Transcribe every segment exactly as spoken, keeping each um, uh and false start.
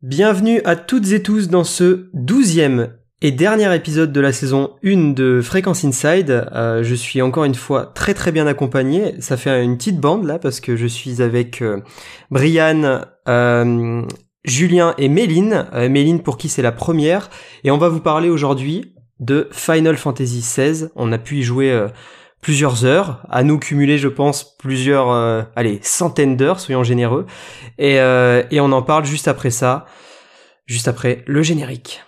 Bienvenue à toutes et tous dans ce douzième et dernier épisode de la saison un de Fréquence Inside. Euh, je suis encore une fois très très bien accompagné. Ça fait une petite bande là parce que je suis avec euh, Brian, euh, Julien et Méline. Euh, Méline pour qui c'est la première. Et on va vous parler aujourd'hui de Final Fantasy seize. On a pu y jouer euh, plusieurs heures. À nous cumuler, je pense, plusieurs, euh, allez, centaines d'heures, soyons généreux. Et, euh, et on en parle juste après ça. Juste après le générique.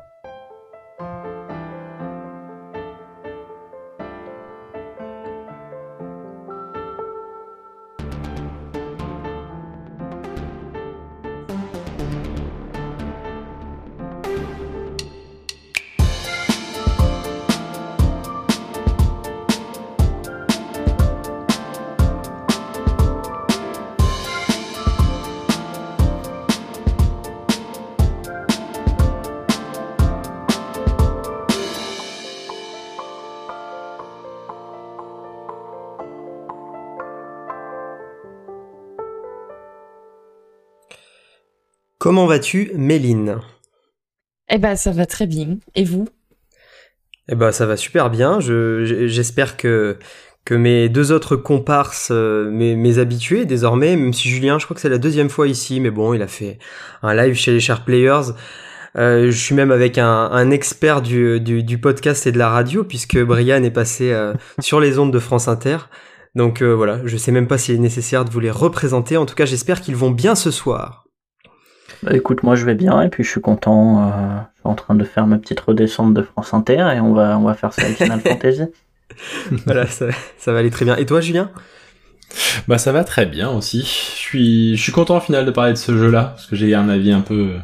Comment vas-tu, Méline ? Eh ben, ça va très bien. Et vous ? Eh ben, ça va super bien. Je, j'espère que, que mes deux autres comparses, euh, mes, mes habitués désormais, même si Julien, je crois que c'est la deuxième fois ici, mais bon, il a fait un live chez les Sharp Players. Euh, je suis même avec un, un expert du, du, du podcast et de la radio, puisque Brian est passé euh, sur les ondes de France Inter. Donc euh, voilà, je sais même pas s'il est nécessaire de vous les représenter. En tout cas, j'espère qu'ils vont bien ce soir. Bah écoute, moi je vais bien et puis je suis content, euh, je suis en train de faire ma petite redescente de France Inter et on va, on va faire ça avec Final Fantasy. Voilà, ça, ça va aller très bien. Et toi, Julien ? Bah ça va très bien aussi. Je suis, je suis content au final de parler de ce jeu-là parce que j'ai un avis un peu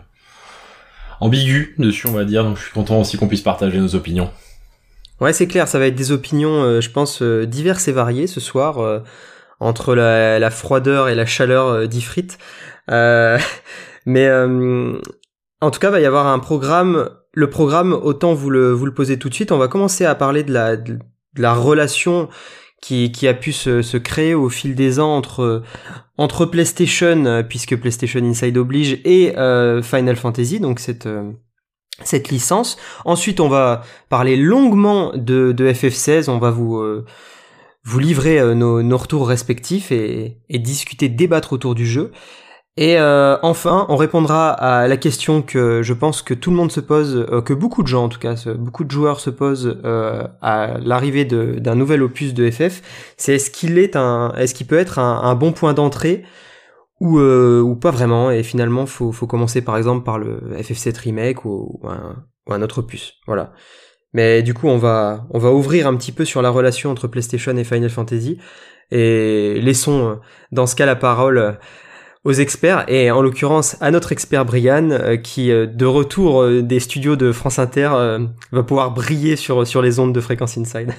ambigu dessus, on va dire. Donc je suis content aussi qu'on puisse partager nos opinions. Ouais, c'est clair, ça va être des opinions, euh, je pense, euh, diverses et variées ce soir, euh, entre la, la froideur et la chaleur euh, d'Ifrit. Euh, mais euh, en tout cas, il va y avoir un programme. Le programme, autant vous le, vous le posez tout de suite, on va commencer à parler de la, de, de la relation qui, qui a pu se, se créer au fil des ans entre, entre PlayStation, puisque PlayStation Inside oblige, et euh, Final Fantasy, donc cette... Euh, cette licence. Ensuite, on va parler longuement de, de F F seize, on va vous, euh, vous livrer euh, nos, nos retours respectifs et, et discuter, débattre autour du jeu. Et euh, enfin, on répondra à la question que je pense que tout le monde se pose, euh, que beaucoup de gens en tout cas, beaucoup de joueurs se posent euh, à l'arrivée de, d'un nouvel opus de F F, c'est est-ce qu'il est un, est-ce qu'il peut être un, un bon point d'entrée ou euh, ou pas vraiment, et finalement faut faut commencer par exemple par le F F sept remake ou, ou un ou un autre opus, voilà. Mais du coup on va on va ouvrir un petit peu sur la relation entre PlayStation et Final Fantasy et laissons dans ce cas la parole aux experts et en l'occurrence à notre expert Brian qui de retour des studios de France Inter va pouvoir briller sur sur les ondes de Fréquence Inside.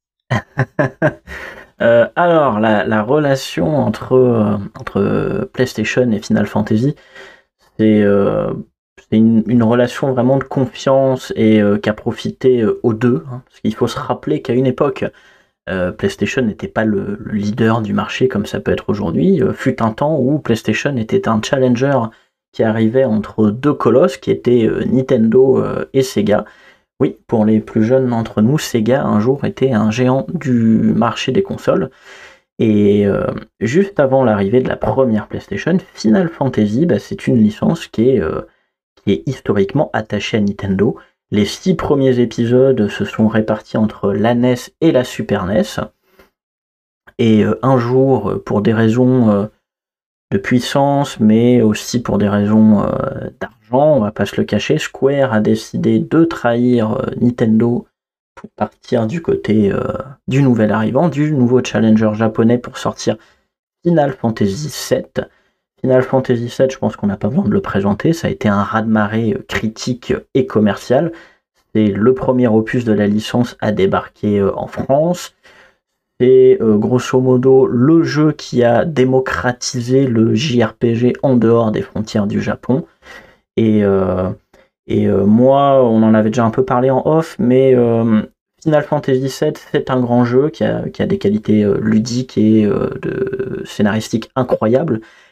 Euh, alors, la, la relation entre, euh, entre PlayStation et Final Fantasy, c'est, euh, c'est une, une relation vraiment de confiance et euh, qui a profité euh, aux deux. Hein, parce qu'il faut se rappeler qu'à une époque, euh, PlayStation n'était pas le, le leader du marché comme ça peut être aujourd'hui. Euh, fut un temps où PlayStation était un challenger qui arrivait entre deux colosses qui étaient euh, Nintendo euh, et Sega. Oui, pour les plus jeunes d'entre nous, Sega un jour était un géant du marché des consoles. Et euh, juste avant l'arrivée de la première PlayStation, Final Fantasy, bah, c'est une licence qui est, euh, qui est historiquement attachée à Nintendo. Les six premiers épisodes se sont répartis entre la N E S et la Super N E S. Et euh, un jour, pour des raisons euh, de puissance, mais aussi pour des raisons euh, d'argent, on va pas se le cacher, Square a décidé de trahir euh, Nintendo pour partir du côté euh, du nouvel arrivant, du nouveau challenger japonais pour sortir Final Fantasy sept. Final Fantasy sept, je pense qu'on n'a pas besoin de le présenter, ça a été un raz-de-marée critique et commercial. C'est le premier opus de la licence à débarquer euh, en France. C'est euh, grosso modo le jeu qui a démocratisé le J R P G en dehors des frontières du Japon. Et, euh, et euh, moi, on en avait déjà un peu parlé en off, mais euh, Final Fantasy sept, c'est un grand jeu qui a, qui a des qualités euh, ludiques et euh, de, scénaristiques incroyables.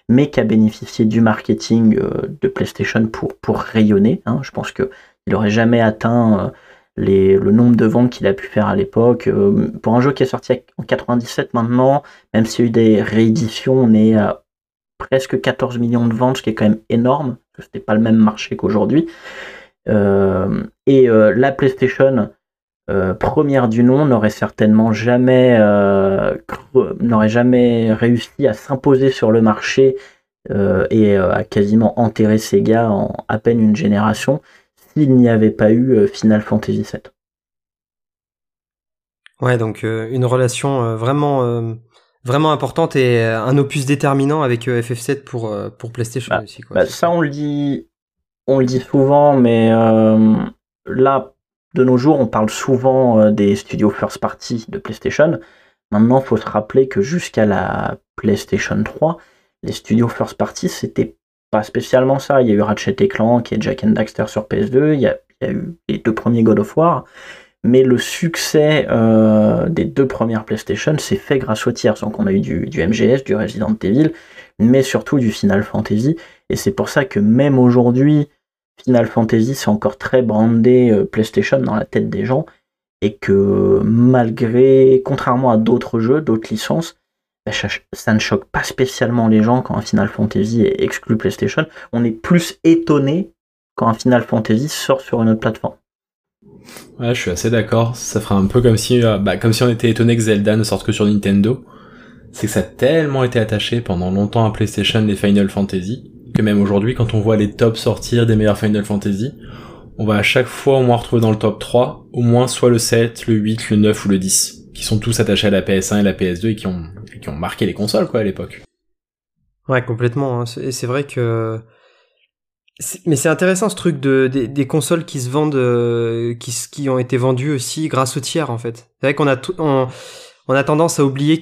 mais qui a bénéficié du marketing euh, de PlayStation pour, pour rayonner. Hein. Je pense qu'il n'aurait jamais atteint euh, les, le nombre de ventes qu'il a pu faire à l'époque. Euh, pour un jeu qui est sorti en quatre-vingt-dix-sept maintenant, même s'il y a eu des rééditions, on est à presque quatorze millions de ventes, ce qui est quand même énorme, parce que c'était pas le même marché qu'aujourd'hui. Euh, et euh, la PlayStation, euh, première du nom, n'aurait certainement jamais, euh, n'aurait jamais réussi à s'imposer sur le marché euh, et euh, à quasiment enterrer Sega en à peine une génération s'il n'y avait pas eu euh, Final Fantasy sept. Ouais, donc euh, une relation euh, vraiment euh, vraiment importante et euh, un opus déterminant avec euh, F F sept pour euh, pour PlayStation bah, aussi quoi. Bah, ça on le dit on le dit souvent, mais euh, là de nos jours on parle souvent euh, des studios first party de PlayStation. Maintenant il faut se rappeler que jusqu'à la PlayStation trois, les studios first party c'était pas spécialement ça. Il y a eu Ratchet et Clank et Jack and Daxter sur P S deux, il y a, il y a eu les deux premiers God of War. Mais le succès euh, des deux premières PlayStation s'est fait grâce aux tiers. Donc on a eu du, du M G S, du Resident Evil, mais surtout du Final Fantasy. Et c'est pour ça que même aujourd'hui, Final Fantasy c'est encore très brandé euh, PlayStation dans la tête des gens. Et que malgré, contrairement à d'autres jeux, d'autres licences, bah, ça ne choque pas spécialement les gens quand un Final Fantasy est exclu PlayStation. On est plus étonné quand un Final Fantasy sort sur une autre plateforme. Ouais, je suis assez d'accord. Ça ferait un peu comme si, euh, bah, comme si on était étonné que Zelda ne sorte que sur Nintendo. C'est que ça a tellement été attaché pendant longtemps à PlayStation les Final Fantasy, que même aujourd'hui, quand on voit les tops sortir des meilleurs Final Fantasy, on va à chaque fois au moins retrouver dans le top trois, au moins soit le sept, le huit, le neuf ou le dix, qui sont tous attachés à la P S un et la P S deux et qui ont, et qui ont marqué les consoles, quoi, à l'époque. Ouais, complètement. Hein. Et c'est vrai que... C'est... Mais c'est intéressant ce truc de des, des consoles qui se vendent, euh, qui qui ont été vendues aussi grâce aux tiers en fait. C'est vrai qu'on a tout, on, on a tendance à oublier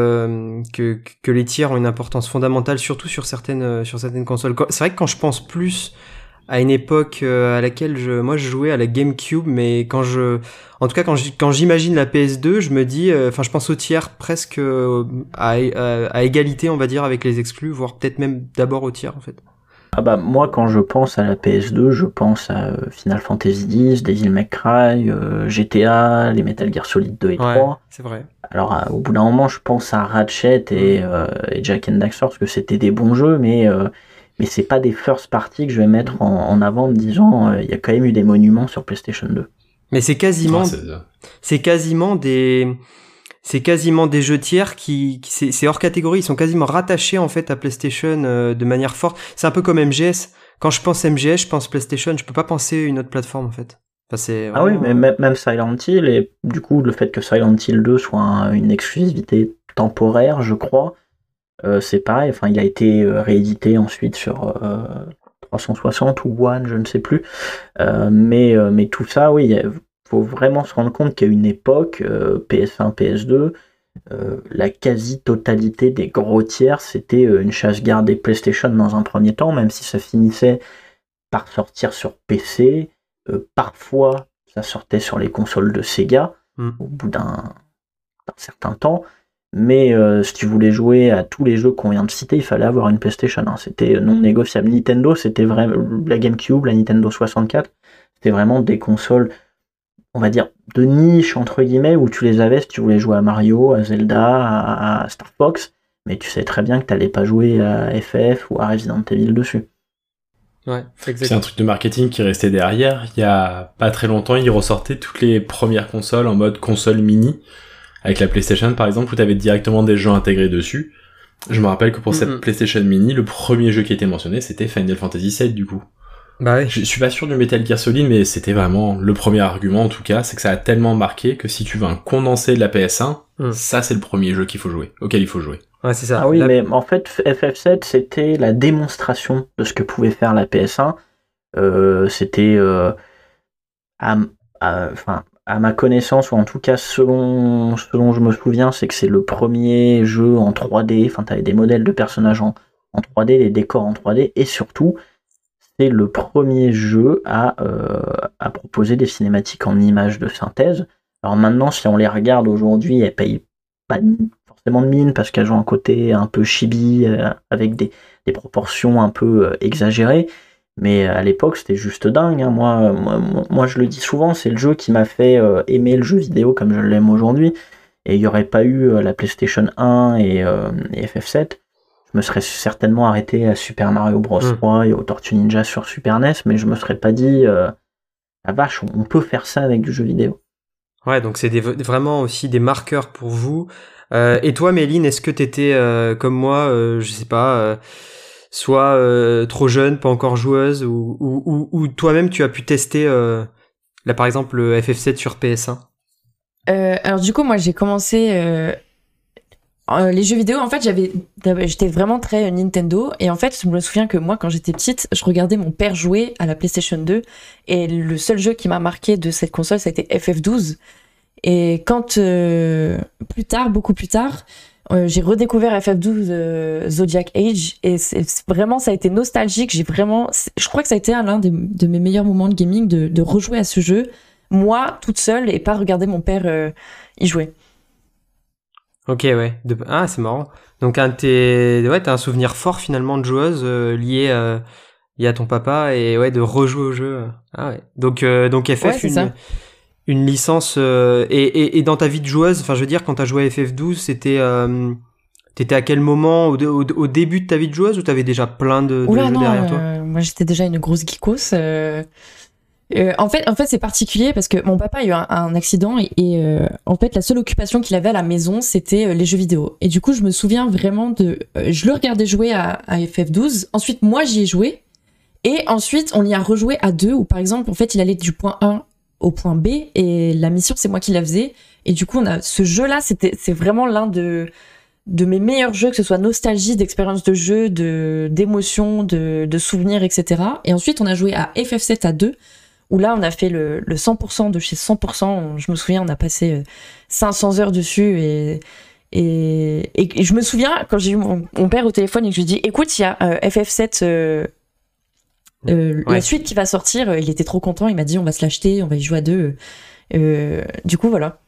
que que que les tiers ont une importance fondamentale, surtout sur certaines sur certaines consoles. C'est vrai que quand je pense plus à une époque à laquelle je moi je jouais à la GameCube, mais quand je en tout cas quand je, quand j'imagine la P S deux, je me dis enfin euh, je pense aux tiers presque à, à à égalité on va dire avec les exclus, voire peut-être même d'abord aux tiers en fait. Ah bah moi quand je pense à la P S deux, je pense à euh, Final Fantasy dix, Devil May Cry, euh, G T A, les Metal Gear Solid deux et ouais, trois. C'est vrai. Alors euh, au bout d'un moment je pense à Ratchet et, euh, et Jack and Daxter parce que c'était des bons jeux, mais euh, mais c'est pas des first party que je vais mettre en, en avant en me disant il euh, y a quand même eu des monuments sur PlayStation deux. Mais c'est quasiment, Ah, c'est, c'est quasiment des, c'est quasiment des jeux tiers qui, qui c'est, c'est hors catégorie, ils sont quasiment rattachés en fait à PlayStation euh, de manière forte. C'est un peu comme M G S. Quand je pense M G S, je pense PlayStation. Je peux pas penser à une autre plateforme en fait. Enfin, c'est vraiment... Ah oui, mais même, même Silent Hill et du coup le fait que Silent Hill deux soit un, une exclusivité temporaire, je crois, euh, c'est pareil. Enfin, il a été réédité ensuite sur euh, trois cent soixante ou One, je ne sais plus. Euh, mais euh, mais tout ça, oui. Il faut vraiment se rendre compte qu'à une époque, euh, P S un, P S deux, euh, la quasi-totalité des gros tiers, c'était euh, une chasse gardée PlayStation dans un premier temps, même si ça finissait par sortir sur P C. Euh, parfois, ça sortait sur les consoles de Sega, mm. au bout d'un, d'un certain temps. Mais euh, si tu voulais jouer à tous les jeux qu'on vient de citer, il fallait avoir une PlayStation. Hein. C'était non négociable. Nintendo, c'était vraiment la GameCube, la Nintendo soixante-quatre, c'était vraiment des consoles, on va dire, de niche, entre guillemets, où tu les avais si tu voulais jouer à Mario, à Zelda, à, à Star Fox, mais tu sais très bien que tu n'allais pas jouer à F F ou à Resident Evil dessus. Ouais, exactement. C'est un truc de marketing qui restait derrière. Il y a pas très longtemps, ils ressortaient toutes les premières consoles en mode console mini, avec la PlayStation par exemple, où tu avais directement des jeux intégrés dessus. Je me rappelle que pour mm-hmm. cette PlayStation mini, le premier jeu qui était mentionné, c'était Final Fantasy sept du coup. Bah oui. Je suis pas sûr du Metal Gear Solid, mais c'était vraiment le premier argument en tout cas, c'est que ça a tellement marqué que si tu veux un condensé de la P S un, mm. ça c'est le premier jeu qu'il faut jouer, auquel il faut jouer. Ouais, c'est ça. Ah oui, la... mais en fait, F F sept, c'était la démonstration de ce que pouvait faire la P S un. Euh, c'était, euh, à, à, enfin, à ma connaissance, ou en tout cas selon, selon je me souviens, c'est que c'est le premier jeu en trois D, enfin, t'avais des modèles de personnages en, en trois D, des décors en trois D, et surtout, c'est le premier jeu à, euh, à proposer des cinématiques en images de synthèse. Alors maintenant, si on les regarde aujourd'hui, elles payent pas forcément de mine parce qu'elles ont un côté un peu chibi euh, avec des, des proportions un peu euh, exagérées. Mais à l'époque, c'était juste dingue. Hein. Moi, moi, moi, je le dis souvent, c'est le jeu qui m'a fait euh, aimer le jeu vidéo comme je l'aime aujourd'hui. Et il n'y aurait pas eu euh, la PlayStation un et, euh, et F F sept. Je me serais certainement arrêté à Super Mario Bros mmh. trois et aux Tortues Ninja sur Super N E S, mais je me serais pas dit, euh, la vache, on peut faire ça avec du jeu vidéo. Ouais, donc c'est des, vraiment aussi des marqueurs pour vous. Euh, et toi, Méline, est-ce que t'étais euh, comme moi, euh, je sais pas, euh, soit euh, trop jeune, pas encore joueuse, ou, ou, ou, ou toi-même tu as pu tester, euh, là par exemple, le F F sept sur P S un? euh, Alors du coup, moi j'ai commencé... Euh... Euh, les jeux vidéo, en fait, j'avais, j'étais vraiment très Nintendo, et en fait, je me souviens que moi, quand j'étais petite, je regardais mon père jouer à la PlayStation deux, et le seul jeu qui m'a marqué de cette console, ça a été F F douze. Et quand, euh, plus tard, beaucoup plus tard, euh, j'ai redécouvert F F douze euh, Zodiac Age, et c'est, c'est vraiment, ça a été nostalgique. J'ai vraiment, je crois que ça a été l'un des, de mes meilleurs moments de gaming, de, de rejouer à ce jeu, moi, toute seule, et pas regarder mon père euh, y jouer. Ok, ouais. De... Ah, c'est marrant. Donc, un t'es... Ouais, t'as un souvenir fort finalement de joueuse euh, lié, euh, lié à ton papa et ouais, de rejouer au jeu. Ah ouais. Donc, euh, donc F F, ouais, une, une licence. Euh... Et, et, et dans ta vie de joueuse, enfin, je veux dire, quand t'as joué à F F douze, c'était. Euh... T'étais à quel moment, au, au, au début de ta vie de joueuse, ou t'avais déjà plein de, de Oula, jeux non, derrière euh, toi? Moi, j'étais déjà une grosse geekos. Euh... Euh, en fait, en fait, c'est particulier parce que mon papa a eu un, un accident et, et euh, en fait, la seule occupation qu'il avait à la maison, c'était euh, les jeux vidéo. Et du coup, je me souviens vraiment de, euh, je le regardais jouer à, à F F douze. Ensuite, moi, j'y ai joué. Et ensuite, on y a rejoué à deux. Où par exemple, en fait, il allait du point un au point B et la mission, c'est moi qui la faisais. Et du coup, on a ce jeu-là, c'était, c'est vraiment l'un de de mes meilleurs jeux, que ce soit nostalgie, d'expérience de jeu, de d'émotion, de de souvenirs, et cetera. Et ensuite, on a joué à F F sept à deux. Où là, on a fait le, le cent pour cent de chez cent pour cent. Je me souviens, on a passé cinq cents heures dessus. Et, et, et je me souviens, quand j'ai eu mon, mon père au téléphone et que je lui ai dit, écoute, il y a euh, F F sept, euh, euh, ouais. la suite qui va sortir. Il était trop content. Il m'a dit, on va se l'acheter, on va y jouer à deux. Euh, du coup, voilà.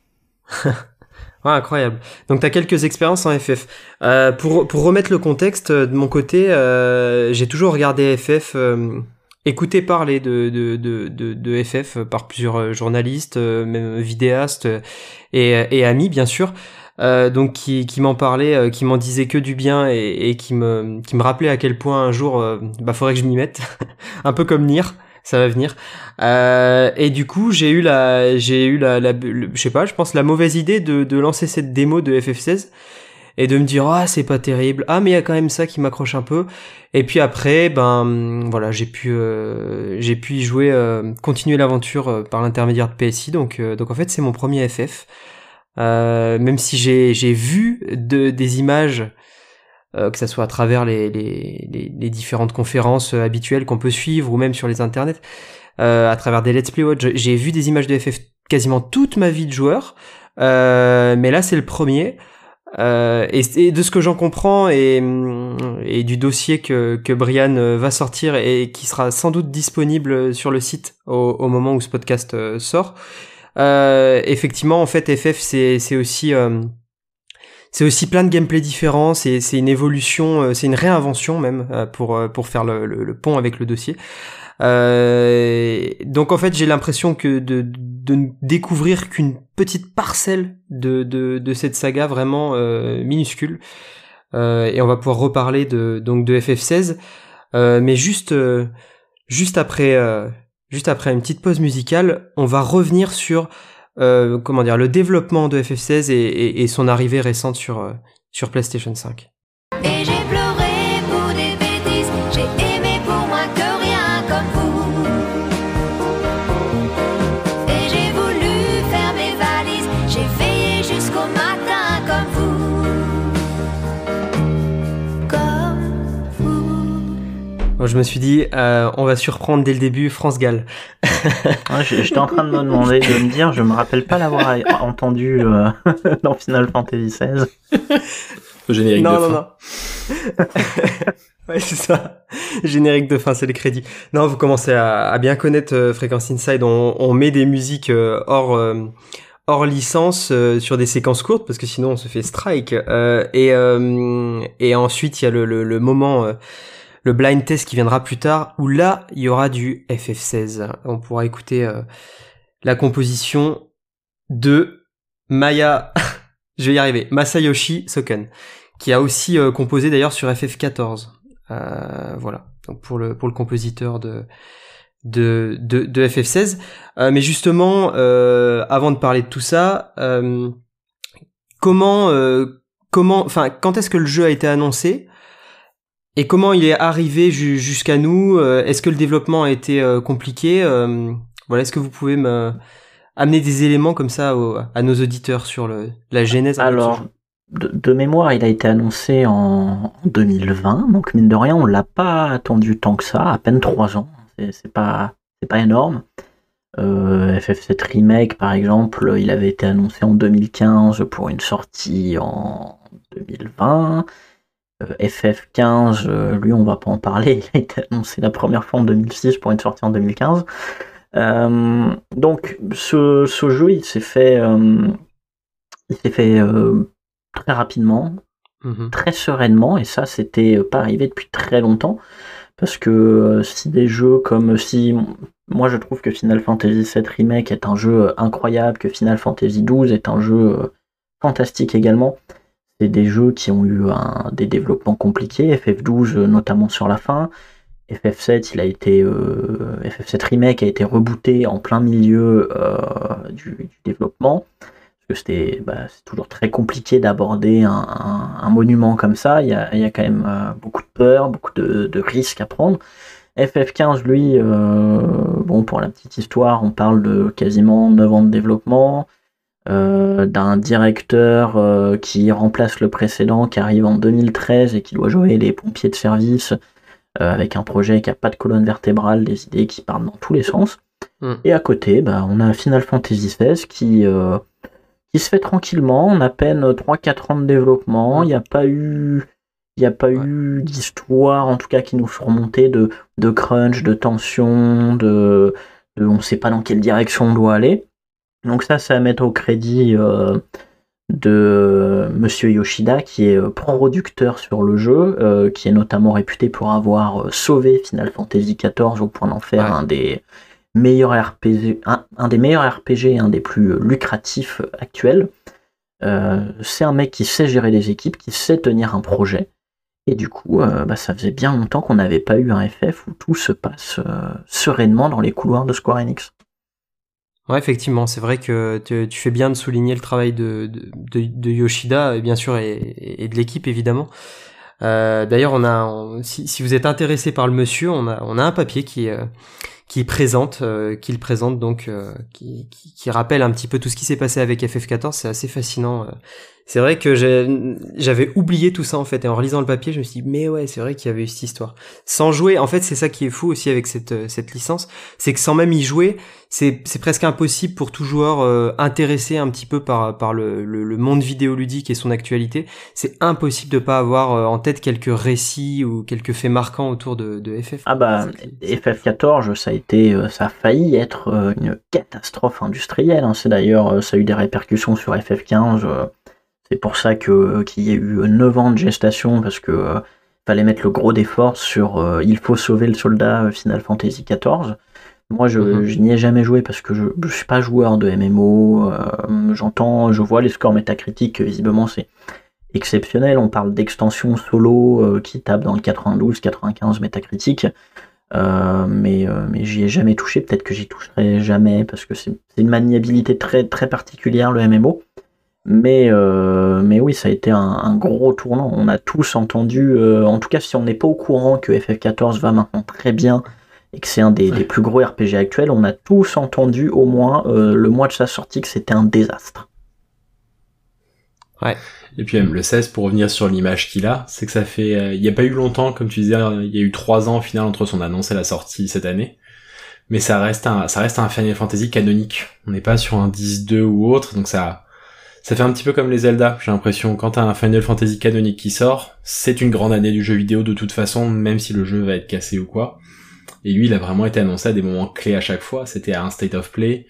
Ouais, incroyable. Donc t'as quelques expériences en F F. Euh, pour, pour remettre le contexte, de mon côté, euh, j'ai toujours regardé F F... Euh... Écouter parler de, de, de, de, de F F par plusieurs journalistes, même vidéastes et, et amis, bien sûr, euh, donc qui, qui m'en parlaient, qui m'en disaient que du bien et, et qui me, qui me rappelaient à quel point un jour, euh, bah, faudrait que je m'y mette. Un peu comme Nier, ça va venir. Euh, et du coup, j'ai eu la, j'ai eu la, la, le, je sais pas, je pense la mauvaise idée de, de lancer cette démo de F F seize. Et de me dire, ah, c'est pas terrible. Ah, mais il y a quand même ça qui m'accroche un peu. Et puis après, ben, voilà, j'ai pu, euh, j'ai pu y jouer, euh, continuer l'aventure euh, par l'intermédiaire de P S I. Donc, euh, donc en fait, c'est mon premier F F. Euh, même si j'ai, j'ai vu de, des images, euh, que ça soit à travers les, les, les, les différentes conférences euh, habituelles qu'on peut suivre ou même sur les internets, euh, à travers des let's play, j'ai vu des images de F F quasiment toute ma vie de joueur. Euh, mais là, c'est le premier. Euh, et, et de ce que j'en comprends et, et du dossier que, que Brian va sortir et qui sera sans doute disponible sur le site au, au moment où ce podcast sort, euh, effectivement en fait F F c'est, c'est aussi euh, c'est aussi plein de gameplay différents, c'est, c'est une évolution, c'est une réinvention même pour, pour faire le, le, le pont avec le dossier. Euh, donc en fait j'ai l'impression que de, de ne découvrir qu'une petite parcelle de, de, de cette saga vraiment euh, minuscule, euh, et on va pouvoir reparler de, donc de F F seize, euh, mais juste, euh, juste après, euh, juste après une petite pause musicale, on va revenir sur euh, comment dire, le développement de F F seize et, et, et son arrivée récente sur, euh, sur PlayStation cinq. Et j'ai pleuré pour des bêtises, j'ai aimé pour moi que rien comme vous. Et j'ai voulu faire mes valises, j'ai veillé jusqu'au matin comme vous. Comme vous. Bon, je me suis dit, euh, on va surprendre dès le début France Gall. Ouais, j'étais en train de me demander, de me dire, je me rappelle pas l'avoir entendu euh, dans Final Fantasy seize. Le générique non, de non, fin. Non, non, ouais, c'est ça. Générique de fin, c'est le crédit. Non, vous commencez à, à bien connaître euh, Frequency Inside. On, on met des musiques euh, hors, euh, hors licence euh, sur des séquences courtes parce que sinon on se fait strike. Euh, et euh, et ensuite il y a le le, le moment euh, le blind test qui viendra plus tard où là il y aura du F F seize. On pourra écouter euh, la composition de Maya, je vais y arriver, Masayoshi Soken, qui a aussi euh, composé d'ailleurs sur F F quatorze. Euh, voilà. Donc pour le pour le compositeur de de de, de F F seize. Euh, mais justement, euh, avant de parler de tout ça, euh, comment euh, comment, enfin, quand est-ce que le jeu a été annoncé? Et comment il est arrivé ju- jusqu'à nous? Est-ce que le développement a été euh, compliqué? euh, Voilà, est-ce que vous pouvez me amener des éléments comme ça au, à nos auditeurs sur le, la genèse? Alors, de, de mémoire, il a été annoncé en deux mille vingt, donc mine de rien, on l'a pas attendu tant que ça, à peine trois ans. C'est, c'est pas, c'est pas énorme. Euh, F F sept Remake, par exemple, il avait été annoncé en deux mille quinze pour une sortie en deux mille vingt. F F quinze, lui on va pas en parler, il a été annoncé la première fois en deux mille six pour une sortie en deux mille quinze. Euh, donc ce, ce jeu il s'est fait, euh, il s'est fait euh, très rapidement, mmh. très sereinement, et ça c'était pas arrivé depuis très longtemps, parce que euh, si des jeux comme si moi je trouve que Final Fantasy sept Remake est un jeu incroyable, que Final Fantasy douze est un jeu euh, fantastique également. C'est des jeux qui ont eu un, des développements compliqués, F F douze notamment sur la fin, F F sept, il a été, euh, F F sept Remake a été rebooté en plein milieu euh, du, du développement, parce que c'était, bah, c'est toujours très compliqué d'aborder un, un, un monument comme ça, il y a, il y a quand même euh, beaucoup de peur, beaucoup de, de risques à prendre. F F quinze, lui, euh, bon, pour la petite histoire, on parle de quasiment neuf ans de développement, Euh, d'un directeur euh, qui remplace le précédent, qui arrive en deux mille treize et qui doit jouer les pompiers de service euh, avec un projet qui n'a pas de colonne vertébrale, des idées qui partent dans tous les sens. Mm. Et à côté, bah, on a Final Fantasy seize qui, euh, qui se fait tranquillement, en à peine trois quatre ans de développement. Il mm. n'y a pas eu, il n'y a pas ouais. eu d'histoire, en tout cas, qui nous fait remonter de, de crunch, de tension, de, de on ne sait pas dans quelle direction on doit aller. Donc ça, c'est à mettre au crédit euh, de Monsieur Yoshida, qui est euh, producteur sur le jeu, euh, qui est notamment réputé pour avoir euh, sauvé Final Fantasy quatorze au point d'en faire ouais. un des meilleurs R P G, un, un des meilleurs R P G, un des plus lucratifs actuels. Euh, c'est un mec qui sait gérer des équipes, qui sait tenir un projet. Et du coup, euh, bah, ça faisait bien longtemps qu'on n'avait pas eu un F F où tout se passe euh, sereinement dans les couloirs de Square Enix. Ouais, effectivement, c'est vrai que tu, tu fais bien de souligner le travail de, de, de, de Yoshida, et bien sûr, et, et de l'équipe, évidemment. Euh, d'ailleurs, on a, on, si, si vous êtes intéressé par le monsieur, on a, on a un papier qui, euh, qui présente, euh, qui le présente, donc, euh, qui, qui, qui rappelle un petit peu tout ce qui s'est passé avec F F quatorze. C'est assez fascinant. Euh. C'est vrai que j'ai, j'avais oublié tout ça, en fait, et en relisant le papier, je me suis dit, mais ouais, c'est vrai qu'il y avait eu cette histoire. Sans jouer, en fait, c'est ça qui est fou aussi avec cette, cette licence, c'est que sans même y jouer, c'est, c'est presque impossible pour tout joueur euh, intéressé un petit peu par, par le, le, le monde vidéoludique et son actualité. C'est impossible de pas avoir euh, en tête quelques récits ou quelques faits marquants autour de, de F F. Ah bah, F F quatorze, ça a été, ça a failli être une catastrophe industrielle. Hein. C'est d'ailleurs, ça a eu des répercussions sur F F quinze. C'est pour ça que qu'il y a eu neuf ans de gestation, parce que euh, fallait mettre le gros d'effort sur euh, il faut sauver le soldat euh, Final Fantasy quatorze. Moi, je, mm-hmm. je n'y ai jamais joué parce que je ne suis pas joueur de M M O. Euh, j'entends, je vois les scores métacritiques, visiblement c'est exceptionnel. On parle d'extensions solo euh, qui tapent dans le quatre-vingt-douze quatre-vingt-quinze métacritique. Euh, mais, euh, mais j'y ai jamais touché. Peut-être que j'y toucherai jamais parce que c'est, c'est une maniabilité très, très particulière, le M M O. Mais, euh, mais oui, ça a été un, un gros tournant. On a tous entendu, euh, en tout cas si on n'est pas au courant que F F quatorze va maintenant très bien et que c'est un des, ouais. des plus gros R P G actuels, on a tous entendu au moins euh, le mois de sa sortie que c'était un désastre. Ouais. Et puis même le seize, pour revenir sur l'image qu'il a, c'est que ça fait, euh, il n'y a pas eu longtemps, comme tu disais, il y a eu trois ans au final entre son annonce et la sortie cette année. Mais ça reste un, ça reste un Final Fantasy canonique. On n'est pas sur un dix deux ou autre, donc ça, ça fait un petit peu comme les Zelda, j'ai l'impression. Quand t'as un Final Fantasy canonique qui sort, c'est une grande année du jeu vidéo de toute façon, même si le jeu va être cassé ou quoi. Et lui, il a vraiment été annoncé à des moments clés à chaque fois. C'était à un State of Play.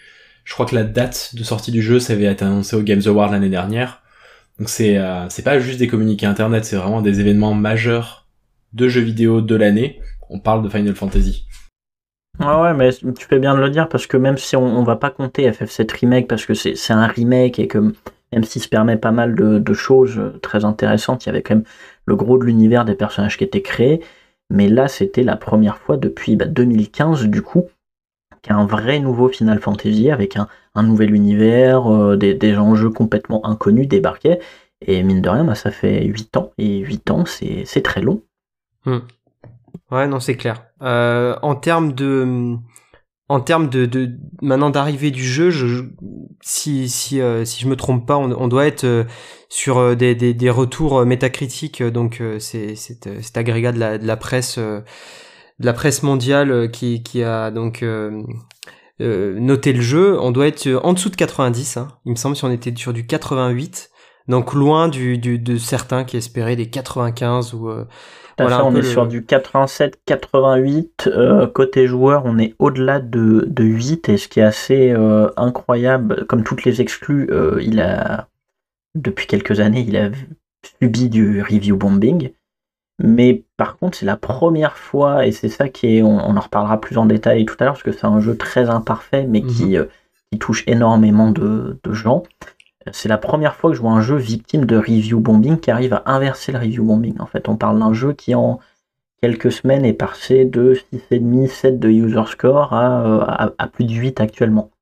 Je crois que la date de sortie du jeu, ça avait été annoncé au Games Award l'année dernière. Donc c'est euh, c'est pas juste des communiqués internet, c'est vraiment des événements majeurs de jeux vidéo de l'année. On parle de Final Fantasy. Ouais, ouais, mais tu fais bien de le dire, parce que même si on, on va pas compter F F sept Remake, parce que c'est, c'est un remake et que même s'il se permet pas mal de, de choses très intéressantes, il y avait quand même le gros de l'univers des personnages qui étaient créés, mais là c'était la première fois depuis bah, deux mille quinze du coup, qu'un vrai nouveau Final Fantasy avec un, un nouvel univers, euh, des, des enjeux complètement inconnus débarquaient, et mine de rien, bah, ça fait huit ans, et huit ans c'est, c'est très long. Hmm. Ouais, non, c'est clair. Euh, en termes de, en termes de, de maintenant d'arrivée du jeu, je, je- si si euh, si je me trompe pas, on, on doit être euh, sur euh, des, des des retours euh, métacritiques. euh, Donc euh, c'est c'est euh, cet agrégat de la de la presse euh, de la presse mondiale euh, qui qui a donc euh, euh, noté le jeu. On doit être euh, en dessous de quatre-vingt-dix. Hein. Il me semble si on était sur du quatre-vingt-huit. Donc loin du, du de certains qui espéraient des quatre-vingt-quinze ou euh, Tout à voilà fait, un on peu est le- sur du quatre-vingt-sept quatre-vingt-huit. Euh, côté joueur, on est au-delà de, de huit. Et ce qui est assez euh, incroyable, comme toutes les exclus, euh, il a, depuis quelques années, il a subi du review bombing. Mais par contre, c'est la première fois, et c'est ça qui est, on, on en reparlera plus en détail tout à l'heure, parce que c'est un jeu très imparfait, mais qui, euh, qui touche énormément de, de gens. C'est la première fois que je vois un jeu victime de review bombing qui arrive à inverser le review bombing. En fait, on parle d'un jeu qui en quelques semaines est passé de six virgule cinq sept de user score à, euh, à, à plus de huit actuellement.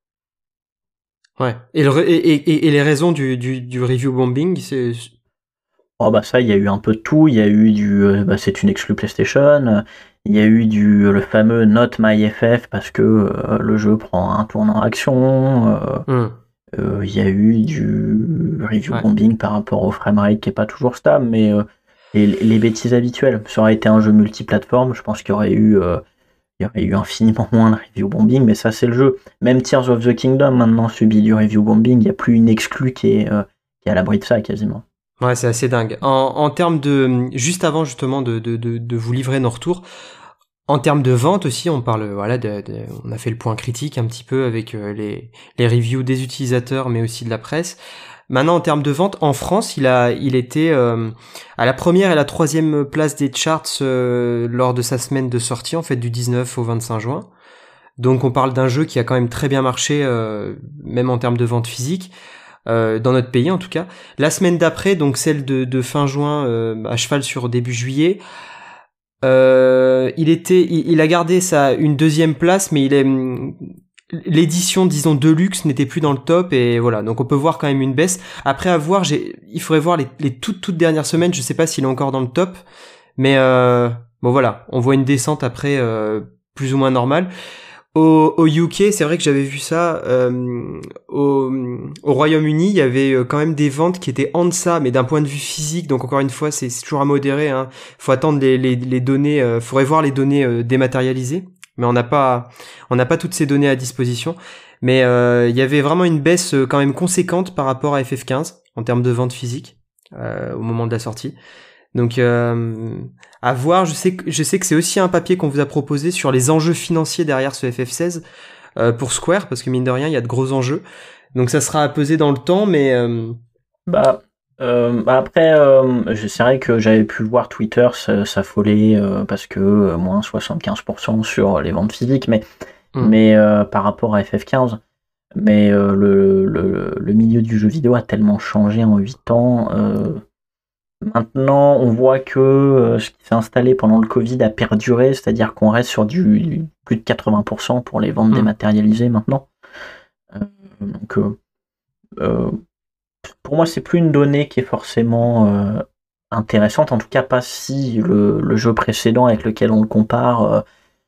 Ouais. Et, le, re- et, et, et les raisons du, du, du review bombing, c'est... Oh bah ça, il y a eu un peu de tout. Il y a eu du, euh, bah, c'est une exclu PlayStation. Il y a eu du le fameux Not My F F parce que euh, le jeu prend un tournant action. Euh, Hmm. euh, Il y a eu du review Ouais. bombing par rapport au framerate qui est pas toujours stable, mais euh, les, les bêtises habituelles. Ça aurait été un jeu multiplateforme, je pense qu'il y aurait eu, euh, il y aurait eu infiniment moins de review bombing, mais ça c'est le jeu. Même Tears of the Kingdom maintenant subit du review bombing. Il n'y a plus une exclue qui est, euh, qui est à l'abri de ça quasiment. Ouais, c'est assez dingue. En, en termes de... Juste avant, justement, de, de, de, de vous livrer nos retours, en termes de vente aussi, on parle, voilà, de, de- on a fait le point critique un petit peu avec euh, les, les reviews des utilisateurs, mais aussi de la presse. Maintenant, en termes de vente, en France, il a, il était euh, à la première et la troisième place des charts euh, lors de sa semaine de sortie, en fait, du dix-neuf au vingt-cinq juin. Donc, on parle d'un jeu qui a quand même très bien marché, euh, même en termes de vente physique. Euh, dans notre pays en tout cas. La semaine d'après, donc celle de, de fin juin, euh, à cheval sur début juillet, euh, il était, il, il a gardé sa une deuxième place, mais il est l'édition disons deluxe n'était plus dans le top et voilà. Donc on peut voir quand même une baisse. Après avoir, j'ai, il faudrait voir les, les toutes toutes dernières semaines. Je sais pas s'il est encore dans le top, mais euh, bon voilà, on voit une descente après euh, plus ou moins normale. Au, au U K, c'est vrai que j'avais vu ça. Euh, au, au Royaume-Uni, il y avait euh, quand même des ventes qui étaient en deçà, mais d'un point de vue physique. Donc encore une fois, c'est, c'est toujours à modérer. Hein. Faut attendre les, les, les données. Euh, faudrait voir les données euh, dématérialisées, mais on n'a pas, on n'a pas toutes ces données à disposition. Mais euh, il y avait vraiment une baisse euh, quand même conséquente par rapport à F F quinze en termes de vente physique euh, au moment de la sortie. Donc euh, à voir, je sais que je sais que c'est aussi un papier qu'on vous a proposé sur les enjeux financiers derrière ce F F seize euh, pour Square parce que mine de rien, il y a de gros enjeux. Donc ça sera à peser dans le temps mais euh... Bah, euh, bah après, euh, c'est vrai que j'avais pu voir Twitter s'affoler euh, parce que euh, moins soixante-quinze pour cent sur les ventes physiques, mais, Mm. mais euh, par rapport à F F quinze. Mais euh, le, le, le milieu du jeu vidéo a tellement changé en huit ans. Euh, maintenant, on voit que euh, ce qui s'est installé pendant le Covid a perduré, c'est-à-dire qu'on reste sur du, du plus de quatre-vingts pour cent pour les ventes Mm. dématérialisées maintenant. Euh, donc, euh, euh, pour moi, c'est plus une donnée qui est forcément euh, intéressante, en tout cas pas si le, le jeu précédent avec lequel on le compare euh,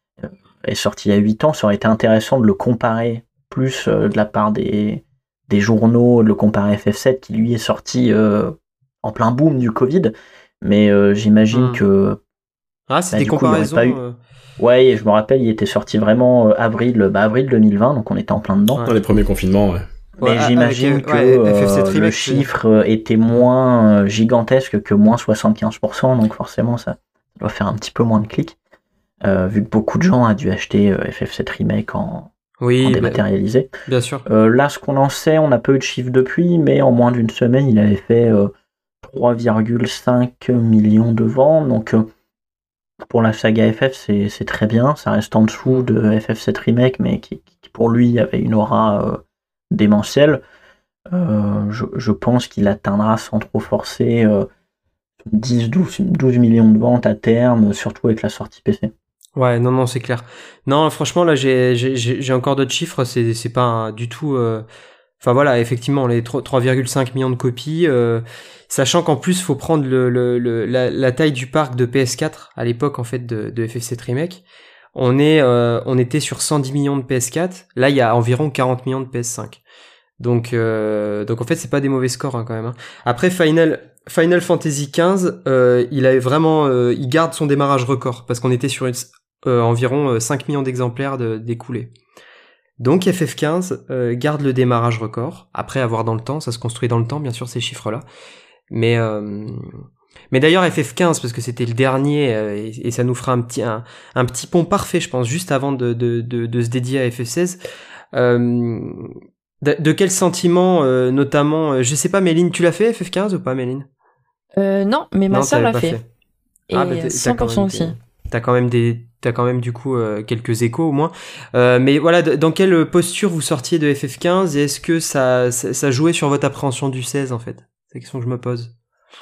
est sorti il y a huit ans. Ça aurait été intéressant de le comparer plus euh, de la part des, des journaux, de le comparer à F F sept qui lui est sorti euh, en plein boom du Covid, mais euh, j'imagine Mm. que ah, c'est bah, des du coup, il y aurait comparaisons pas eu... euh, Ouais, et je me rappelle, il était sorti vraiment euh, avril, bah, avril deux mille vingt, donc on était en plein dedans. Ouais. Dans les premiers confinements, ouais. Mais Ouais, j'imagine avec, que euh, ouais, F F sept euh, Remake, le tu veux dire. chiffre euh, était moins euh, gigantesque que moins soixante-quinze pour cent, donc forcément ça doit faire un petit peu moins de clics, euh, vu que beaucoup de gens ont dû acheter euh, F F sept Remake en, Oui, en bah, dématérialisé. bien sûr. Euh, là, ce qu'on en sait, on n'a pas eu de chiffre depuis, mais en moins d'une semaine, il avait fait euh, trois virgule cinq millions de ventes. Donc, euh, pour la saga F F, c'est, c'est très bien. Ça reste en dessous de F F sept Remake, mais qui, qui pour lui avait une aura euh, démentielle. Euh, je, je pense qu'il atteindra sans trop forcer euh, dix douze millions de ventes à terme, surtout avec la sortie P C. Ouais, non, non, c'est clair. Non, franchement, là, j'ai, j'ai, j'ai j'ai encore d'autres chiffres. C'est, c'est pas un- du tout. euh, Enfin voilà, effectivement, les trois virgule cinq millions de copies, euh, sachant qu'en plus, faut prendre le, le, le la, la taille du parc de P S quatre à l'époque en fait de, de F F sept Remake. On est, euh, on était sur cent dix millions de P S quatre. Là, il y a environ quarante millions de P S cinq. Donc, euh, donc en fait, c'est pas des mauvais scores hein, quand même. Hein. Après Final, Final Fantasy quinze, euh, il a vraiment, euh, il garde son démarrage record parce qu'on était sur une, euh, environ cinq millions d'exemplaires de, d'écoulés. Donc F F quinze euh, garde le démarrage record. Après, à voir dans le temps, ça se construit dans le temps, bien sûr, ces chiffres-là. Mais euh, mais d'ailleurs F F quinze, parce que c'était le dernier, euh, et, et ça nous fera un petit un, un petit pont parfait, je pense, juste avant de de de, de se dédier à F F seize. Euh, de, de quel sentiment, euh, notamment, euh, je sais pas, Méline, tu l'as fait F F quinze ou pas, Méline? Euh, non, mais ma Non, sœur t'avais l'a pas fait. fait. Et Ah, bah, t'as- t'as cent pour cent quand même des- aussi. T'as quand même des, t'as quand même du coup euh, quelques échos au moins. Euh, mais voilà, d- dans quelle posture vous sortiez de F F quinze et est-ce que ça, ça, ça jouait sur votre appréhension du seize en fait? C'est la question que je me pose.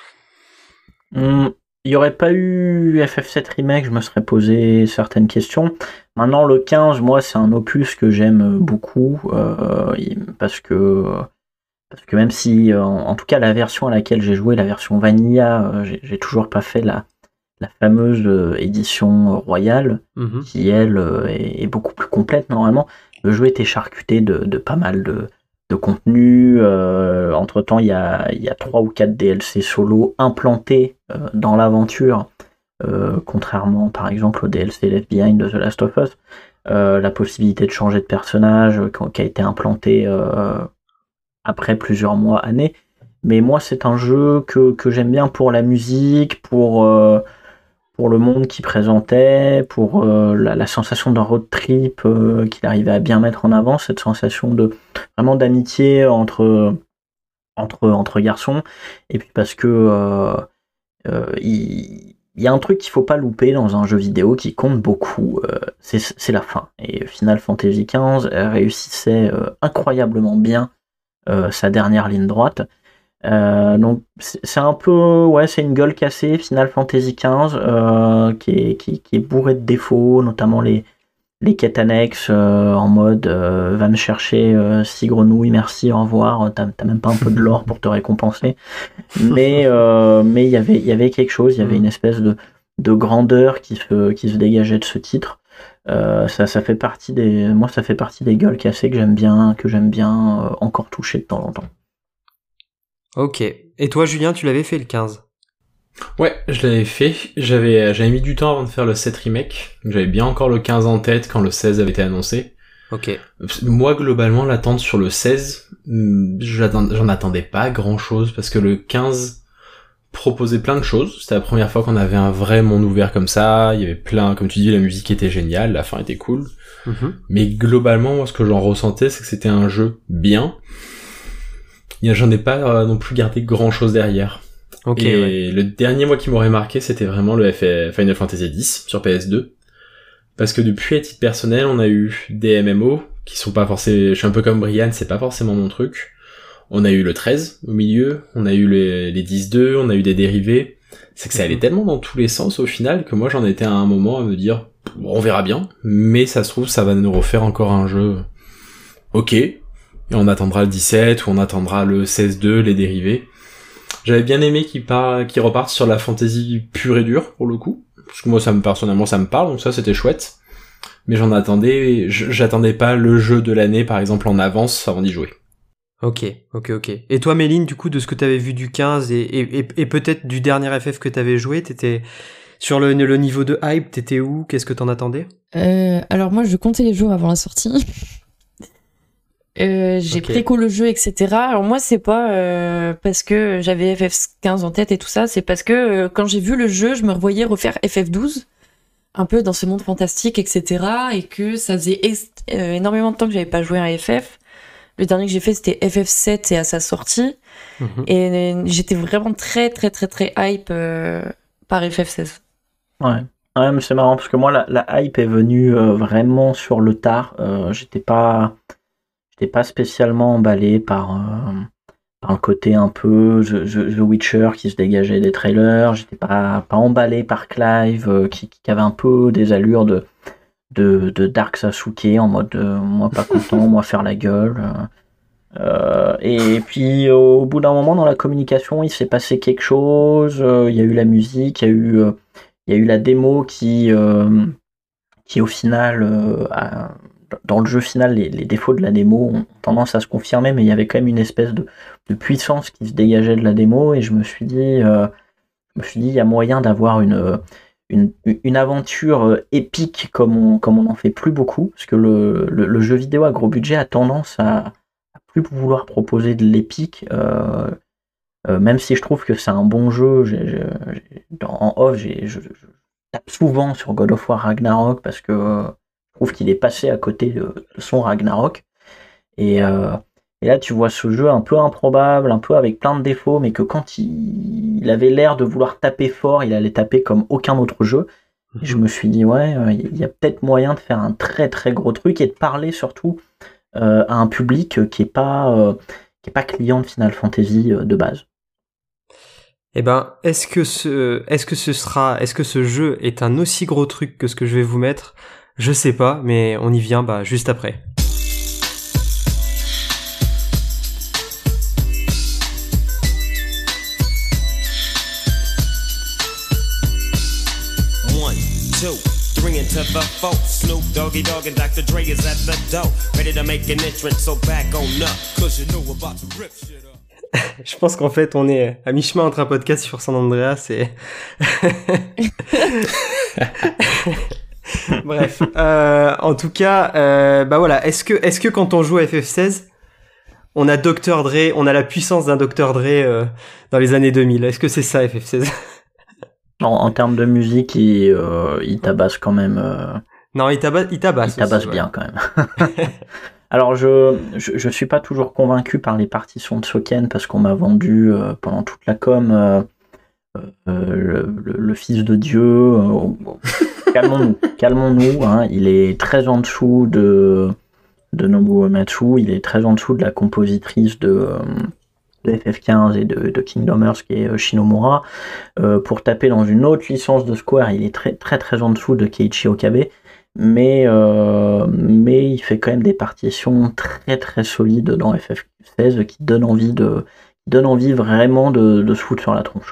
Hum, Il n'y aurait pas eu F F sept Remake, je me serais posé certaines questions. Maintenant, le quinze, moi, c'est un opus que j'aime beaucoup, euh, parce que parce que même si, euh, en, en tout cas, la version à laquelle j'ai joué, la version Vanilla, euh, j'ai, j'ai toujours pas fait la, la fameuse euh, édition royale, Mhm. qui, elle, euh, est, est beaucoup plus complète, normalement. Le jeu était charcuté de, de pas mal de, de contenu. Euh, entre-temps, il y a, il y a trois ou quatre D L C solo implantés euh, dans l'aventure, euh, contrairement, par exemple, au D L C Left Behind de The Last of Us. Euh, la possibilité de changer de personnage euh, qui a été implanté euh, après plusieurs mois, années. Mais moi, c'est un jeu que, que j'aime bien pour la musique, pour, euh, pour le monde qu'il présentait, pour euh, la, la sensation d'un road trip euh, qu'il arrivait à bien mettre en avant, cette sensation de vraiment d'amitié entre, entre, entre garçons. Et puis parce que euh, euh, il, il y a un truc qu'il faut pas louper dans un jeu vidéo qui compte beaucoup, euh, c'est, c'est la fin. Et Final Fantasy quinze réussissait euh, incroyablement bien euh, sa dernière ligne droite. Euh, donc c'est, c'est un peu, ouais, c'est une gueule cassée, Final Fantasy quinze, euh, qui, est, qui, qui est bourré de défauts, notamment les, les quêtes annexes euh, en mode euh, va me chercher euh, six grenouilles, merci, au revoir, t'as, t'as même pas un peu de l'or pour te récompenser. Mais euh, mais il y avait il y avait quelque chose, il y avait une espèce de, de grandeur qui se, qui se dégageait de ce titre. Euh, ça, ça fait partie des, moi ça fait partie des gueules cassées que j'aime bien, que j'aime bien euh, encore toucher de temps en temps. Ok. Et toi, Julien, tu l'avais fait le quinze? Ouais, je l'avais fait. J'avais, j'avais mis du temps avant de faire le sept remake. J'avais bien encore le quinze en tête quand le seize avait été annoncé. Ok. Moi, globalement, l'attente sur le seize, j'attend, j'en attendais pas grand chose parce que le quinze proposait plein de choses. C'était la première fois qu'on avait un vrai monde ouvert comme ça. Il y avait plein, comme tu dis, la musique était géniale, la fin était cool. Mm-hmm. Mais globalement, moi, ce que j'en ressentais, c'est que c'était un jeu bien. J'en ai pas euh, non plus gardé grand chose derrière. Ok. Et Ouais. le dernier mois qui m'aurait marqué, c'était vraiment le F- Final Fantasy dix sur P S deux. Parce que depuis, à titre personnel, on a eu des M M O qui sont pas forcément, je suis un peu comme Brian, c'est pas forcément mon truc. On a eu le treize au milieu, on a eu les, les dix deux, on a eu des dérivés. C'est que ça allait tellement dans tous les sens au final que moi j'en étais à un moment à me dire, bon, on verra bien, mais ça se trouve ça va nous refaire encore un jeu. Ok. Et on attendra le dix-sept ou on attendra le seize deux, les dérivés. J'avais bien aimé qu'ils par... qu'ils repartent sur la fantasy pure et dure pour le coup. Parce que moi, ça me, personnellement, ça me parle, donc ça, c'était chouette. Mais j'en attendais, j'attendais pas le jeu de l'année, par exemple, en avance avant d'y jouer. Ok, ok, ok. Et toi, Méline, du coup, de ce que t'avais vu du quinze et, et, et, et peut-être du dernier F F que t'avais joué, t'étais sur le, le niveau de hype, t'étais où? Qu'est-ce que t'en attendais? Euh, alors moi, je comptais les jours avant la sortie. Euh, j'ai Ok. préco le jeu, et cetera. Alors moi, c'est pas euh, parce que j'avais F F quinze en tête et tout ça, c'est parce que euh, quand j'ai vu le jeu, je me revoyais refaire F F douze un peu dans ce monde fantastique, et cetera. Et que ça faisait ex- euh, énormément de temps que j'avais pas joué à F F. Le dernier que j'ai fait, c'était F F sept et à sa sortie. Mhm. Et euh, j'étais vraiment très, très, très, très hype euh, par F F seize. Ouais. Ouais, mais c'est marrant parce que moi, la, la hype est venue euh, vraiment sur le tard. Euh, j'étais pas, j'étais pas spécialement emballé par, euh, par le côté un peu The, The- The Witcher qui se dégageait des trailers. J'étais pas, pas emballé par Clive euh, qui, qui avait un peu des allures de, de, de Dark Sasuke en mode euh, moi pas content, moi faire la gueule. euh. Euh, et puis au bout d'un moment dans la communication, il s'est passé quelque chose. euh, Il y a eu la musique, il y a eu, euh, il y a eu la démo qui, euh, qui au final, euh, a- dans le jeu final, les, les défauts de la démo ont tendance à se confirmer, mais il y avait quand même une espèce de, de puissance qui se dégageait de la démo. Et je me suis dit, euh, je me suis dit, il y a moyen d'avoir une une, une aventure euh, épique comme on comme on n'en fait plus beaucoup, parce que le, le, le jeu vidéo à gros budget a tendance à plus vouloir proposer de l'épique, euh, euh, même si je trouve que c'est un bon jeu. J'ai, j'ai, j'ai- en off, j'ai, je, je tape souvent sur God of War Ragnarok parce que euh, je trouve qu'il est passé à côté de, de son Ragnarok. Et, euh, et là, tu vois ce jeu un peu improbable, un peu avec plein de défauts, mais que quand il, il avait l'air de vouloir taper fort, il allait taper comme aucun autre jeu. Et je me suis dit, ouais, euh, il y a peut-être moyen de faire un très très gros truc et de parler surtout euh, à un public qui est pas euh, qui est pas client de Final Fantasy euh, de base. Eh ben, est-ce que ce, est-ce que ce sera, est-ce que ce jeu est un aussi gros truc que ce que je vais vous mettre? Je sais pas, mais on y vient, bah, juste après. One, two, three into the four. Snoop Doggy Dogg and doctor Dre is at the door, ready to make an entrance, so back on up, cause you know we're about to rip shit up. Je pense qu'en fait, on est à mi-chemin entre un podcast sur San Andreas et... Bref. Euh, en tout cas, euh, bah voilà. Est-ce que, est-ce que quand on joue à F F seize, on a docteur Dre, on a la puissance d'un docteur Dre euh, dans les années deux mille? Est-ce que c'est ça, F F seize? En, en termes de musique, il, euh, il tabasse quand même. Euh, Non, il tabasse, il tabasse. il tabasse aussi, bien ouais. quand même. Alors je, je je suis pas toujours convaincu par les partitions de Soken parce qu'on m'a vendu euh, pendant toute la com euh, euh, le, le, le fils de Dieu. Euh, bon, calmons-nous, calmons-nous. Hein, il est très en dessous de de Nobuo Uematsu, il est très en dessous de la compositrice de, euh, de F F quinze et de, de Kingdom Hearts qui est euh, Shinomura. Euh, pour taper dans une autre licence de Square, il est très très très en dessous de Keiichi Okabe. Mais, euh, mais il fait quand même des partitions très très solides dans F F seize qui donnent envie, de, donnent envie vraiment de, de se foutre sur la tronche.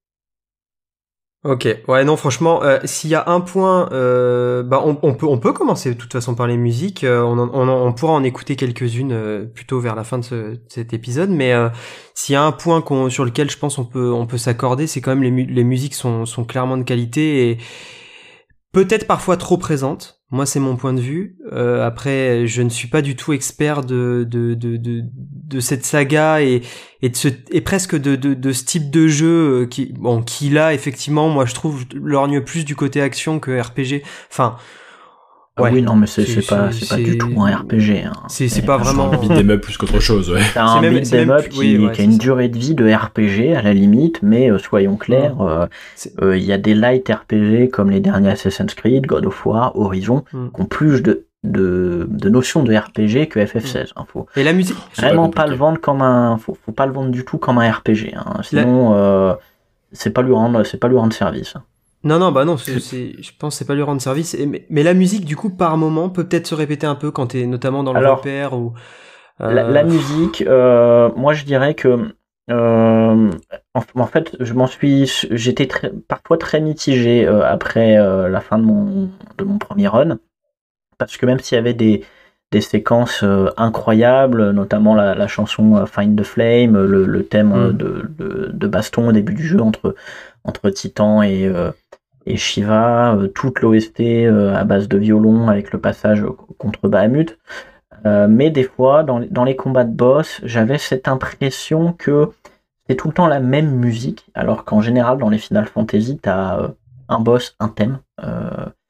Ok, ouais, non, franchement, euh, s'il y a un point, euh, bah, on, on peut, on peut commencer de toute façon par les musiques. Euh, on, en- on, en- on pourra en écouter quelques-unes euh, plutôt vers la fin de, ce, de cet épisode. Mais euh, s'il y a un point qu'on, sur lequel je pense on peut, on peut s'accorder, c'est quand même les, mu- les musiques sont, sont clairement de qualité et peut-être parfois trop présentes. Moi, c'est mon point de vue. Euh, après, je ne suis pas du tout expert de de de de, de cette saga et et de ce et presque de de de ce type de jeu qui bon qui là effectivement, moi je trouve lorgne plus du côté action que R P G. Enfin, Ah ouais. oui, non, mais c'est, C'est- c'est pas, c'est- c'est pas du tout un R P G. Hein. C'est c'est pas C'est vraiment un beat'em up plus qu'autre chose, ouais. C'est un c'est même- beat'em c'est même up plus- qui, oui, ouais, qui a c'est une ça. durée de vie de R P G à la limite, mais euh, soyons clairs, euh, C'est- euh, il y a des light R P G comme les derniers Assassin's Creed, God of War, Horizon, Mm. qui ont plus de, de, de notions de R P G que F F seize. Hein. Faut Et la musique C'est pas vraiment pas, compliqué. le vendre comme un, faut, faut pas le vendre du tout comme un R P G. Hein. Sinon, euh, c'est pas lui rendre, c'est pas lui rendre service. Hein. Non, non, bah non, c'est, c'est, je pense que c'est pas lui rendre service. Et, mais, mais la musique, du coup, par moment, peut peut-être se répéter un peu quand t'es notamment dans le Alors, repère ou... La, euh, la musique, euh, moi je dirais que euh, en, en fait, je m'en suis, j'étais très, parfois très mitigé euh, après euh, la fin de mon de mon premier run, parce que même s'il y avait des des séquences euh, incroyables, notamment la, la chanson euh, Find the Flame, le, le thème euh, Mm. de, de, de baston au début du jeu entre entre Titan et euh, et Shiva, euh, toute l'O S T euh, à base de violon avec le passage contre Bahamut. Euh, mais des fois, dans, les- dans les combats de boss, j'avais cette impression que c'est tout le temps la même musique, alors qu'en général, dans les Final Fantasy, t'as euh, un boss, un thème. Euh,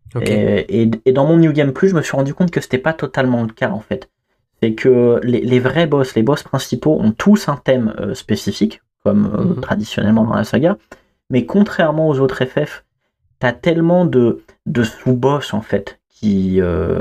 Ok. Et, et, et dans mon New Game Plus, je me suis rendu compte que c'était pas totalement le cas en fait. C'est que les, les vrais boss, les boss principaux ont tous un thème euh, spécifique, comme euh, Mhm. traditionnellement dans la saga, mais contrairement aux autres F F, t'as tellement de, de sous-boss en fait qui, euh,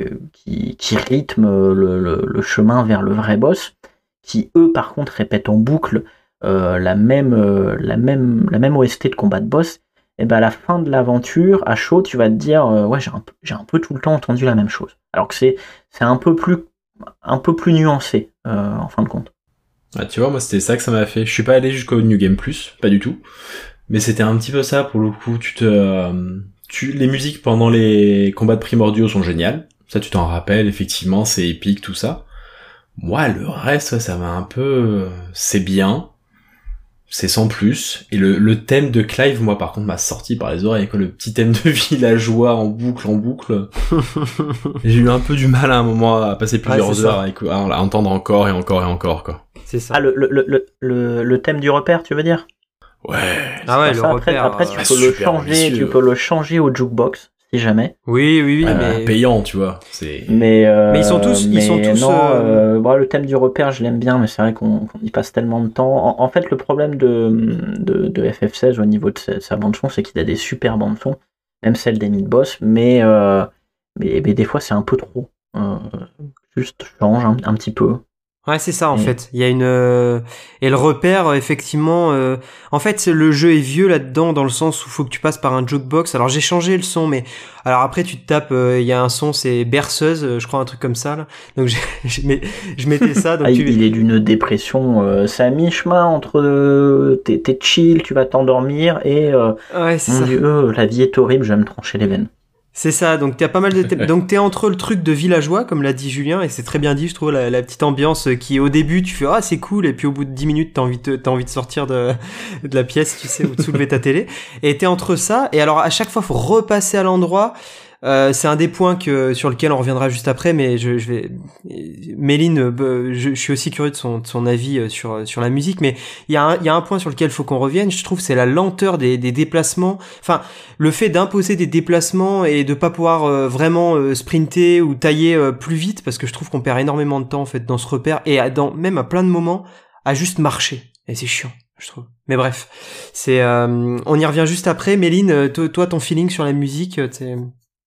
qui, qui rythment le, le, le chemin vers le vrai boss, qui eux par contre répètent en boucle euh, la, même, euh, la, même, la même O S T de combat de boss. Et ben à la fin de l'aventure, à chaud, tu vas te dire euh, ouais j'ai un, peu- j'ai un peu tout le temps entendu la même chose. Alors que c'est c'est un peu plus un peu plus nuancé euh, en fin de compte. Ah, tu vois, moi c'était ça que ça m'a fait. Je suis pas allé jusqu'au New Game Plus, pas du tout. Mais c'était un petit peu ça pour le coup. Tu te, euh, tu, les musiques pendant les combats de primordiaux sont géniales. Ça, tu t'en rappelles, effectivement, c'est épique, tout ça. Moi, le reste, ouais, ça m'a un peu, c'est bien. C'est sans plus. Et le, le thème de Clive, moi, par contre, m'a sorti par les oreilles, quoi. Le petit thème de villageois en boucle, en boucle. J'ai eu un peu du mal à un moment à passer plusieurs Ouais, c'est heures ça. à, écou- à entendre encore et encore et encore, quoi. C'est ça. Ah le, le, le, le, le thème du repère, tu veux dire? Ouais. Ah ouais, Bah, le ça, après, repère. après euh, tu ouais, peux le super changer, ambitieux. tu peux le changer au jukebox si jamais. Oui, oui, oui, Euh, mais. payant, tu vois. C'est. Mais, euh, Mais ils sont tous- ils mais sont tous, non, euh, euh, bon, le thème du repère, je l'aime bien, mais c'est vrai qu'on qu'on y passe tellement de temps. En, en fait, le problème de, de, de F F seize au niveau de sa, sa bande son, c'est qu'il a des super bandes son, même celle des mid-boss, mais, euh, mais, mais des fois c'est un peu trop. Euh, juste change un, un petit peu. Ouais, c'est ça en Et- fait. Il y a une euh, et le repère euh, effectivement. euh, En fait, c'est- le jeu est vieux là-dedans dans le sens où faut que tu passes par un jukebox. Alors j'ai changé le son, mais alors après tu te tapes. euh, Il y a un son, c'est berceuse, euh, je crois un truc comme ça. Là. Donc j'ai- je mets- je mettais ça. Donc Ah, tu il il est d'une dépression, euh, c'est à mi-chemin entre euh, t'es t'es chill, tu vas t'endormir, et euh, ouais, c'est mon ça. dieu, la vie est horrible, je vais me trancher les veines. C'est ça, donc t'as pas mal de thèmes. Donc t'es entre le truc de villageois, comme l'a dit Julien, et c'est très bien dit, je trouve, la, la petite ambiance qui au début tu fais ah c'est cool, et puis au bout de dix minutes t'as envie de, t'as envie de sortir de, de la pièce, tu sais, ou de soulever ta télé. Et t'es entre ça, et alors à chaque fois faut repasser à l'endroit. Euh, c'est un des points que sur lequel on reviendra juste après, mais je, je vais. Méline, euh, je, je suis aussi curieux de son, de son avis euh, sur sur la musique, mais il y a un il y a un point sur lequel faut qu'on revienne. Je trouve c'est la lenteur des, des déplacements. Enfin, le fait d'imposer des déplacements et de pas pouvoir euh, vraiment euh, sprinter ou tailler euh, plus vite, parce que je trouve qu'on perd énormément de temps en fait dans ce repère et à, dans même à plein de moments à juste marcher. Et c'est chiant, je trouve. Mais bref, c'est euh, on y revient juste après. Méline, euh, toi, toi, ton feeling sur la musique, euh, t'es...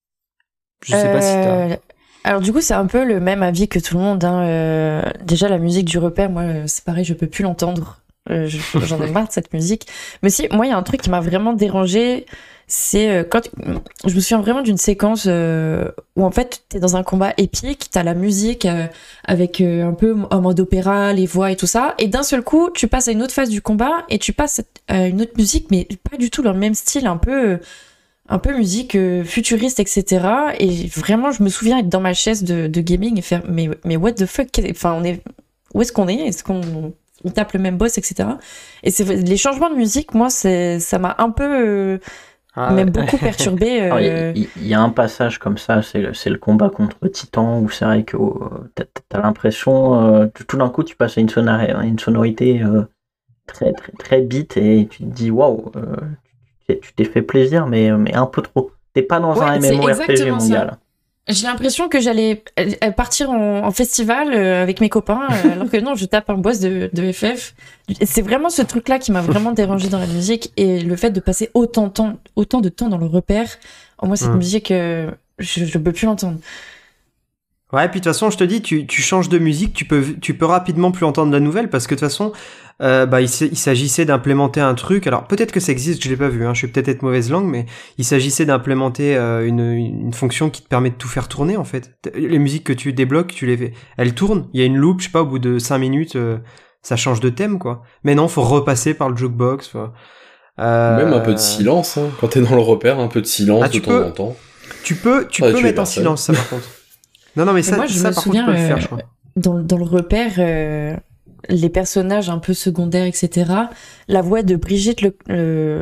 je sais pas si t'as. Euh, Alors du coup, c'est un peu le même avis que tout le monde. Hein. Euh, déjà, la musique du repère, moi, euh, c'est pareil, je peux plus l'entendre. Euh, je- J'en ai marre de cette musique. Mais si, moi, il y a un truc qui m'a vraiment dérangé. C'est euh, quand je me souviens vraiment d'une séquence euh, où en fait t'es dans un combat épique, t'as la musique euh, avec euh, un peu en mode opéra, les voix et tout ça, et d'un seul coup tu passes à une autre phase du combat et tu passes à une autre musique, mais pas du tout le même style, un peu un peu musique euh, futuriste, et cetera. Et vraiment, je me souviens être dans ma chaise de, de gaming et faire mais mais what the fuck, enfin on est où est-ce qu'on est, est-ce qu'on on tape le même boss, et cetera. Et c'est les changements de musique, moi c'est ça m'a un peu euh, Ah, même ouais. beaucoup perturbé. Alors, Il y, euh, a- il y a un passage comme ça, c'est le, c'est le combat contre Titan, où c'est vrai que oh, t'as t'as l'impression, euh, tout tout d'un coup, tu passes à une, sonari- à une sonorité euh, très, très, très beat, et tu te dis, waouh, euh, tu tu t'es fait plaisir, mais, mais un peu trop. T'es pas dans Ouais, un c'est MMORPG, exactement mon ça. gars, là. J'ai l'impression que j'allais euh, partir en, en festival euh, avec mes copains, euh, alors que non, je tape un boss de, de F F. C'est vraiment ce truc-là qui m'a vraiment dérangé dans la musique, et le fait de passer autant de temps, autant de temps dans le repère. Oh, moi, cette Mm. musique, euh, je, je peux plus l'entendre. Ouais, puis de toute façon, je te dis, tu, tu changes de musique, tu peux, tu peux rapidement plus entendre la nouvelle, parce que de toute façon, euh, bah, il, s- il s'agissait d'implémenter un truc. Alors peut-être que ça existe, je l'ai pas vu, hein, je vais peut-être être mauvaise langue, mais il s'agissait d'implémenter euh, une, une fonction qui te permet de tout faire tourner en fait. T- Les musiques que tu débloques, tu les fais, elles tournent. Il y a une loop, je sais pas, au bout de cinq minutes, euh, ça change de thème quoi. Mais non, faut repasser par le jukebox. Faut... Euh... Même un peu de silence, hein. Quand t'es dans le repère, un peu de silence Ah, de tu temps peux- en temps. Tu peux, tu Ouais, peux tu mettre es en personne. silence ça par contre. Non, non, mais ça, moi, je ça me par souviens, contre, tu peux le faire, euh, je crois. Dans, dans le repère, euh, les personnages un peu secondaires, et cetera. La voix de Brigitte, le, le,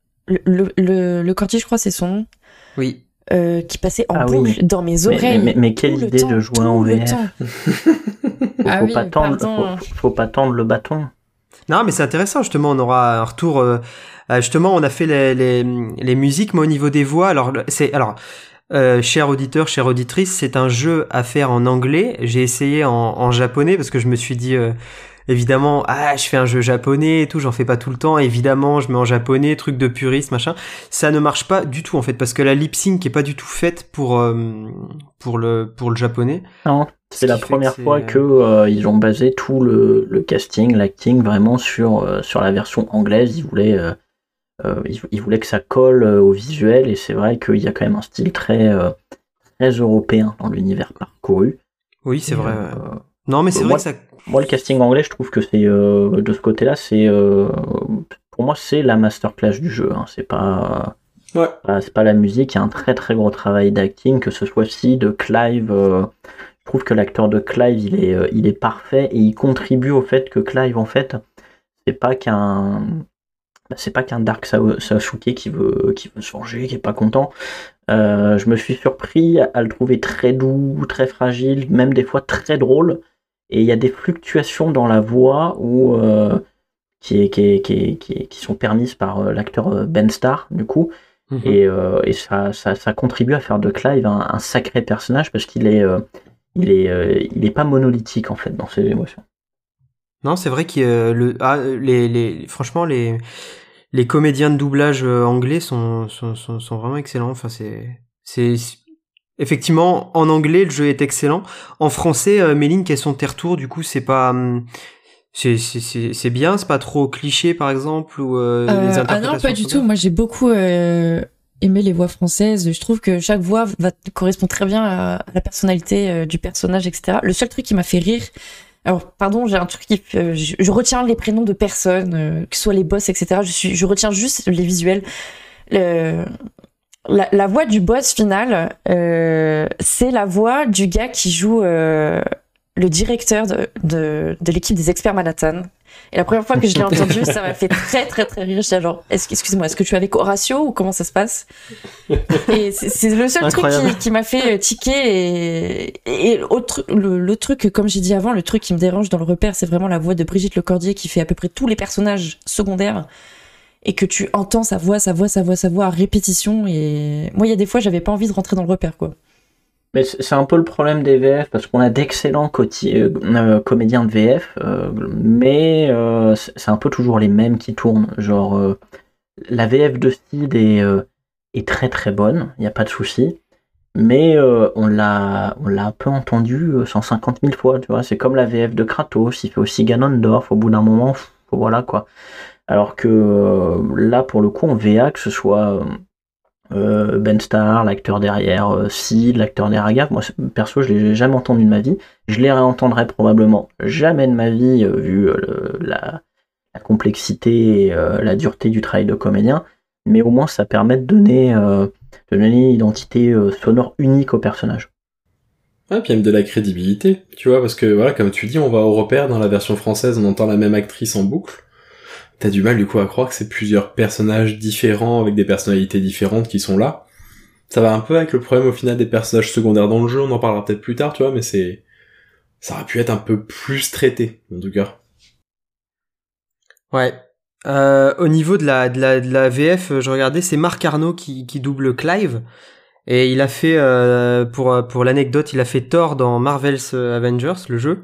le, le, le Corti, je crois, c'est son nom, Oui. euh, qui passait en Ah boucle oui. dans mes Mais, oreilles. mais, mais, mais quelle tout le idée temps, de jouer tout en le V F. temps. Faut, Ah faut oui, pas tendre, pardon. faut, faut pas tendre le bâton. Non, mais c'est intéressant, justement, on aura un retour... Euh, euh, justement, on a fait les, les, les musiques, mais au niveau des voix, alors, c'est... Alors, euh, chers auditeurs, chères auditrices, c'est un jeu à faire en anglais. J'ai essayé en, en japonais, parce que je me suis dit... Euh, évidemment, ah, je fais un jeu japonais et tout, j'en fais pas tout le temps. Évidemment, je mets en japonais, truc de puriste, machin. Ça ne marche pas du tout, en fait, parce que la lip sync est pas du tout faite pour, euh, pour le, pour le japonais. Non, c'est la première que fois que euh, ils ont basé tout le, le casting, l'acting vraiment sur, euh, sur la version anglaise. Ils voulaient, euh, euh, ils, ils voulaient que ça colle euh, au visuel, et c'est vrai qu'il y a quand même un style très, euh, très européen dans l'univers parcouru. Oui, c'est et, vrai. Euh, ouais. Non, mais c'est moi, vrai que ça... Moi, le casting anglais, je trouve que c'est euh, de ce côté-là, c'est euh, pour moi, c'est la masterclass du jeu. Hein. C'est pas, Ouais. pas, c'est pas la musique. Il y a un très très gros travail d'acting, que ce soit ci de Clive. Euh, je trouve que l'acteur de Clive, il est, euh, il est parfait, et il contribue au fait que Clive, en fait, c'est pas qu'un, c'est pas qu'un Dark Sasuke qui veut, qui veut se venger, qui est pas content. Euh, je me suis surpris à le trouver très doux, très fragile, même des fois très drôle. Et il y a des fluctuations dans la voix où, euh, qui, est, qui, est, qui, est, qui, est, qui sont permises par euh, l'acteur Ben Starr, du coup. Mm-hmm. Et, euh, et ça, ça, ça contribue à faire de Clive un, un sacré personnage, parce qu'il est, euh, il est, euh, il est pas monolithique, en fait, dans ses émotions. Non, c'est vrai que euh, le, ah, les, les, franchement, les, les comédiens de doublage anglais sont, sont, sont, sont vraiment excellents. Enfin, c'est... c'est effectivement, en anglais, le jeu est excellent. En français, euh, Méline, quels sont tes retours? Du coup, c'est pas, c'est, c'est, c'est, c'est bien, c'est pas trop cliché, par exemple, ou euh, euh, les interprétations. Ah non, pas du tout. Moi, j'ai beaucoup euh, aimé les voix françaises. Je trouve que chaque voix va correspond très bien à la personnalité euh, du personnage, et cetera. Le seul truc qui m'a fait rire, alors pardon, j'ai un truc qui, euh, je, je retiens les prénoms de personnes, euh, que ce soit les boss, et cetera. Je suis, je retiens juste les visuels. Le La, la voix du boss final, euh, c'est la voix du gars qui joue euh, le directeur de, de, de l'équipe des experts Manhattan. Et la première fois que je l'ai entendu, ça m'a fait très très très rire. J'étais genre, est-ce, excusez-moi, est-ce que tu es avec Horatio ou comment ça se passe? Et c'est, c'est le seul Incroyable. truc qui, qui m'a fait tiquer. Et, et autre, le, le truc, comme j'ai dit avant, le truc qui me dérange dans le repère, c'est vraiment la voix de Brigitte Lecordier, qui fait à peu près tous les personnages secondaires. Et que tu entends sa voix, sa voix, sa voix, sa voix à répétition. Et moi, il y a des fois, j'avais pas envie de rentrer dans le repère, quoi. Mais c'est un peu le problème des V F, parce qu'on a d'excellents côti- euh, comédiens de V F, euh, mais euh, c'est un peu toujours les mêmes qui tournent. Genre, euh, la V F de Sid est, euh, est très très bonne, il n'y a pas de souci. Mais euh, on l'a on l'a un peu entendu cent cinquante mille fois, tu vois. C'est comme la V F de Kratos, il fait aussi Ganondorf, au bout d'un moment, pff, voilà quoi. Alors que euh, là, pour le coup, en V A, que ce soit euh, Ben Starr, l'acteur derrière euh, Sid, l'acteur derrière Gav, moi perso, je l'ai jamais entendu de ma vie. Je les réentendrai probablement jamais de ma vie, euh, vu euh, la, la complexité et euh, la dureté du travail de comédien. Mais au moins, ça permet de donner, euh, de donner une identité euh, sonore unique au personnage. Ouais, puis même de la crédibilité, tu vois, parce que voilà, comme tu dis, on va au repère, dans la version française, on entend la même actrice en boucle. T'as du mal du coup à croire que c'est plusieurs personnages différents avec des personnalités différentes qui sont là. Ça va un peu avec le problème au final des personnages secondaires dans le jeu, on en parlera peut-être plus tard, tu vois, mais c'est... ça aurait pu être un peu plus traité, en tout cas. Ouais. Euh, au niveau de la, de la, de la V F, je regardais, c'est Marc Arnaud qui, qui double Clive. Et il a fait, euh, pour, pour l'anecdote, il a fait Thor dans Marvel's Avengers, le jeu.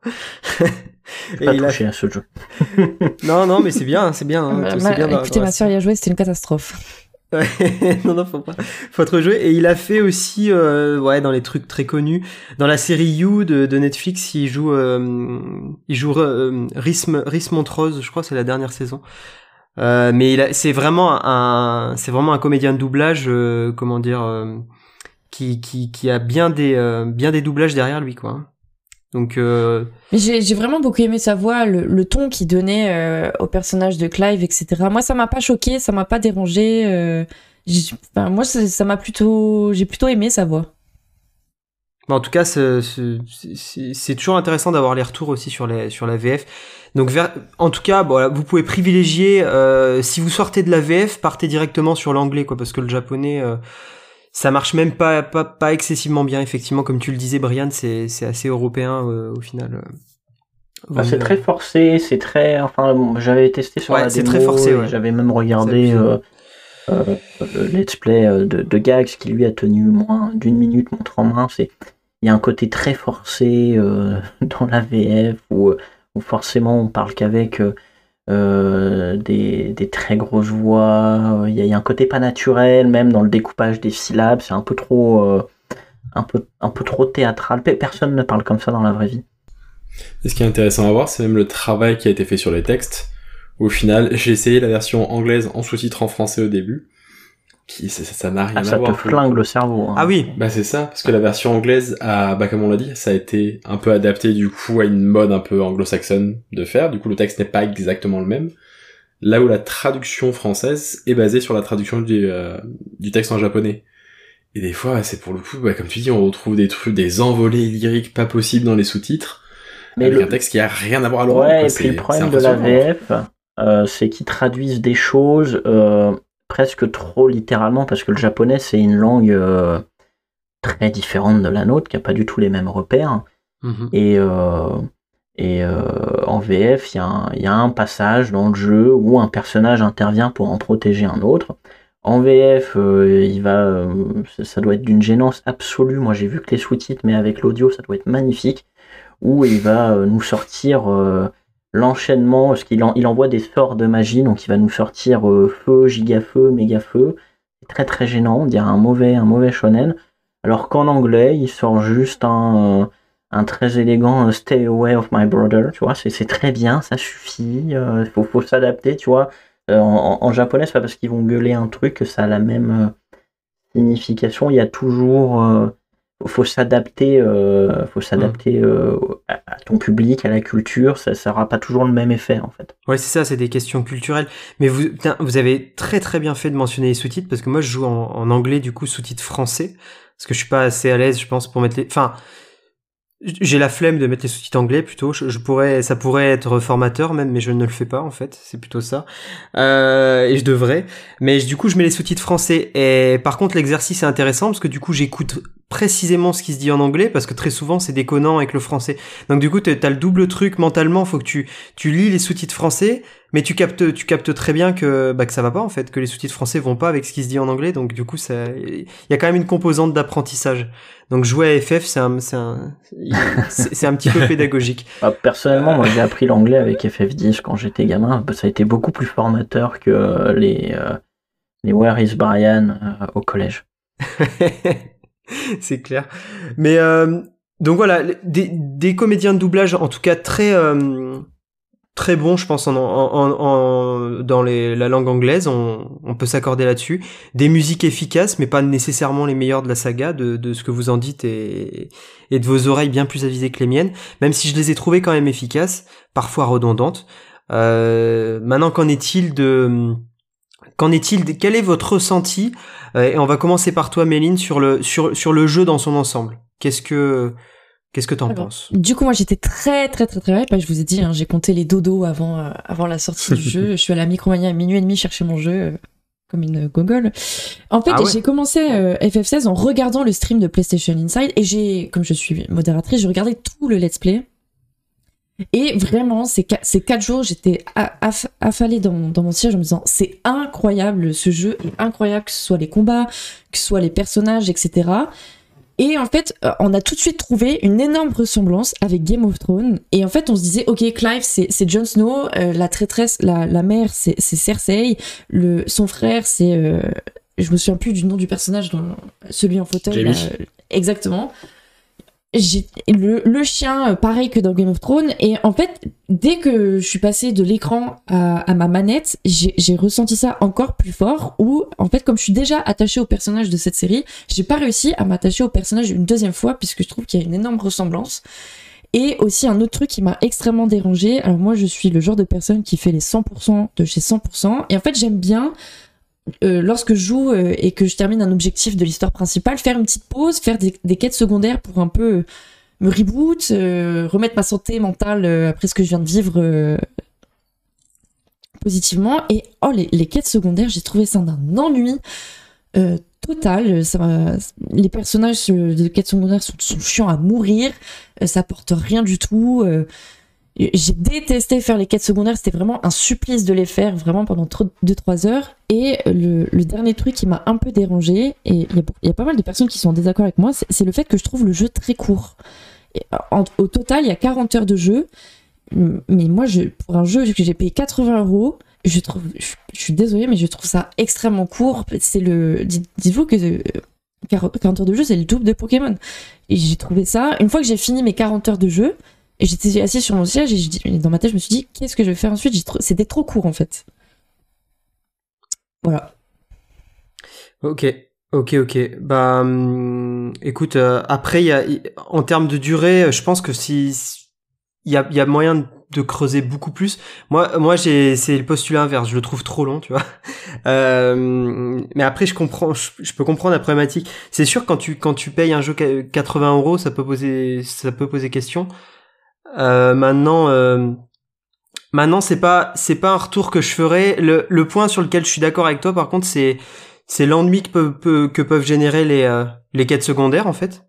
Et pas il touché a... à ce jeu. non, non, mais c'est bien, c'est bien. Hein, ma, c'est bien écoutez, ma soeur y a joué, c'était une catastrophe. non, non, faut pas, faut te rejouer. Et il a fait aussi, euh, ouais, dans les trucs très connus, dans la série You de, de Netflix, il joue, euh, il joue euh, Rhys, Rhys Montrose, je crois, que c'est la dernière saison. Euh, mais il a, c'est vraiment un, c'est vraiment un comédien de doublage, euh, comment dire, euh, qui, qui, qui a bien des, euh, bien des doublages derrière lui, quoi. Donc, euh... mais j'ai, j'ai vraiment beaucoup aimé sa voix, le, le ton qu'il donnait euh, au personnage de Clive, et cetera. Moi, ça m'a pas choqué, ça m'a pas dérangé. Euh, enfin, moi, ça, ça m'a plutôt, j'ai plutôt aimé sa voix. En tout cas, c'est, c'est, c'est toujours intéressant d'avoir les retours aussi sur les sur la V F. Donc, vers, en tout cas, bon, vous pouvez privilégier. Euh, si vous sortez de la V F, partez directement sur l'anglais, quoi, parce que le japonais. Euh, Ça marche même pas, pas, pas excessivement bien, effectivement, comme tu le disais, Brian, c'est, c'est assez européen euh, au final. Bah, c'est très forcé, c'est très. Enfin, bon, j'avais testé sur Ouais, la c'est démo, très forcé, et ouais. j'avais même C'est regardé abusé. euh, euh, le let's play euh, de, de Gags qui lui a tenu moins d'une minute montre en main. C'est, il y a un côté très forcé euh, dans la V F où, où forcément on parle qu'avec euh, euh, des, des très grosses voix. Il y, a, il y a un côté pas naturel, même dans le découpage des syllabes. C'est un peu trop, euh, un peu, un peu trop théâtral. Pe- Personne ne parle comme ça dans la vraie vie. Et ce qui est intéressant à voir, c'est même le travail qui a été fait sur les textes. Au final, j'ai essayé la version anglaise en sous-titres en français au début. Qui, ça, ça n'a rien Ah, à ça voir. te flingue le cerveau. Hein. Ah oui. Bah c'est ça, parce que la version anglaise, a, bah comme on l'a dit, ça a été un peu adapté du coup à une mode un peu anglo-saxonne de faire. Du coup, le texte n'est pas exactement le même. Là où la traduction française est basée sur la traduction du, euh, du texte en japonais. Et des fois, c'est pour le coup, bah, comme tu dis, on retrouve des trucs, des envolées lyriques pas possibles dans les sous-titres. Mais avec le... un texte qui a rien à voir à l'oral. Ouais, quoi. et c'est, puis le problème de la V F, euh, c'est qu'ils traduisent des choses euh, presque trop littéralement, parce que le japonais, c'est une langue euh, très différente de la nôtre, qui n'a pas du tout les mêmes repères. Mm-hmm. Et, euh, et euh, en V F, il y, y a un passage dans le jeu où un personnage intervient pour en protéger un autre. En V F, euh, il va, euh, ça doit être d'une gênance absolue. Moi, j'ai vu que les sous-titres, mais avec l'audio, ça doit être magnifique. Où il va euh, nous sortir euh, l'enchaînement, parce qu'il en, il envoie des sorts de magie, donc il va nous sortir euh, feu, giga-feu, méga-feu. C'est très très gênant, on dirait un mauvais, un mauvais shonen. Alors qu'en anglais, il sort juste un, euh, un très élégant euh, Stay away of my brother, tu vois, c'est, c'est très bien, ça suffit, il euh, faut, faut s'adapter, tu vois. Euh, en, en japonais, c'est pas parce qu'ils vont gueuler un truc que ça a la même euh, signification, il y a toujours... Euh, faut s'adapter euh, faut s'adapter euh, à, à ton public, à la culture, ça ça aura pas toujours le même effet en fait. Ouais, c'est ça, c'est des questions culturelles. Mais vous putain, vous avez très très bien fait de mentionner les sous-titres, parce que moi je joue en, en anglais, du coup sous-titres français, parce que je suis pas assez à l'aise, je pense, pour mettre les... Enfin, j'ai la flemme de mettre les sous-titres anglais plutôt. Je, je pourrais, ça pourrait être formateur même, mais je ne le fais pas en fait. C'est plutôt ça. Euh, et je devrais. Mais du coup, je mets les sous-titres français. Et par contre, l'exercice est intéressant parce que du coup, j'écoute précisément ce qui se dit en anglais, parce que très souvent c'est déconnant avec le français. Donc du coup, t'as le double truc mentalement. Faut que tu tu lis les sous-titres français, mais tu captes tu captes très bien que bah que ça va pas en fait, que les sous-titres français vont pas avec ce qui se dit en anglais. Donc du coup, ça, il y a quand même une composante d'apprentissage. Donc jouer à F F, c'est un, c'est un, c'est, c'est un petit peu pédagogique. Bah, personnellement, euh... moi j'ai appris l'anglais avec F F dix quand j'étais gamin. Ça a été beaucoup plus formateur que les, euh, les Where is Brian euh, au collège. C'est clair. Mais euh, donc voilà, des, des comédiens de doublage en tout cas très... Euh, très bon, je pense, en, en, en, dans les, la langue anglaise, on, on peut s'accorder là-dessus. Des musiques efficaces, mais pas nécessairement les meilleures de la saga, de, de ce que vous en dites, et, et de vos oreilles bien plus avisées que les miennes, même si je les ai trouvées quand même efficaces, parfois redondantes. Euh, maintenant, qu'en est-il de... Qu'en est-il de, quel est votre ressenti, euh, et on va commencer par toi, Méline, sur le, sur, sur le jeu dans son ensemble. Qu'est-ce que... Qu'est-ce que t'en Alors, penses ? Du coup, moi, j'étais très, très, très, très hype. Je vous ai dit, hein, j'ai compté les dodos avant, euh, avant la sortie du jeu. Je suis allée à Micromania à minuit et demi chercher mon jeu, euh, comme une gogole. En fait, ah ouais. j'ai commencé euh, F F seize en regardant le stream de PlayStation Inside, et j'ai, comme je suis modératrice, j'ai regardé tout le let's play. Et vraiment, ces, ces quatre jours, j'étais aff- affalée dans, dans mon siège en me disant, c'est incroyable, ce jeu est incroyable, que ce soit les combats, que ce soit les personnages, et cetera. Et en fait, on a tout de suite trouvé une énorme ressemblance avec Game of Thrones. Et en fait, on se disait, ok, Clive, c'est, c'est Jon Snow, euh, la traîtresse, la, la mère, c'est, c'est Cersei, le, son frère, c'est... Euh, je me souviens plus du nom du personnage, dont, celui en fauteuil. Là, euh, exactement. J'ai, le, le chien, pareil que dans Game of Thrones. Et en fait, dès que je suis passée de l'écran à, à ma manette, j'ai, j'ai ressenti ça encore plus fort, où, en fait, comme je suis déjà attachée au personnage de cette série, j'ai pas réussi à m'attacher au personnage une deuxième fois, puisque je trouve qu'il y a une énorme ressemblance. Et aussi, un autre truc qui m'a extrêmement dérangée. Alors moi, je suis le genre de personne qui fait les cent pour cent de chez cent pour cent. Et en fait, j'aime bien... Euh, lorsque je joue euh, et que je termine un objectif de l'histoire principale, faire une petite pause, faire des, des quêtes secondaires pour un peu euh, me reboot, euh, remettre ma santé mentale euh, après ce que je viens de vivre euh, positivement. Et oh, les, les quêtes secondaires, j'ai trouvé ça d'un ennui euh, total. Ça m'a... Les personnages de quêtes secondaires sont, sont chiants à mourir, euh, ça apporte rien du tout. Euh, J'ai détesté faire les quêtes secondaires, c'était vraiment un supplice de les faire, vraiment pendant deux trois heures. Et le, le dernier truc qui m'a un peu dérangé, et il y, y a pas mal de personnes qui sont en désaccord avec moi, c'est le fait que je trouve le jeu très court. Et en, au total, il y a quarante heures de jeu, mais moi, je, pour un jeu que j'ai payé quatre-vingts euros, je trouve, je, je suis désolée, mais je trouve ça extrêmement court. C'est le, dites, dites-vous que euh, quarante heures de jeu, c'est le double de Pokémon. Et j'ai trouvé ça, une fois que j'ai fini mes quarante heures de jeu, et j'étais assise sur mon siège, et je, et dans ma tête, je me suis dit, qu'est-ce que je vais faire ensuite? J'ai, c'était trop court, en fait. Voilà. Ok, ok, ok. Bah, hum, écoute, euh, après, il y a, en termes de durée, je pense que si il y a, il y a moyen de, de creuser beaucoup plus. Moi, moi, j'ai, c'est le postulat inverse. Je le trouve trop long, tu vois. Euh, mais après, je comprends, je, je peux comprendre la problématique. C'est sûr, quand tu, quand tu payes un jeu quatre-vingts euros, ça peut poser, ça peut poser question. Euh, maintenant. Euh, Maintenant, c'est pas, c'est pas un retour que je ferai. Le, le point sur lequel je suis d'accord avec toi, par contre, c'est, c'est l'ennui que, peut, peut, que peuvent générer les, euh, les quêtes secondaires, en fait.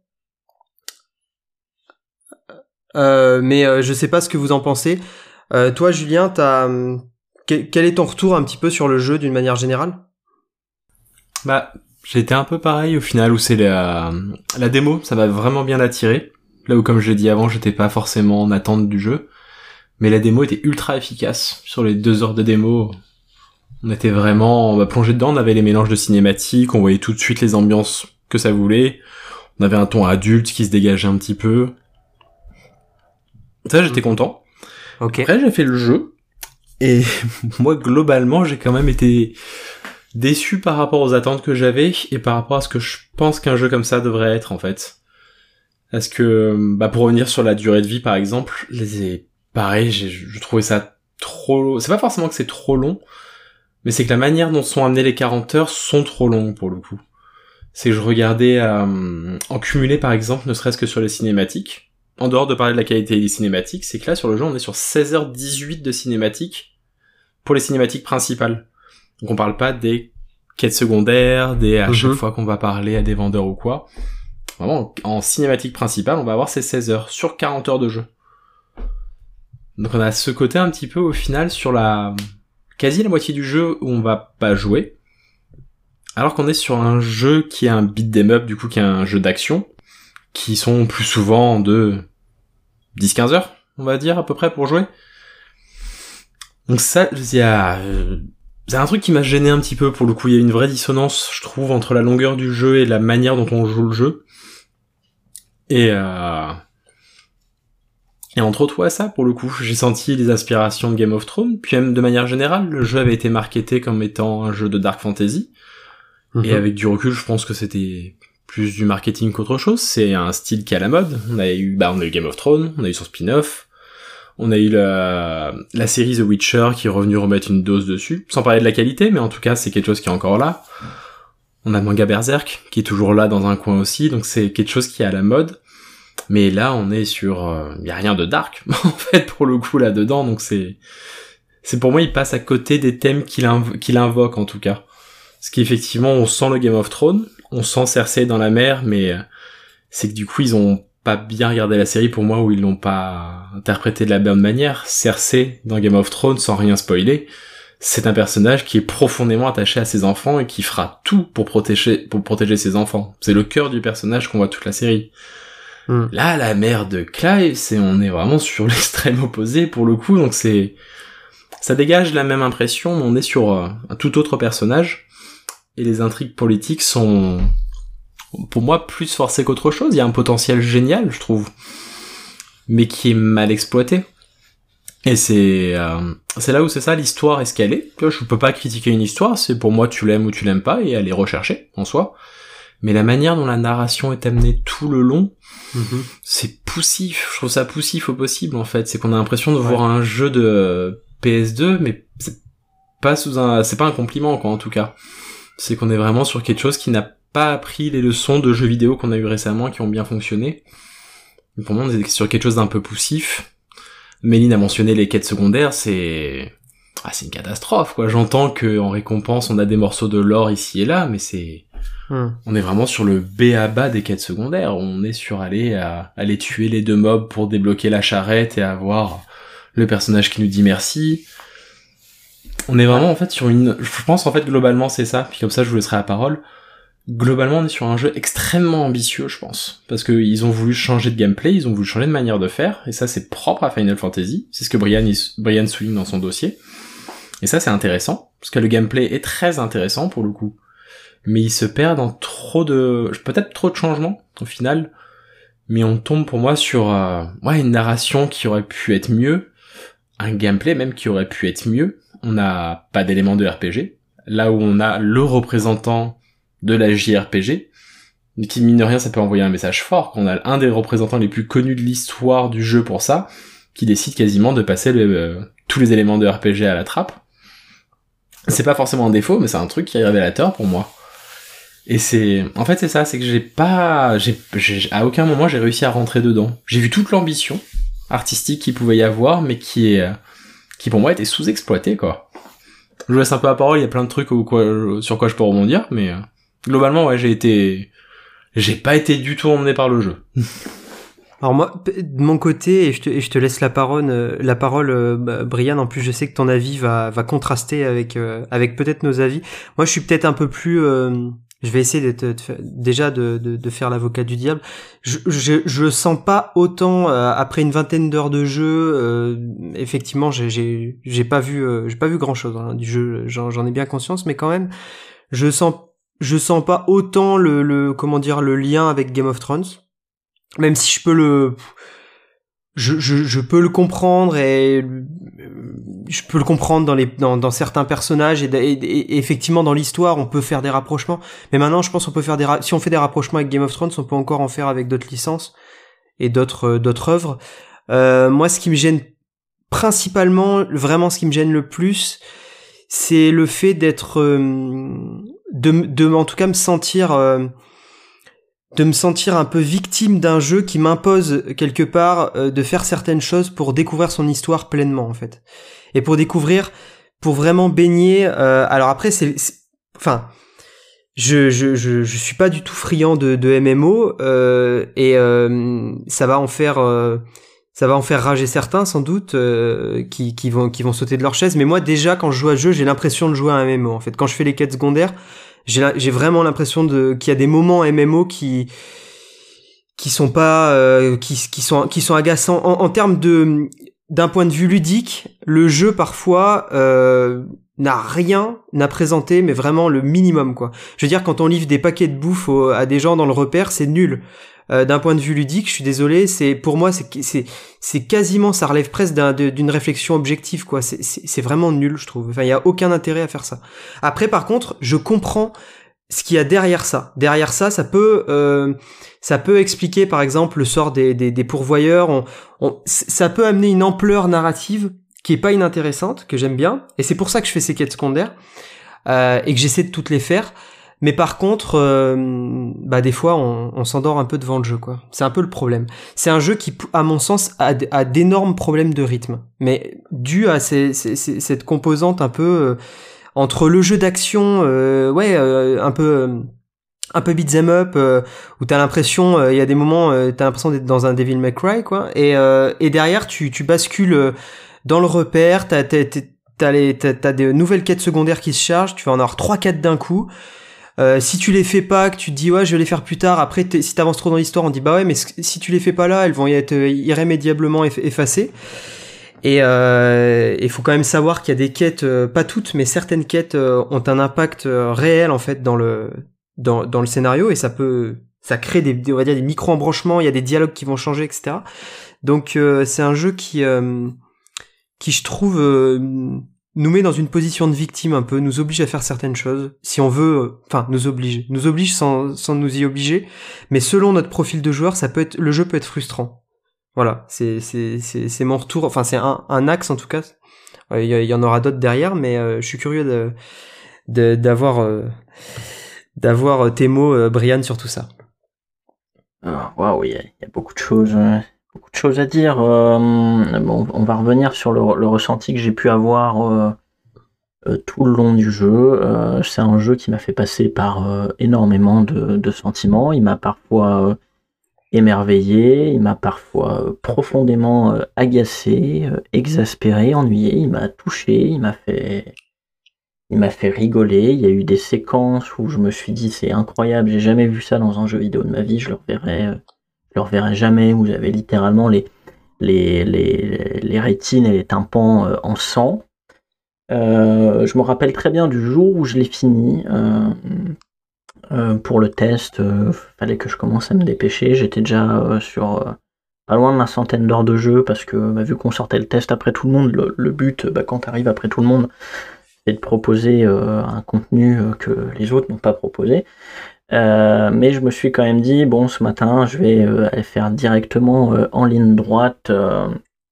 Euh, mais euh, je sais pas ce que vous en pensez. Euh, toi, Julien, t'as, quel, quel est ton retour un petit peu sur le jeu d'une manière générale? Bah, j'ai été un peu pareil au final, où c'est la, la démo, ça m'a vraiment bien attiré. Là où, comme je l'ai dit avant, j'étais pas forcément en attente du jeu. Mais la démo était ultra efficace. Sur les deux heures de démo, on était vraiment bah, plongé dedans. On avait les mélanges de cinématiques, on voyait tout de suite les ambiances que ça voulait. On avait un ton adulte qui se dégageait un petit peu. Ça, j'étais content. Ok. Après, j'ai fait le jeu. Et moi, globalement, j'ai quand même été déçu par rapport aux attentes que j'avais et par rapport à ce que je pense qu'un jeu comme ça devrait être, en fait. Parce que, bah, pour revenir sur la durée de vie, par exemple, les pareil, j'ai, je trouvais ça trop long. C'est pas forcément que c'est trop long, mais c'est que la manière dont sont amenées les quarante heures sont trop longues pour le coup. C'est que je regardais euh, en cumulé par exemple, ne serait-ce que sur les cinématiques. En dehors de parler de la qualité des cinématiques, c'est que là sur le jeu on est sur seize heures dix-huit de cinématiques pour les cinématiques principales. Donc on parle pas des quêtes secondaires, des à mm-hmm. chaque fois qu'on va parler à des vendeurs ou quoi. Vraiment, en cinématique principale, on va avoir ces seize heures sur quarante heures de jeu. Donc on a ce côté un petit peu au final sur la quasi la moitié du jeu où on va pas jouer, alors qu'on est sur un jeu qui est un beat 'em up, du coup qui est un jeu d'action, qui sont plus souvent de dix quinze heures, on va dire à peu près pour jouer. Donc ça, il y a c'est un truc qui m'a gêné un petit peu pour le coup, il y a une vraie dissonance je trouve entre la longueur du jeu et la manière dont on joue le jeu. Et euh Et entre autres, ouais, ça, pour le coup, j'ai senti les inspirations de Game of Thrones, puis même de manière générale, le jeu avait été marketé comme étant un jeu de dark fantasy, mm-hmm. et avec du recul, je pense que c'était plus du marketing qu'autre chose, c'est un style qui est à la mode, on a eu, bah, on a eu Game of Thrones, on a eu son spin-off, on a eu la, la série The Witcher qui est revenue remettre une dose dessus, sans parler de la qualité, mais en tout cas, c'est quelque chose qui est encore là. On a Manga Berserk, qui est toujours là dans un coin aussi, donc c'est quelque chose qui est à la mode. Mais là, on est sur, euh, y a rien de dark, en fait, pour le coup, là-dedans, donc c'est, c'est pour moi, il passe à côté des thèmes qu'il, inv- qu'il invoque, en tout cas. Parce qu'effectivement, on sent le Game of Thrones, on sent Cersei dans la mer, mais euh, c'est que du coup, ils ont pas bien regardé la série pour moi, ou ils l'ont pas interprété de la bonne manière. Cersei, dans Game of Thrones, sans rien spoiler, c'est un personnage qui est profondément attaché à ses enfants et qui fera tout pour protéger, pour protéger ses enfants. C'est le cœur du personnage qu'on voit toute la série. Mm. Là, la mère de Clive, c'est, on est vraiment sur l'extrême opposé pour le coup, donc c'est, ça dégage la même impression, mais on est sur euh, un tout autre personnage, et les intrigues politiques sont, pour moi, plus forcées qu'autre chose. Il y a un potentiel génial, je trouve, mais qui est mal exploité. Et c'est, euh, c'est là où c'est ça, l'histoire est ce qu'elle est. Tu vois, je peux pas critiquer une histoire, c'est pour moi, tu l'aimes ou tu l'aimes pas, et elle est recherchée, en soi. Mais la manière dont la narration est amenée tout le long, mm-hmm. c'est poussif. Je trouve ça poussif au possible, en fait. C'est qu'on a l'impression de ouais. voir un jeu de P S deux, mais c'est pas sous un, c'est pas un compliment, quoi, en tout cas. C'est qu'on est vraiment sur quelque chose qui n'a pas appris les leçons de jeux vidéo qu'on a eu récemment, qui ont bien fonctionné. Et pour moi, on est sur quelque chose d'un peu poussif. Méline a mentionné les quêtes secondaires, c'est, ah, c'est une catastrophe, quoi. J'entends que, en récompense, on a des morceaux de lore ici et là, mais c'est, Hmm. on est vraiment sur le B A B A des quêtes secondaires. On est sur aller à aller tuer les deux mobs pour débloquer la charrette et avoir le personnage qui nous dit merci. On est vraiment en fait sur une... Je pense en fait globalement c'est ça, puis comme ça je vous laisserai la parole. Globalement on est sur un jeu extrêmement ambitieux je pense, parce que ils ont voulu changer de gameplay, ils ont voulu changer de manière de faire, et ça c'est propre à Final Fantasy, c'est ce que Brian, il... Brian souligne dans son dossier. Et ça c'est intéressant, parce que le gameplay est très intéressant pour le coup. Mais il se perd dans trop de... peut-être trop de changements au final, mais on tombe pour moi sur euh... ouais, une narration qui aurait pu être mieux, un gameplay même qui aurait pu être mieux. On n'a pas d'éléments de R P G, là où on a le représentant de la J R P G, qui mine de rien ça peut envoyer un message fort, qu'on a un des représentants les plus connus de l'histoire du jeu pour ça, qui décide quasiment de passer le, euh, tous les éléments de R P G à la trappe. C'est pas forcément un défaut, mais c'est un truc qui est révélateur pour moi. Et c'est, en fait c'est ça, c'est que j'ai pas, j'ai, j'ai, à aucun moment j'ai réussi à rentrer dedans. J'ai vu toute l'ambition artistique qu'il pouvait y avoir, mais qui est, qui pour moi était sous-exploitée quoi. Je vous laisse un peu la parole, il y a plein de trucs au quoi, sur quoi je peux rebondir, mais euh, globalement ouais j'ai été, j'ai pas été du tout emmené par le jeu. Alors moi, de mon côté, et je te, et je te laisse la parole, euh, la parole, euh, Brian. En plus, je sais que ton avis va, va contraster avec, euh, avec peut-être nos avis. Moi, je suis peut-être un peu plus. Euh, je vais essayer d'être, de, déjà de, de, de faire l'avocat du diable. Je, je, je sens pas autant euh, après une vingtaine d'heures de jeu. Euh, effectivement, j'ai, j'ai, j'ai pas vu, euh, j'ai pas vu grand-chose hein, du jeu. J'en, j'en ai bien conscience, mais quand même, je sens, je sens pas autant le, le, comment dire, le lien avec Game of Thrones. Même si je peux le, je, je, je peux le comprendre et je peux le comprendre dans les, dans, dans certains personnages et, et, et effectivement dans l'histoire on peut faire des rapprochements. Mais maintenant je pense qu'on peut faire des, si on fait des rapprochements avec Game of Thrones, on peut encore en faire avec d'autres licences et d'autres, d'autres œuvres. Euh, moi, ce qui me gêne principalement, vraiment ce qui me gêne le plus, c'est le fait d'être, euh, de, de, en tout cas me sentir. Euh, de me sentir un peu victime d'un jeu qui m'impose quelque part euh, de faire certaines choses pour découvrir son histoire pleinement en fait, et pour découvrir, pour vraiment baigner. Euh, alors après c'est, c'est enfin, je je je je suis pas du tout friand de, de M M O euh, et euh, ça va en faire euh, ça va en faire rager certains sans doute euh, qui qui vont qui vont sauter de leur chaise. Mais moi déjà quand je joue à jeu j'ai l'impression de jouer à un M M O en fait. Quand je fais les quêtes secondaires J'ai, j'ai vraiment l'impression de qu'il y a des moments M M O qui qui sont pas euh, qui qui sont qui sont agaçants en, en termes de d'un point de vue ludique. Le jeu parfois euh, n'a rien à présenter, mais vraiment le minimum quoi. Je veux dire quand on livre des paquets de bouffe au, à des gens dans le repère, c'est nul. Euh, d'un point de vue ludique, je suis désolé, c'est pour moi c'est c'est c'est quasiment, ça relève presque d'un, de, d'une réflexion objective quoi. C'est, c'est c'est vraiment nul je trouve. Enfin il y a aucun intérêt à faire ça. Après par contre, je comprends ce qu'il y a derrière ça. Derrière ça, ça peut euh, ça peut expliquer par exemple le sort des des, des pourvoyeurs. On, on, ça peut amener une ampleur narrative qui est pas inintéressante, que j'aime bien, et c'est pour ça que je fais ces quêtes secondaires euh, et que j'essaie de toutes les faire. Mais par contre, euh, bah des fois, on, on s'endort un peu devant le jeu, quoi. C'est un peu le problème. C'est un jeu qui, à mon sens, a, a d'énormes problèmes de rythme, mais dû à ces, ces, ces, cette composante un peu euh, entre le jeu d'action, euh, ouais, euh, un peu, euh, un peu beat'em up, euh, où t'as l'impression, il euh, y a des moments, euh, t'as l'impression d'être dans un Devil May Cry, quoi. Et, euh, et derrière, tu, tu bascules dans le repère. T'as, t'as, t'as, les, t'as, t'as des nouvelles quêtes secondaires qui se chargent. Tu vas en avoir trois, quatre d'un coup. Euh, si tu les fais pas, que tu te dis ouais je vais les faire plus tard, après si t'avances trop dans l'histoire on dit bah ouais mais si tu les fais pas là elles vont y être irrémédiablement effacées. Et il euh, faut quand même savoir qu'il y a des quêtes, euh, pas toutes mais certaines quêtes euh, ont un impact euh, réel en fait dans le dans dans le scénario, et ça peut ça crée des, on va dire des micro embranchements, il y a des dialogues qui vont changer, et cetera. Donc euh, c'est un jeu qui euh, qui je trouve euh, nous met dans une position de victime un peu, nous oblige à faire certaines choses, si on veut, enfin, nous oblige, nous oblige sans, sans nous y obliger, mais selon notre profil de joueur, ça peut être, le jeu peut être frustrant. Voilà, c'est, c'est, c'est, c'est mon retour, enfin, c'est un, un axe, en tout cas. Il euh, y, y en aura d'autres derrière, mais euh, je suis curieux de, de, d'avoir, euh, d'avoir tes mots, euh, Brian, sur tout ça. Waouh, wow, il y, y a beaucoup de choses, euh, beaucoup de choses à dire. Euh, bon, on va revenir sur le, le ressenti que j'ai pu avoir euh, euh, tout le long du jeu. Euh, c'est un jeu qui m'a fait passer par euh, énormément de, de sentiments. Il m'a parfois euh, émerveillé, il m'a parfois euh, profondément euh, agacé, euh, exaspéré, ennuyé, il m'a touché, il m'a fait... Il m'a fait rigoler, il y a eu des séquences où je me suis dit c'est incroyable, j'ai jamais vu ça dans un jeu vidéo de ma vie, je le reverrai, euh, je le reverrai jamais, où j'avais littéralement les, les, les, les rétines et les tympans euh, en sang. Euh, je me rappelle très bien du jour où je l'ai fini. Euh, euh, pour le test, euh, fallait que je commence à me dépêcher, j'étais déjà euh, sur euh, pas loin de la centaine d'heures de jeu, parce que bah, vu qu'on sortait le test après tout le monde, le, le but bah, quand tu arrives après tout le monde, c'est de proposer euh, un contenu euh, que les autres n'ont pas proposé. Euh, mais je me suis quand même dit, bon, ce matin, je vais euh, aller faire directement euh, en ligne droite euh,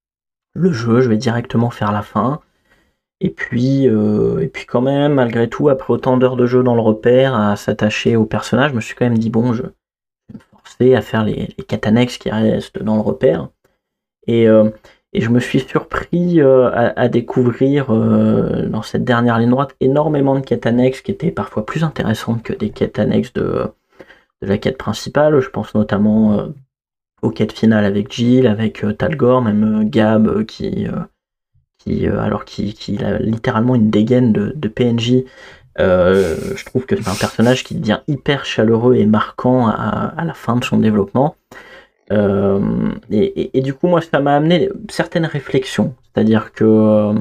le jeu, je vais directement faire la fin. Et puis, euh, et puis quand même, malgré tout, après autant d'heures de jeu dans le repère, à s'attacher au personnage, je me suis quand même dit, bon, je vais me forcer à faire les, les quêtes annexes qui restent dans le repère. Et... Euh, Et je me suis surpris euh, à, à découvrir euh, dans cette dernière ligne droite énormément de quêtes annexes qui étaient parfois plus intéressantes que des quêtes annexes de, de la quête principale. Je pense notamment euh, aux quêtes finales avec Jill, avec euh, Talgor, même euh, Gab euh, qui, euh, qui euh, alors qui, qui a littéralement une dégaine de, de P N J. Euh, je trouve que c'est un personnage qui devient hyper chaleureux et marquant à, à la fin de son développement. Euh, et, et, et du coup, moi, ça m'a amené certaines réflexions. C'est-à-dire que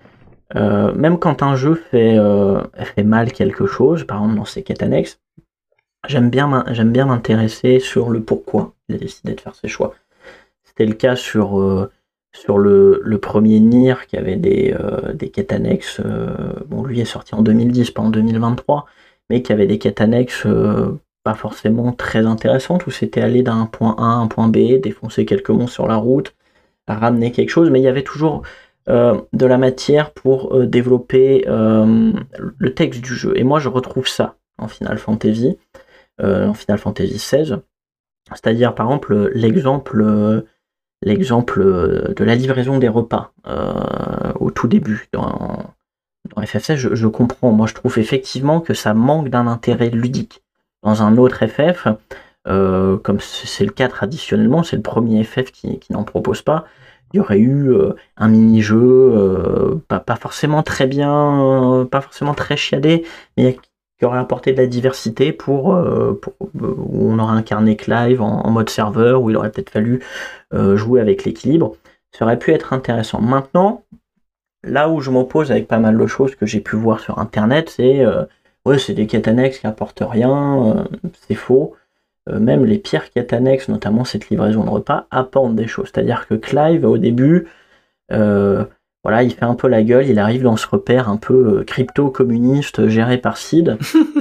euh, même quand un jeu fait, euh, fait mal quelque chose, par exemple dans ses quêtes annexes, j'aime bien, j'aime bien m'intéresser sur le pourquoi il a décidé de faire ses choix. C'était le cas sur, euh, sur le, le premier Nier qui avait des, euh, des quêtes annexes. Euh, bon, lui est sorti en deux mille dix, pas en deux mille vingt-trois, mais qui avait des quêtes annexes euh, pas forcément très intéressantes, où c'était aller d'un point A à un point B, défoncer quelques monstres sur la route, ramener quelque chose, mais il y avait toujours euh, de la matière pour euh, développer euh, le texte du jeu. Et moi, je retrouve ça en Final Fantasy, euh, en Final Fantasy seize. C'est-à-dire, par exemple, l'exemple, euh, l'exemple de la livraison des repas euh, au tout début dans, dans F F seize, je, je comprends. Moi, je trouve effectivement que ça manque d'un intérêt ludique. Dans un autre F F, euh, comme c'est le cas traditionnellement, c'est le premier F F qui, qui n'en propose pas, il y aurait eu euh, un mini-jeu, euh, pas, pas forcément très bien, euh, pas forcément très chiadé, mais qui aurait apporté de la diversité pour, euh, pour euh, où on aurait incarné Clive en, en mode serveur, où il aurait peut-être fallu euh, jouer avec l'équilibre. Ça aurait pu être intéressant. Maintenant, là où je m'oppose avec pas mal de choses que j'ai pu voir sur Internet, c'est... Euh, Ouais, c'est des quêtes annexes qui apportent rien, euh, c'est faux. Euh, même les pires quêtes annexes, notamment cette livraison de repas, apportent des choses. C'est-à-dire que Clive, au début, euh, voilà, il fait un peu la gueule, il arrive dans ce repère un peu euh, crypto-communiste géré par Sid.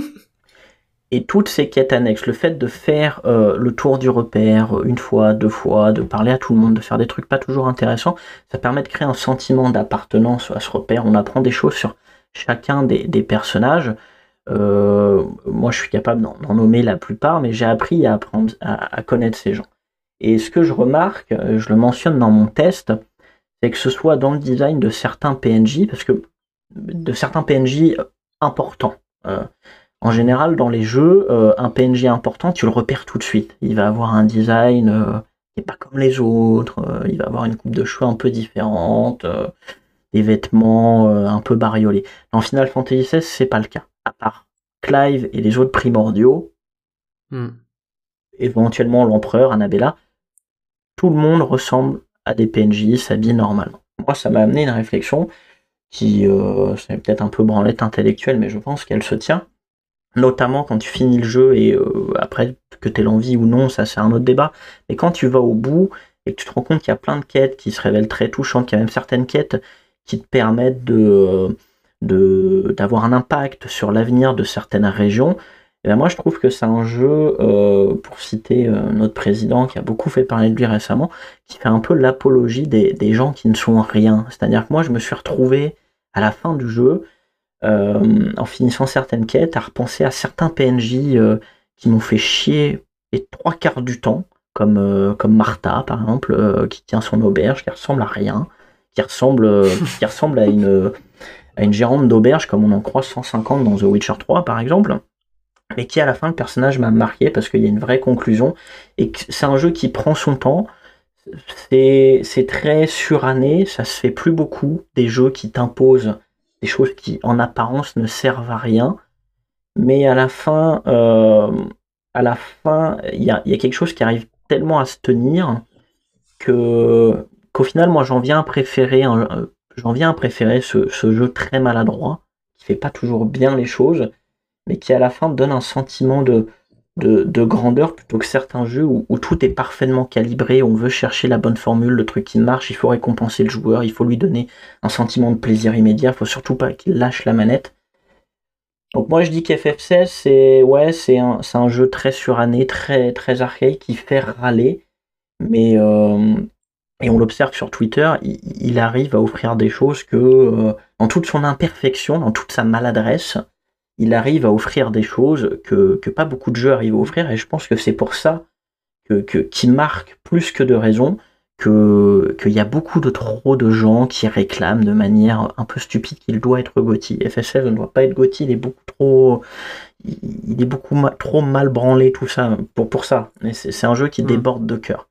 Et toutes ces quêtes annexes, le fait de faire euh, le tour du repère une fois, deux fois, de parler à tout le monde, de faire des trucs pas toujours intéressants, ça permet de créer un sentiment d'appartenance à ce repère. On apprend des choses sur chacun des, des personnages. Euh, moi je suis capable d'en, d'en nommer la plupart, mais j'ai appris à apprendre à, à connaître ces gens. Et ce que je remarque, je le mentionne dans mon test, c'est que ce soit dans le design de certains P N J, parce que de certains P N J importants. Euh, en général, dans les jeux, euh, un P N J important, tu le repères tout de suite. Il va avoir un design euh, qui n'est pas comme les autres, euh, il va avoir une coupe de cheveux un peu différente, euh, des vêtements euh, un peu bariolés. Dans Final Fantasy seize, c'est pas le cas. À part Clive et les autres primordiaux, hmm. éventuellement l'empereur, Annabella, tout le monde ressemble à des P N J, s'habille normalement. Moi, ça m'a amené une réflexion qui, euh, c'est peut-être un peu branlette intellectuelle, mais je pense qu'elle se tient. Notamment quand tu finis le jeu, et euh, après, que tu aies l'envie ou non, ça c'est un autre débat, mais quand tu vas au bout, et que tu te rends compte qu'il y a plein de quêtes qui se révèlent très touchantes, qu'il y a même certaines quêtes qui te permettent de... Euh, De, d'avoir un impact sur l'avenir de certaines régions, et ben moi je trouve que c'est un jeu, euh, pour citer euh, notre président qui a beaucoup fait parler de lui récemment, qui fait un peu l'apologie des, des gens qui ne sont rien. C'est-à-dire que moi je me suis retrouvé à la fin du jeu, euh, en finissant certaines quêtes, à repenser à certains P N J euh, qui m'ont fait chier les trois quarts du temps, comme, euh, comme Martha par exemple, euh, qui tient son auberge, qui ressemble à rien, qui ressemble, euh, qui ressemble à une... à une gérante d'auberge comme on en croise cent cinquante dans The Witcher trois par exemple. mais qui à la fin le personnage m'a marqué parce qu'il y a une vraie conclusion et que c'est un jeu qui prend son temps. C'est, c'est très suranné, ça se fait plus beaucoup, des jeux qui t'imposent des choses qui en apparence ne servent à rien, mais à la fin, euh, à la fin, il y a, y a quelque chose qui arrive tellement à se tenir que qu'au final, moi, j'en viens à préférer, un, j'en viens à préférer ce, ce jeu très maladroit qui fait pas toujours bien les choses, mais qui à la fin donne un sentiment de De, de grandeur plutôt que certains jeux où, où tout est parfaitement calibré, on veut chercher la bonne formule, le truc qui marche, il faut récompenser le joueur, il faut lui donner un sentiment de plaisir immédiat, il faut surtout pas qu'il lâche la manette. Donc moi je dis qu'F F seize c'est ouais c'est un, c'est un jeu très suranné, très, très archaïque qui fait râler, mais euh, et on l'observe sur Twitter, il, il arrive à offrir des choses que euh, dans toute son imperfection, dans toute sa maladresse, il arrive à offrir des choses que, que pas beaucoup de jeux arrivent à offrir, et je pense que c'est pour ça que, que, qui marque plus que de raison, que, qu'il y a beaucoup de trop de gens qui réclament de manière un peu stupide qu'il doit être G O T Y. F F seize ne doit pas être G O T Y, il est beaucoup trop, il est beaucoup ma, trop mal branlé, tout ça, pour, pour ça. Mais c'est, c'est un jeu qui déborde de cœur.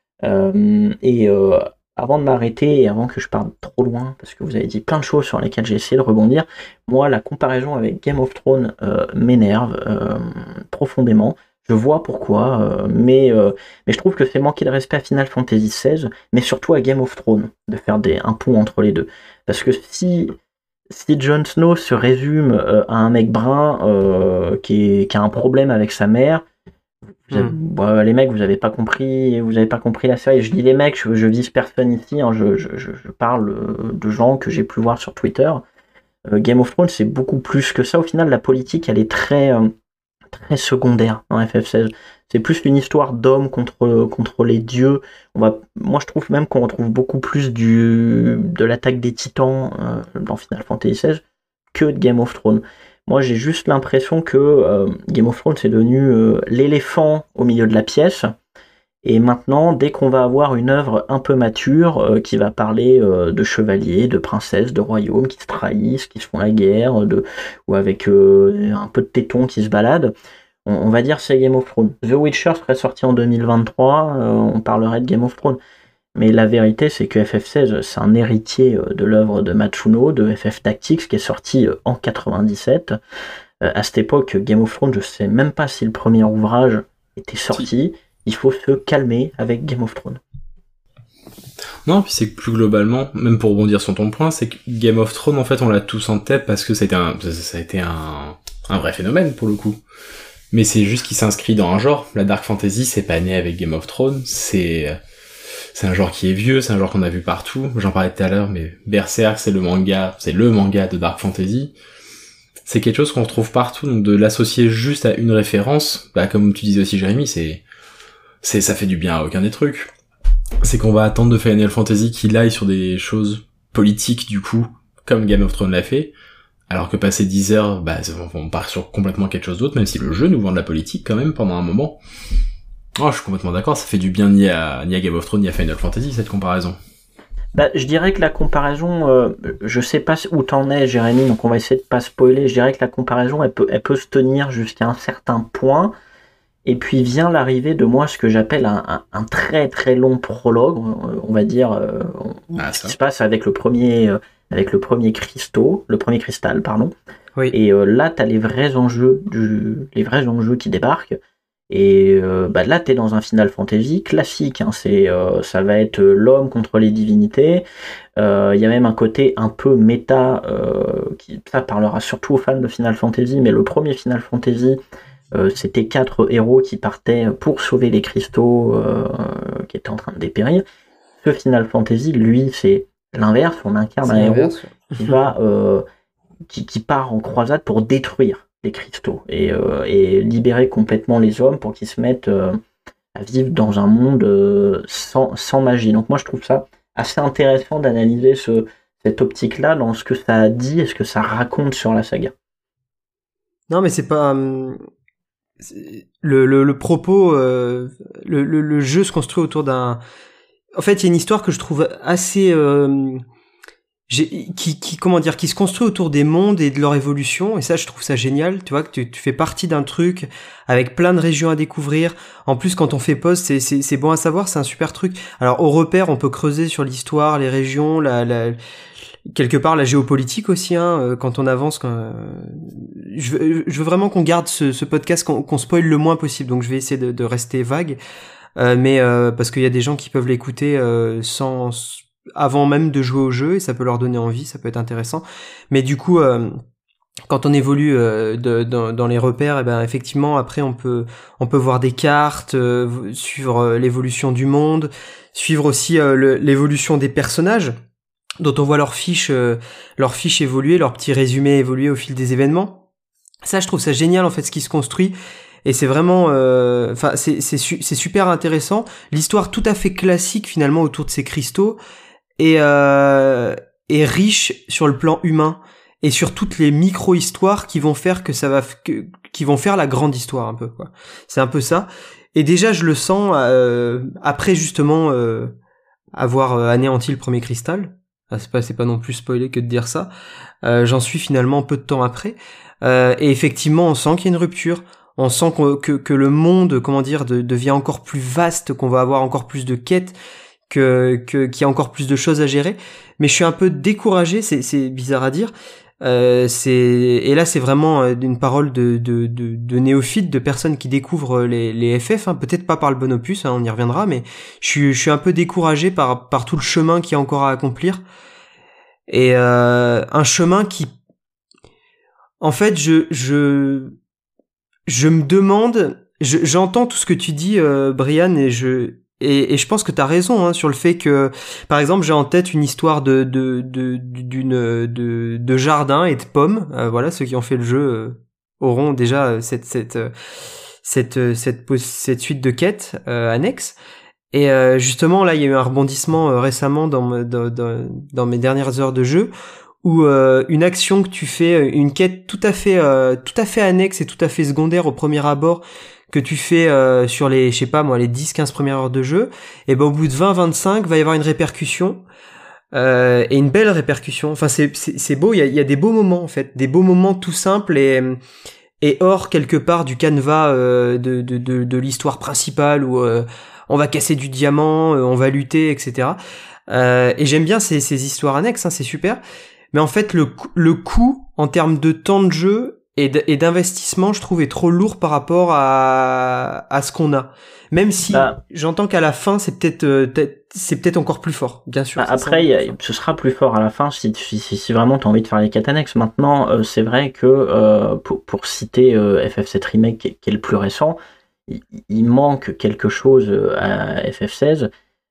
Euh, et euh, avant de m'arrêter et avant que je parte trop loin, parce que vous avez dit plein de choses sur lesquelles j'ai essayé de rebondir, moi la comparaison avec Game of Thrones euh, m'énerve euh, profondément. Je vois pourquoi, euh, mais, euh, mais je trouve que c'est manquer de respect à Final Fantasy seize, mais surtout à Game of Thrones, de faire des, un pont entre les deux. Parce que si, si Jon Snow se résume euh, à un mec brun euh, qui, est, qui a un problème avec sa mère, Vous avez, mm. bon, les mecs, vous avez pas compris, vous avez pas compris la série. Je dis les mecs, je, je vise personne ici. Hein, je, je, je parle de gens que j'ai pu voir sur Twitter. Euh, Game of Thrones, c'est beaucoup plus que ça. Au final, la politique, elle est très, euh, très secondaire dans F F seize. C'est plus une histoire d'hommes contre, contre les dieux. On va, moi, je trouve même qu'on retrouve beaucoup plus du, de l'attaque des titans euh, dans Final Fantasy seize que de Game of Thrones. Moi, j'ai juste l'impression que euh, Game of Thrones c'est devenu euh, l'éléphant au milieu de la pièce. Et maintenant, dès qu'on va avoir une œuvre un peu mature, euh, qui va parler euh, de chevaliers, de princesses, de royaumes qui se trahissent, qui se font la guerre, de, ou avec euh, un peu de tétons qui se baladent, on, on va dire c'est Game of Thrones. The Witcher serait sorti en deux mille vingt-trois, euh, on parlerait de Game of Thrones. Mais la vérité, c'est que F F seize, c'est un héritier de l'œuvre de Matsuno, de F F Tactics, qui est sorti en quatre-vingt-dix-sept. Euh, à cette époque, Game of Thrones, je sais même pas si le premier ouvrage était sorti. Il faut se calmer avec Game of Thrones. Non, puis c'est que plus globalement, même pour rebondir sur ton point, c'est que Game of Thrones, en fait, on l'a tous en tête parce que ça a été un, ça a été un, un vrai phénomène, pour le coup. Mais c'est juste qu'il s'inscrit dans un genre. La Dark Fantasy, c'est pas né avec Game of Thrones, c'est... C'est un genre qui est vieux, c'est un genre qu'on a vu partout. J'en parlais tout à l'heure, mais Berserk, c'est le manga, c'est le manga de Dark Fantasy. C'est quelque chose qu'on retrouve partout, donc de l'associer juste à une référence, bah, comme tu disais aussi, Jérémy, c'est, c'est, ça fait du bien à aucun des trucs. C'est qu'on va attendre de Final Fantasy qu'il aille sur des choses politiques, du coup, comme Game of Thrones l'a fait, alors que passer dix heures, bah, on part sur complètement quelque chose d'autre, même si le jeu nous vend de la politique quand même pendant un moment. Oh, je suis complètement d'accord, ça fait du bien ni à, ni à Game of Thrones ni à Final Fantasy, cette comparaison. Bah, je dirais que la comparaison, euh, je sais pas où t'en es, Jérémy, donc on va essayer de pas spoiler. Je dirais que la comparaison, elle peut, elle peut se tenir jusqu'à un certain point, et puis vient l'arrivée de moi, ce que j'appelle un, un, un très très long prologue, on va dire, euh, ah, ce qui se passe avec le premier, euh, avec le premier cristaux, le premier cristal, pardon. Oui. Et euh, là, t'as les vrais enjeux, du, les vrais enjeux qui débarquent. Et euh, bah là, t'es dans un Final Fantasy classique. Hein, c'est, euh, ça va être l'homme contre les divinités. Il euh, y a même un côté un peu méta, euh, qui ça parlera surtout aux fans de Final Fantasy. Mais le premier Final Fantasy, euh, c'était quatre héros qui partaient pour sauver les cristaux euh, qui étaient en train de dépérir. Ce Final Fantasy, lui, c'est l'inverse. On incarne c'est un héros qui va, euh, qui, qui part en croisade pour détruire des cristaux et, euh, et libérer complètement les hommes pour qu'ils se mettent euh, à vivre dans un monde euh, sans, sans magie. Donc moi je trouve ça assez intéressant d'analyser ce, cette optique-là dans ce que ça dit et ce que ça raconte sur la saga. Non mais c'est pas... Euh, c'est, le, le, le propos, euh, le, le, le jeu se construit autour d'un... En fait il y a une histoire que je trouve assez... Euh, j'ai, qui, qui, comment dire, qui se construit autour des mondes et de leur évolution. Et ça, je trouve ça génial. Tu vois, que tu, tu fais partie d'un truc avec plein de régions à découvrir. En plus, quand on fait poste, c'est, c'est, c'est bon à savoir, c'est un super truc. Alors, au repère, on peut creuser sur l'histoire, les régions, la, la, quelque part, la géopolitique aussi, hein, quand on avance. Quand, euh, je, veux, je veux vraiment qu'on garde ce, ce podcast, qu'on, qu'on spoil le moins possible. Donc, je vais essayer de, de rester vague. Euh, mais, euh, parce qu'il y a des gens qui peuvent l'écouter, euh, sans, avant même de jouer au jeu, et ça peut leur donner envie, ça peut être intéressant. Mais du coup, euh, quand on évolue euh, de, dans, dans les repères, et ben effectivement après on peut on peut voir des cartes, euh, suivre euh, l'évolution du monde, suivre aussi euh, le, l'évolution des personnages, dont on voit leurs fiches euh, leurs fiches évoluer, leurs petits résumés évoluer au fil des événements. Ça, je trouve ça génial en fait ce qui se construit. Et c'est vraiment, enfin, euh, c'est c'est su, c'est super intéressant. L'histoire tout à fait classique finalement autour de ces cristaux. Et, euh, et riche sur le plan humain et sur toutes les micro-histoires qui vont faire que ça va, que, qui vont faire la grande histoire un peu, quoi. C'est un peu ça. Et déjà, je le sens euh, après justement euh, avoir anéanti le premier cristal. Ah, c'est pas, c'est pas non plus spoilé que de dire ça. Euh, j'en suis finalement peu de temps après. Euh, et effectivement, on sent qu'il y a une rupture. On sent que, que, que le monde, comment dire, de, devient encore plus vaste, qu'on va avoir encore plus de quêtes. Que, que, qu'il y a encore plus de choses à gérer, mais je suis un peu découragé, c'est, c'est bizarre à dire, euh, c'est, et là c'est vraiment une parole de, de, de, de néophyte, de personnes qui découvrent les, les F F, hein, peut-être pas par le bon opus, hein, on y reviendra, mais je suis, je suis un peu découragé par, par tout le chemin qu'il y a encore à accomplir, et euh, un chemin qui, en fait, je, je, je me demande, je, j'entends tout ce que tu dis, euh, Brian, et je Et, et je pense que t'as raison hein, sur le fait que, par exemple, j'ai en tête une histoire de de de d'une de de jardin et de pommes. Euh, voilà, ceux qui ont fait le jeu euh, auront déjà cette cette cette cette cette, cette suite de quêtes euh, annexes. Et euh, justement, là, il y a eu un rebondissement euh, récemment dans, dans dans dans mes dernières heures de jeu où euh, une action que tu fais, une quête tout à fait euh, tout à fait annexe et tout à fait secondaire au premier abord, que tu fais euh, sur les, je sais pas moi, les dix quinze premières heures de jeu, et ben au bout de vingt vingt-cinq, va y avoir une répercussion, euh, et une belle répercussion. Enfin, c'est, c'est, c'est beau, il y a, il y a des beaux moments, en fait, des beaux moments tout simples et, et hors quelque part du canevas euh, de, de, de, de l'histoire principale où euh, on va casser du diamant, euh, on va lutter, et cetera. Euh, et j'aime bien ces, ces histoires annexes, hein, c'est super. Mais en fait, le, le coût, en termes de temps de jeu, et d'investissement, je trouve, est trop lourd par rapport à, à ce qu'on a. Même si bah, j'entends qu'à la fin, c'est peut-être, euh, peut-être c'est peut-être encore plus fort, bien sûr. Bah après, y a, ce sera plus fort à la fin si, si, si vraiment tu as envie de faire les quêtes annexes. Maintenant, euh, c'est vrai que, euh, pour, pour citer euh, F F sept Remake, qui est, qui est le plus récent, il, il manque quelque chose à F F seize.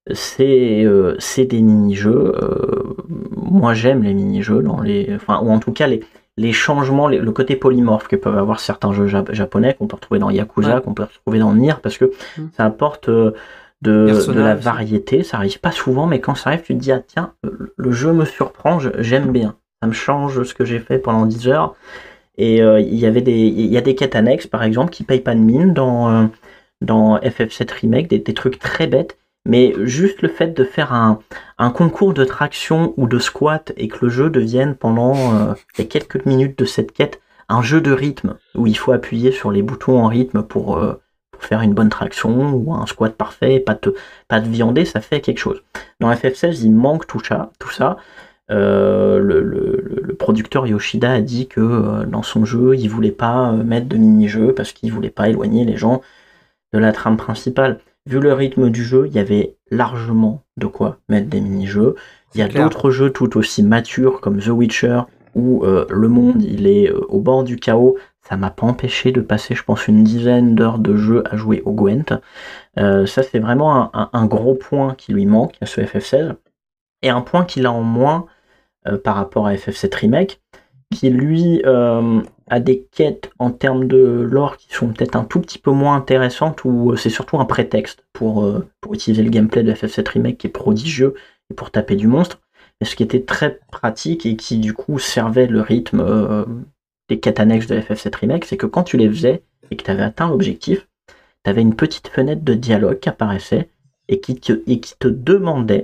C'est, euh, c'est des mini-jeux. Euh, moi, j'aime les mini-jeux, dans les, enfin, ou en tout cas, les les changements, les, le côté polymorphe que peuvent avoir certains jeux jap- japonais, qu'on peut retrouver dans Yakuza, ouais. qu'on peut retrouver dans Nier, parce que mmh. ça apporte euh, de, de la variété, ça arrive pas souvent, mais quand ça arrive, tu te dis, ah tiens, le jeu me surprend, je, j'aime bien, ça me change ce que j'ai fait pendant dix heures, et il euh, y avait des, il y a des quêtes annexes, par exemple, qui payent pas de mine dans, euh, dans F F sept Remake, des, des trucs très bêtes, mais juste le fait de faire un, un concours de traction ou de squat et que le jeu devienne pendant euh, les quelques minutes de cette quête un jeu de rythme où il faut appuyer sur les boutons en rythme pour, euh, pour faire une bonne traction ou un squat parfait, pas de, pas de viander, ça fait quelque chose. Dans F F seize, il manque tout ça. Tout ça. Euh, le, le, le producteur Yoshida a dit que euh, dans son jeu, il voulait pas mettre de mini-jeu parce qu'il voulait pas éloigner les gens de la trame principale. Vu le rythme du jeu, il y avait largement de quoi mettre des mini-jeux. Il y a clair. D'autres jeux tout aussi matures comme The Witcher où euh, le monde il est euh, au bord du chaos. Ça m'a pas empêché de passer, je pense, une dizaine d'heures de jeu à jouer au Gwent. Euh, ça, c'est vraiment un, un, un gros point qui lui manque à ce F F seize. Et un point qu'il a en moins euh, par rapport à F F sept Remake, qui lui euh, a des quêtes en termes de lore qui sont peut-être un tout petit peu moins intéressantes, ou c'est surtout un prétexte pour, euh, pour utiliser le gameplay de F F sept Remake qui est prodigieux et pour taper du monstre, et ce qui était très pratique et qui du coup servait le rythme euh, des quêtes annexes de F F sept Remake, c'est que quand tu les faisais et que tu avais atteint l'objectif, tu avais une petite fenêtre de dialogue qui apparaissait et qui te, et qui te demandait, si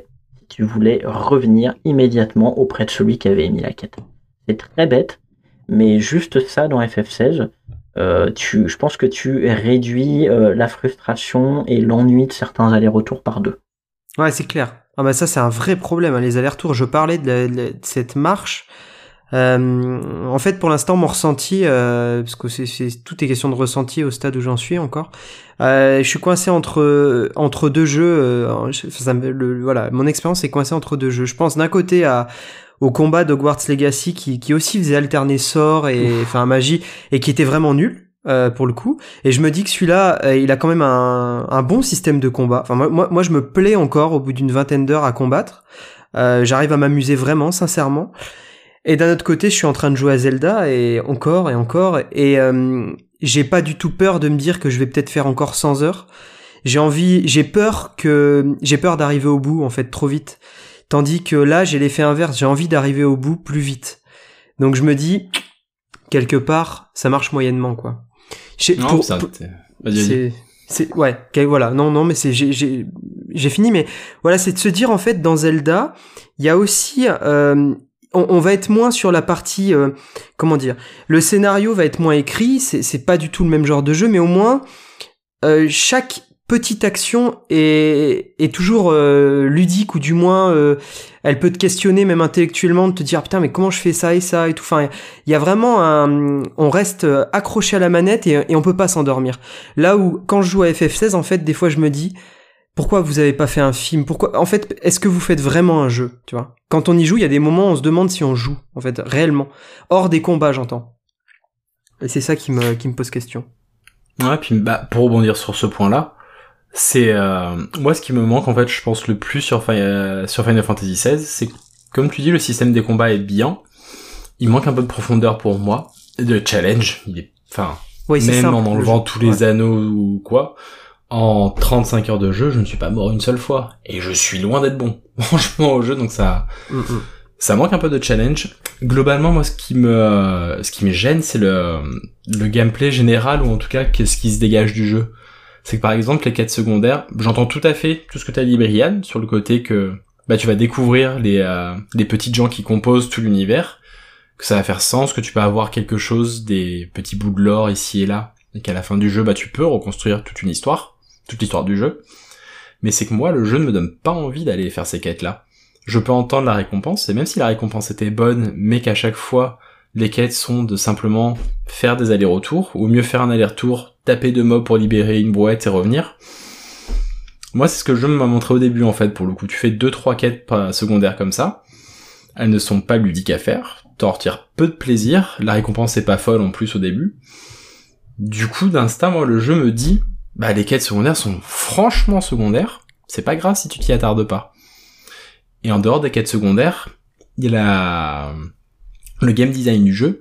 si tu voulais revenir immédiatement auprès de celui qui avait émis la quête. C'est très bête, mais juste ça dans F F seize, euh, tu, je pense que tu réduis euh, la frustration et l'ennui de certains allers-retours par deux. Ouais, c'est clair. Ah bah ça c'est un vrai problème, hein, les allers-retours. Je parlais de, la, de, la, de cette marche. Euh, en fait, pour l'instant, mon ressenti, euh, parce que c'est, c'est tout est question de ressenti au stade où j'en suis encore. Euh, je suis coincé entre entre deux jeux. Euh, ça me, le, voilà, mon expérience est coincée entre deux jeux. Je pense d'un côté à au combat d'Hogwarts Legacy qui qui aussi faisait alterner sort et enfin magie et qui était vraiment nul. Euh, pour le coup, et je me dis que celui-là, euh, il a quand même un, un bon système de combat. Enfin, moi, moi, moi, je me plais encore au bout d'une vingtaine d'heures à combattre. Euh, j'arrive à m'amuser vraiment, sincèrement. Et d'un autre côté, je suis en train de jouer à Zelda et encore et encore, et euh, j'ai pas du tout peur de me dire que je vais peut-être faire encore cent heures. J'ai envie, j'ai peur que, j'ai peur d'arriver au bout en fait trop vite. Tandis que là, j'ai l'effet inverse. J'ai envie d'arriver au bout plus vite. Donc je me dis, quelque part, ça marche moyennement quoi. J'ai, non, pour, ça, pour, vas-y, c'est, vas-y. c'est, ouais, okay, voilà, non, non, mais c'est, j'ai, j'ai, j'ai fini, mais voilà, c'est de se dire, en fait, dans Zelda, il y a aussi, euh, on, on va être moins sur la partie, euh, comment dire, le scénario va être moins écrit, c'est, c'est pas du tout le même genre de jeu, mais au moins, euh, chaque petite action est, est toujours euh, ludique, ou du moins, euh, elle peut te questionner même intellectuellement, de te dire, putain, mais comment je fais ça et ça et tout. Enfin, il y a vraiment un, on reste accroché à la manette et, et on peut pas s'endormir. Là où, quand je joue à F F seize, en fait, des fois, je me dis, pourquoi vous avez pas fait un film? Pourquoi, en fait, est-ce que vous faites vraiment un jeu, tu vois? Quand on y joue, il y a des moments où on se demande si on joue, en fait, réellement. Hors des combats, j'entends. Et c'est ça qui me, qui me pose question. Ouais, puis, bah, pour rebondir sur ce point-là, c'est euh, moi ce qui me manque en fait, je pense le plus sur, euh, sur Final Fantasy seize, c'est comme tu dis, le système des combats est bien, il manque un peu de profondeur pour moi, de challenge, il est, enfin, oui, même simple, en enlevant tous les ouais. anneaux ou quoi, en trente-cinq heures de jeu, je ne suis pas mort une seule fois, et je suis loin d'être bon, franchement au jeu, donc ça, mm-hmm. ça manque un peu de challenge. Globalement, moi ce qui me, ce qui me gêne, c'est le, le gameplay général, ou en tout cas qu'est-ce qui se dégage du jeu. C'est que par exemple les quêtes secondaires, j'entends tout à fait tout ce que t'as dit Brian sur le côté que bah tu vas découvrir les euh, les petites gens qui composent tout l'univers, que ça va faire sens, que tu peux avoir quelque chose, des petits bouts de lore ici et là, et qu'à la fin du jeu bah tu peux reconstruire toute une histoire, toute l'histoire du jeu. Mais c'est que moi le jeu ne me donne pas envie d'aller faire ces quêtes là. Je peux entendre la récompense, et même si la récompense était bonne, mais qu'à chaque fois les quêtes sont de simplement faire des allers-retours, ou mieux faire un aller-retour, taper deux mobs pour libérer une brouette et revenir. Moi, c'est ce que le jeu m'a montré au début, en fait, pour le coup. Tu fais deux, trois quêtes secondaires comme ça. Elles ne sont pas ludiques à faire. T'en retires peu de plaisir. La récompense est pas folle, en plus, au début. Du coup, d'instinct, moi, le jeu me dit, bah, les quêtes secondaires sont franchement secondaires. C'est pas grave si tu t'y attardes pas. Et en dehors des quêtes secondaires, il y a la... le game design du jeu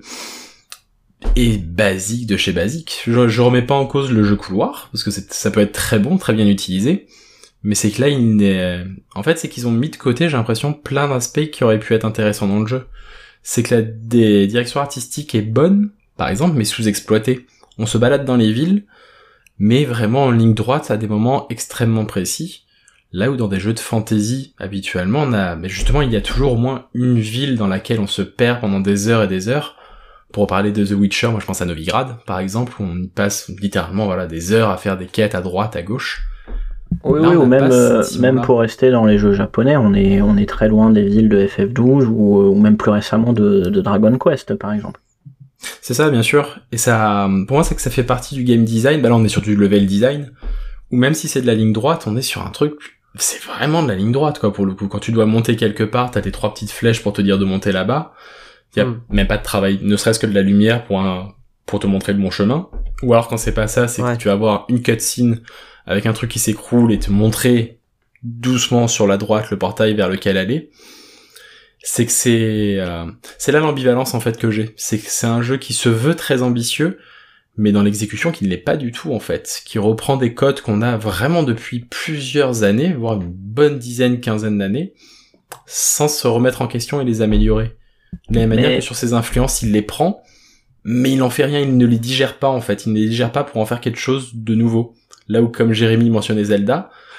est basique de chez basique. Je, je remets pas en cause le jeu couloir, parce que c'est, ça peut être très bon, très bien utilisé, mais c'est que là, il est... en fait, c'est qu'ils ont mis de côté, j'ai l'impression, plein d'aspects qui auraient pu être intéressants dans le jeu. C'est que la des direction artistique est bonne, par exemple, mais sous-exploitée. On se balade dans les villes, mais vraiment en ligne droite à des moments extrêmement précis. Là où dans des jeux de fantasy, habituellement, on a, mais justement, il y a toujours au moins une ville dans laquelle on se perd pendant des heures et des heures. Pour parler de The Witcher, moi je pense à Novigrad, par exemple, où on y passe littéralement, voilà, des heures à faire des quêtes à droite, à gauche. Oui, Là, oui, ou même, euh, ce même pour rester dans les jeux japonais, on est, on est très loin des villes de F F douze, ou, ou même plus récemment de, de Dragon Quest, par exemple. C'est ça, bien sûr. Et ça, pour moi, c'est que ça fait partie du game design. Bah là, on est sur du level design, où même si c'est de la ligne droite, on est sur un truc, c'est vraiment de la ligne droite, quoi, pour le coup. Quand tu dois monter quelque part, t'as tes trois petites flèches pour te dire de monter là-bas. Il y a mm. même pas de travail, ne serait-ce que de la lumière pour un, pour te montrer le bon chemin. Ou alors quand c'est pas ça, c'est ouais. que tu vas avoir une cutscene avec un truc qui s'écroule et te montrer doucement sur la droite le portail vers lequel aller. C'est que c'est, euh, c'est là l'ambivalence en fait que j'ai. C'est que c'est un jeu qui se veut très ambitieux, mais dans l'exécution qui ne l'est pas du tout en fait. Qui reprend des codes qu'on a vraiment depuis plusieurs années, voire une bonne dizaine, quinzaine d'années, sans se remettre en question et les améliorer. De la même manière mais... que sur ses influences, il les prend, mais il en fait rien, il ne les digère pas en fait, il ne les digère pas pour en faire quelque chose de nouveau. Là où, comme Jérémy mentionnait Zelda,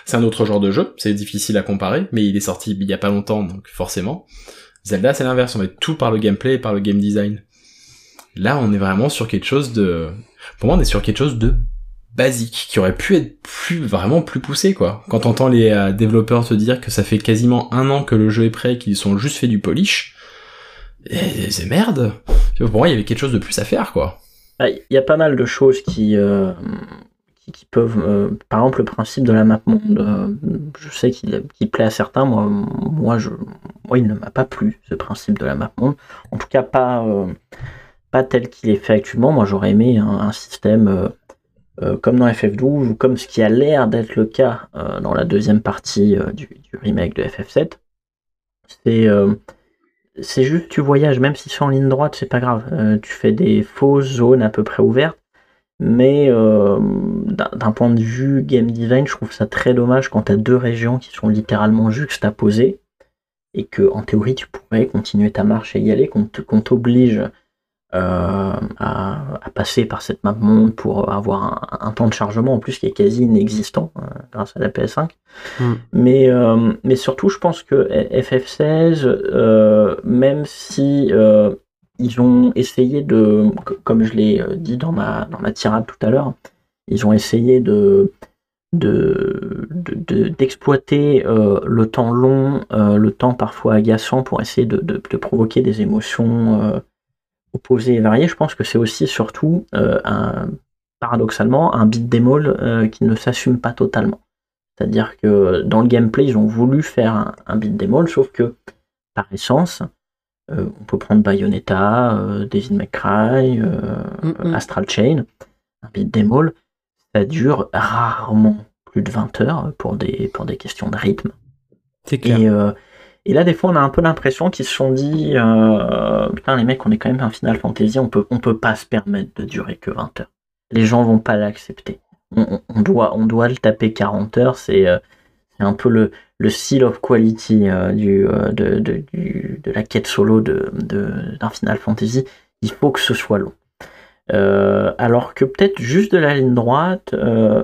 C'est un autre genre de jeu, c'est difficile à comparer, mais il est sorti il y a pas longtemps, donc forcément. Zelda, c'est l'inverse, on met tout par le gameplay et par le game design. Là, on est vraiment sur quelque chose de... Pour moi, on est sur quelque chose de basique, qui aurait pu être plus, vraiment plus poussé, quoi. Quand t'entends les euh, développeurs te dire que ça fait quasiment un an que le jeu est prêt, qu'ils sont juste fait du polish, et c'est merde. Pour moi, il y avait quelque chose de plus à faire, quoi. Il y a pas mal de choses qui, euh, qui, qui peuvent... Euh, par exemple, le principe de la map monde, euh, je sais qu'il, qu'il plaît à certains, moi, moi, je, moi il ne m'a pas plu, ce principe de la map monde. En tout cas, pas, euh, pas tel qu'il est fait actuellement. Moi, j'aurais aimé un, un système euh, euh, comme dans F F douze, ou comme ce qui a l'air d'être le cas euh, dans la deuxième partie euh, du, du remake de F F sept. C'est... Euh, C'est juste tu voyages, même si c'est en ligne droite, c'est pas grave. Euh, tu fais des fausses zones à peu près ouvertes, mais euh, d'un, d'un point de vue game design, je trouve ça très dommage quand t'as deux régions qui sont littéralement juxtaposées et que en théorie tu pourrais continuer ta marche et y aller, qu'on, te, qu'on t'oblige euh, à, à passer par cette map monde pour avoir un, un temps de chargement en plus qui est quasi inexistant euh, grâce à la P S cinq. Mm. Mais, euh, mais surtout, je pense que F F seize, euh, même si euh, ils ont essayé de, comme je l'ai dit dans ma, dans ma tirade tout à l'heure, ils ont essayé de, de, de, de d'exploiter euh, le temps long, euh, le temps parfois agaçant pour essayer de, de, de provoquer des émotions euh, opposées et variées. Je pense que c'est aussi surtout euh, un, paradoxalement un beat'em all euh, qui ne s'assume pas totalement. C'est-à-dire que dans le gameplay, ils ont voulu faire un, un beat'em all, sauf que par essence, euh, on peut prendre Bayonetta, euh, Devil May Cry, euh, mm-hmm. Astral Chain, un beat'em all, ça dure rarement plus de vingt heures pour des, pour des questions de rythme. C'est clair. Et, euh, et là, des fois, on a un peu l'impression qu'ils se sont dit euh, putain, les mecs, on est quand même un Final Fantasy, on peut, on peut pas se permettre de durer que vingt heures. Les gens vont pas l'accepter. On, on, doit, on doit le taper quarante heures, c'est, euh, c'est un peu le, le seal of quality euh, du, euh, de, de, du, de la quête solo de, de, d'un Final Fantasy. Il faut que ce soit long. Euh, alors que peut-être juste de la ligne droite. Euh,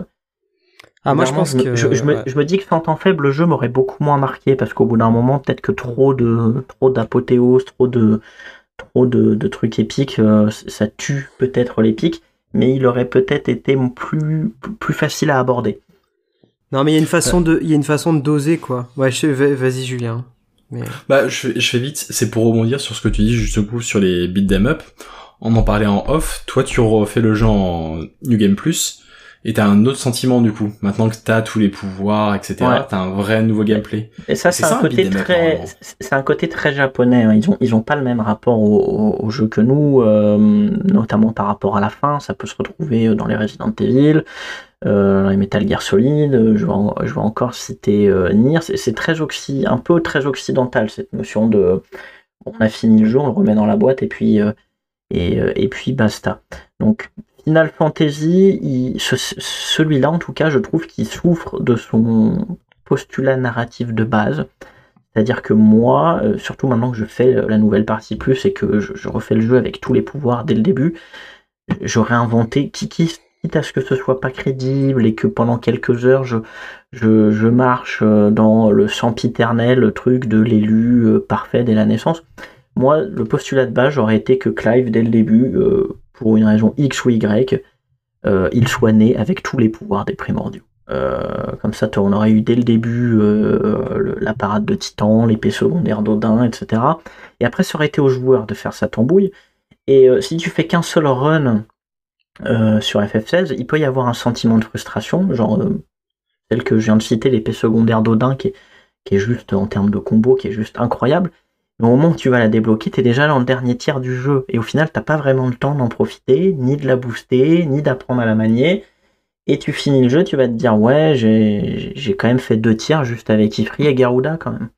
ah, moi je pense je me, que. Je, je, me, ouais. je me dis que sans temps faible, le jeu m'aurait beaucoup moins marqué parce qu'au bout d'un moment, peut-être que trop, de, trop d'apothéose, trop de, trop de, de trucs épiques, euh, ça tue peut-être l'épique. Mais il aurait peut-être été plus, plus facile à aborder. Non, mais il y a une façon de, il y a une façon de doser, quoi. Ouais, je, vas-y, Julien. Mais... Bah, je, je fais vite. C'est pour rebondir sur ce que tu dis, juste coup, sur les beat'em up. On en parlait en off. Toi, tu refais le jeu en New Game Plus. Et t'as un autre sentiment, du coup. Maintenant que t'as tous les pouvoirs, et cetera. Ouais. T'as un vrai nouveau gameplay. Et ça, c'est, c'est un, ça, côté un très, c'est un côté très japonais. Hein. Ils ont, ils ont pas le même rapport au, au, au jeu que nous, euh, notamment par rapport à la fin. Ça peut se retrouver dans les Resident Evil, euh, les Metal Gear Solid. Je vais, en, je vais encore citer euh, Nier. C'est, c'est très occi, un peu très occidental, cette notion de, on a fini le jeu, on le remet dans la boîte et puis, euh, et, et puis basta. Donc, Final Fantasy, il, ce, celui-là en tout cas, je trouve qu'il souffre de son postulat narratif de base. C'est-à-dire que moi, euh, surtout maintenant que je fais la nouvelle partie plus et que je, je refais le jeu avec tous les pouvoirs dès le début, j'aurais inventé, quitte à ce que ce soit pas crédible et que pendant quelques heures je, je, je marche dans le sempiternel le truc de l'élu euh, parfait dès la naissance. Moi, le postulat de base, j'aurais été que Clive, dès le début, euh, pour une raison X ou Y, euh, il soit né avec tous les pouvoirs des primordiaux. Euh, comme ça, on aurait eu dès le début euh, le, la parade de Titan, l'épée secondaire d'Odin, et cetera. Et après, ça aurait été au joueur de faire sa tambouille. Et euh, si tu fais qu'un seul run euh, sur F F seize, il peut y avoir un sentiment de frustration, genre euh, celle que je viens de citer, l'épée secondaire d'Odin, qui est, qui est juste, en termes de combo, qui est juste incroyable. Mais au moment où tu vas la débloquer, t'es déjà dans le dernier tiers du jeu. Et au final, t'as pas vraiment le temps d'en profiter, ni de la booster, ni d'apprendre à la manier. Et tu finis le jeu, tu vas te dire, ouais, j'ai, j'ai quand même fait deux tiers juste avec Ifrit et Garuda, quand même.